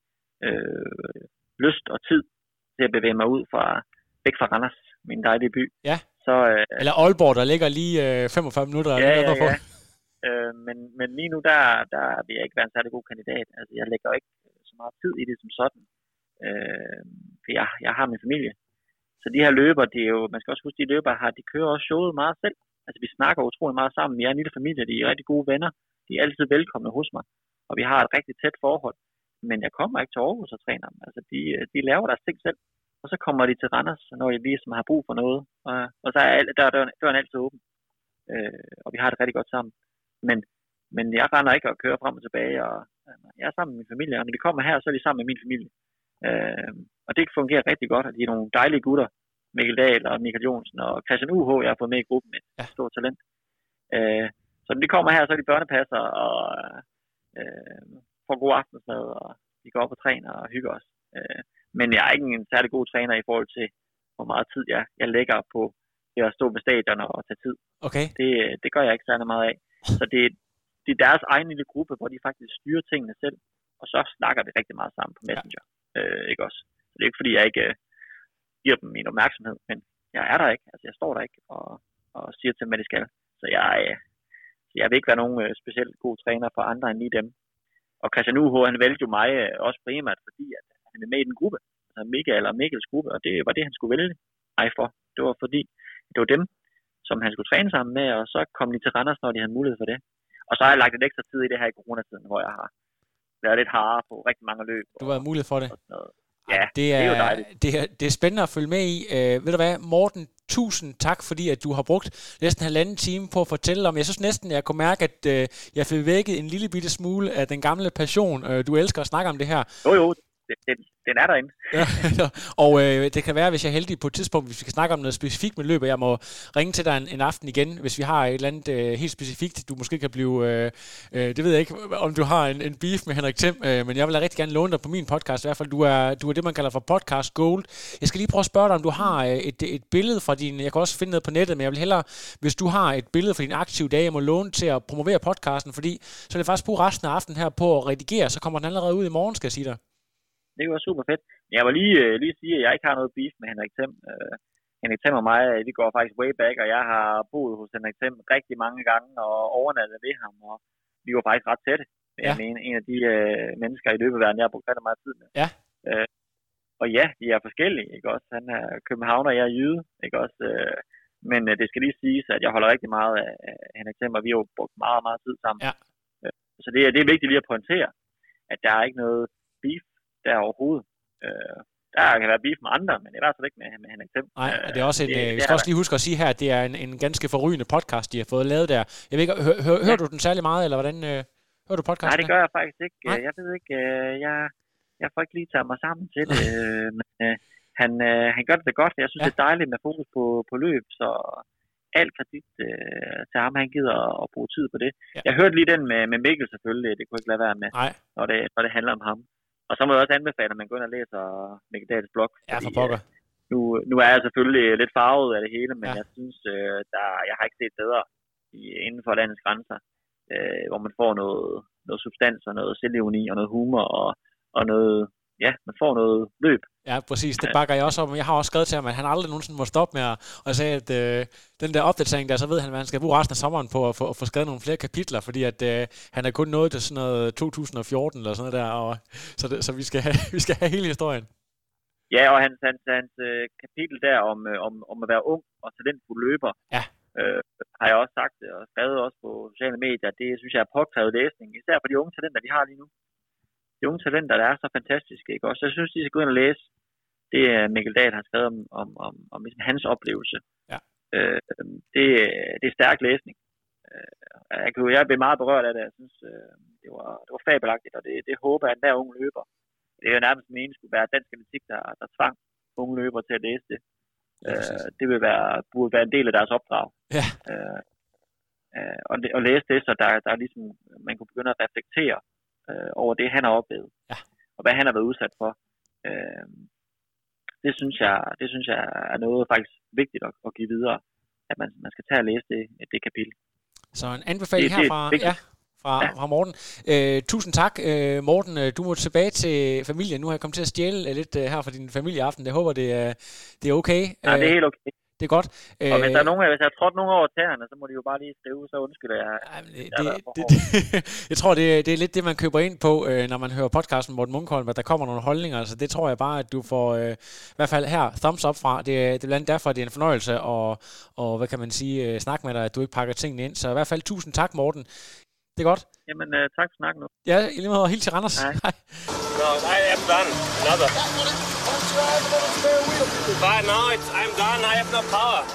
øh, lyst og tid til at bevæge mig ud fra, væk fra Randers, min dejlige by. Ja. Så, øh, eller Aalborg, der ligger lige øh, femogfyrre minutter. Ja, ja, ja. Øh, men, men lige nu, der, der vil jeg ikke være en særlig god kandidat. Altså, jeg lægger ikke så meget tid i det som sådan. Øh, for jeg, jeg har min familie. Så de her løber, det er jo, man skal også huske, de løber har, de kører også showet meget selv. Altså, vi snakker utrolig meget sammen. Vi er en lille familie, de er rigtig gode venner. De er altid velkomne hos mig. Og vi har et rigtig tæt forhold. Men jeg kommer ikke til Aarhus og træner dem. Altså, de, de laver deres ting selv. Og så kommer de til Randers, når de lige som har brug for noget. Og, og så er alt, der, der, døren altid åben. Øh, og vi har det rigtig godt sammen. Men, men jeg render ikke og kører frem og tilbage. Og, jeg er sammen med min familie, og når de kommer her, så er de sammen med min familie. Øh, og det fungerer rigtig godt, og de er nogle dejlige gutter. Mikkel Dahl og Michael Jonsen og Christian U H, jeg har fået med i gruppen med et stort talent. Øh, så når de kommer her, så er de børnepasser og øh, får god aftensmad, og de går op og træner og hygger os. Øh, Men jeg er ikke en særlig god træner i forhold til, hvor meget tid jeg, jeg lægger på det at stå på stadion og tage tid. Okay. Det, det gør jeg ikke særlig meget af. Så det, det er deres egen lille gruppe, hvor de faktisk styrer tingene selv. Og så snakker vi rigtig meget sammen på Messenger. Ja. Øh, ikke også? Så det er ikke fordi, jeg ikke øh, giver dem min opmærksomhed, men jeg er der ikke. Altså, jeg står der ikke og, og siger til dem, hvad de skal. Så jeg, øh, jeg vil ikke være nogen øh, specielt god træner for andre end lige dem. Og Christian U H, han valgte jo mig øh, også primært, fordi at han er med i den gruppe. Altså Michael eller Mikkels gruppe, og det var det, han skulle vælge mig for. Det var fordi, det var dem, som han skulle træne sammen med, og så kom de til Randers, når de havde mulighed for det. Og så har jeg lagt lidt ekstra tid i det her i coronatiden, hvor jeg har været lidt hardere på rigtig mange løb. Du har mulighed for det? Ja, det er, det er jo dejligt. Det er, det er spændende at følge med i. Uh, ved du hvad, Morten, tusind tak, fordi at du har brugt næsten halvanden time på at fortælle om. Jeg synes næsten, jeg kunne mærke, at uh, jeg fik vækket en lille bitte smule af den gamle passion. Uh, du elsker at snakke om det her. Jo, jo. Den, den er derinde. Ja, og øh, det kan være, hvis jeg er heldig på et tidspunkt, hvis vi skal snakke om noget specifikt med løb, og jeg må ringe til dig en, en aften igen, hvis vi har et eller andet øh, helt specifikt, du måske kan blive, øh, øh, det ved jeg ikke, om du har en, en beef med Henrik Thiem, øh, men jeg vil da rigtig gerne låne dig på min podcast, i hvert fald, du er, du er det, man kalder for podcast gold. Jeg skal lige prøve at spørge dig, om du har øh, et, et billede fra din, jeg kan også finde noget på nettet, men jeg vil hellere, hvis du har et billede fra din aktive dage, jeg må låne til at promovere podcasten, fordi så vil jeg faktisk bruge resten af aftenen her på at redigere, så kommer den allerede ud i morgen, skal jeg sige dig. Det var super fedt. Jeg vil lige, øh, lige sige, at jeg ikke har noget beef med Henrik Thiem. Øh, Henrik Thiem og mig, vi går faktisk way back, og jeg har boet hos Henrik Thiem rigtig mange gange og overnattet ved ham, og vi var faktisk ret tætte. Ja. En, en af de øh, mennesker i løbeverdenen, jeg har brugt rigtig meget tid med. Ja. Øh, og ja, de er forskellige, ikke også? Han er københavner, jeg er jyde, ikke også? Øh, men øh, det skal lige siges, at jeg holder rigtig meget af, af Henrik Thiem, og vi har jo brugt meget, meget tid sammen. Ja. Øh, så det er, det er vigtigt lige at pointere, at der er ikke noget beef der overhovedet. Øh, der kan være beef med andre, men i hvert fald ikke med, med Henrik Thiem. Nej, det er også en, det, vi skal også lige huske at sige her, at det er en, en ganske forrygende podcast, de har fået lavet der. Jeg ved ikke, hør, hør, ja. hører du den særlig meget, eller hvordan øh, hører du podcasten? Nej, det gør jeg faktisk ikke. Nej? Jeg ved ikke, øh, jeg, jeg får ikke lige taget mig sammen til det, øh, men øh, han, øh, han gør det godt. Jeg synes, ja. det er dejligt med fokus på, på løb, så alt kredit øh, til ham, han gider at, at bruge tid på det. Ja. Jeg hørte lige den med, med Mikkel selvfølgelig, det kunne jeg ikke lade være med, når det, når det handler om ham. Og så må jeg også anbefale, at man går ind og læser Mikkel Dahls blog. Ja, for pokker. Nu, nu er jeg selvfølgelig lidt farvet af det hele, men ja. jeg synes, øh, der, jeg har ikke set bedre i, inden for landets grænser, øh, hvor man får noget, noget substans og noget selvironi og noget humor og, og noget, ja, man får noget løb. Ja, præcis. Det bakker jeg også op. Jeg har også skrevet til ham, at han aldrig nogensinde må stoppe med at og sagde, at øh, den der opdatering der, så ved han, at han skal bruge resten af sommeren på at få, at få skrevet nogle flere kapitler, fordi at øh, han er kun nået til sådan noget to tusind og fjorten eller sådan noget der, og, så, det, så vi, skal have, vi skal have hele historien. Ja, og hans, hans, hans øh, kapitel der om, øh, om, om at være ung og talentfuld løber, ja. øh, har jeg også sagt og skrevet også på sociale medier, det synes jeg er påkrævet læsning, især for de unge talenter, de har lige nu. De unge talenter, der er så fantastiske, ikke også? Så jeg synes, de skal gå ind og læse det, Mikkel Dahl har skrevet om, om, om, om ligesom hans oplevelse. Ja. Øh, det, det er stærk læsning. Øh, jeg, kan, jeg blev meget berørt af det. Jeg synes, øh, det, var, det var fabelagtigt, og det, det håber jeg, at enhver unge løber. Det er jo nærmest meningen skulle være dansk atletik, der, der tvang unge løbere til at læse det. Ja, øh, det vil være, burde være en del af deres opdrag. Ja. Øh, øh, og, og læse det, så der, der ligesom, man kunne begynde at reflektere øh, over det, han har oplevet. Ja. Og hvad han har været udsat for. Øh, det, synes jeg, det synes jeg er noget faktisk vigtigt at, at give videre. At man, man skal tage og læse det, det kapitel. Så en anbefaling det, herfra... Det, ja. Fra, ja. fra Morten. Øh, tusind tak, øh, Morten. Du må tilbage til familien. Nu har jeg kommet til at stjæle lidt øh, her fra din familieaften. Jeg håber, det er, det er okay. Ja, det er helt okay. Det er godt. Og hvis der er nogen, hvis jeg har trådt nogen over tæerne, så må de jo bare lige skrive, så undskylder jeg. Ej, det, det, det, det, jeg tror, det, det er lidt det, man køber ind på, øh, når man hører podcasten Morten Munkholm, at der kommer nogle holdninger. Så det tror jeg bare, at du får, øh, i hvert fald her, thumbs up fra. Det, det er blandt andet derfor, det er en fornøjelse at, og, hvad kan man sige, øh, snakke med dig, at du ikke pakker tingene ind. Så i hvert fald tusind tak, Morten. Det er godt. Jamen, uh, tak for snakken nu. Ja, i lige måde, og helt til Randers. Hej. Hej. No, I am done. Another. But no, it's, I'm done. I have no power.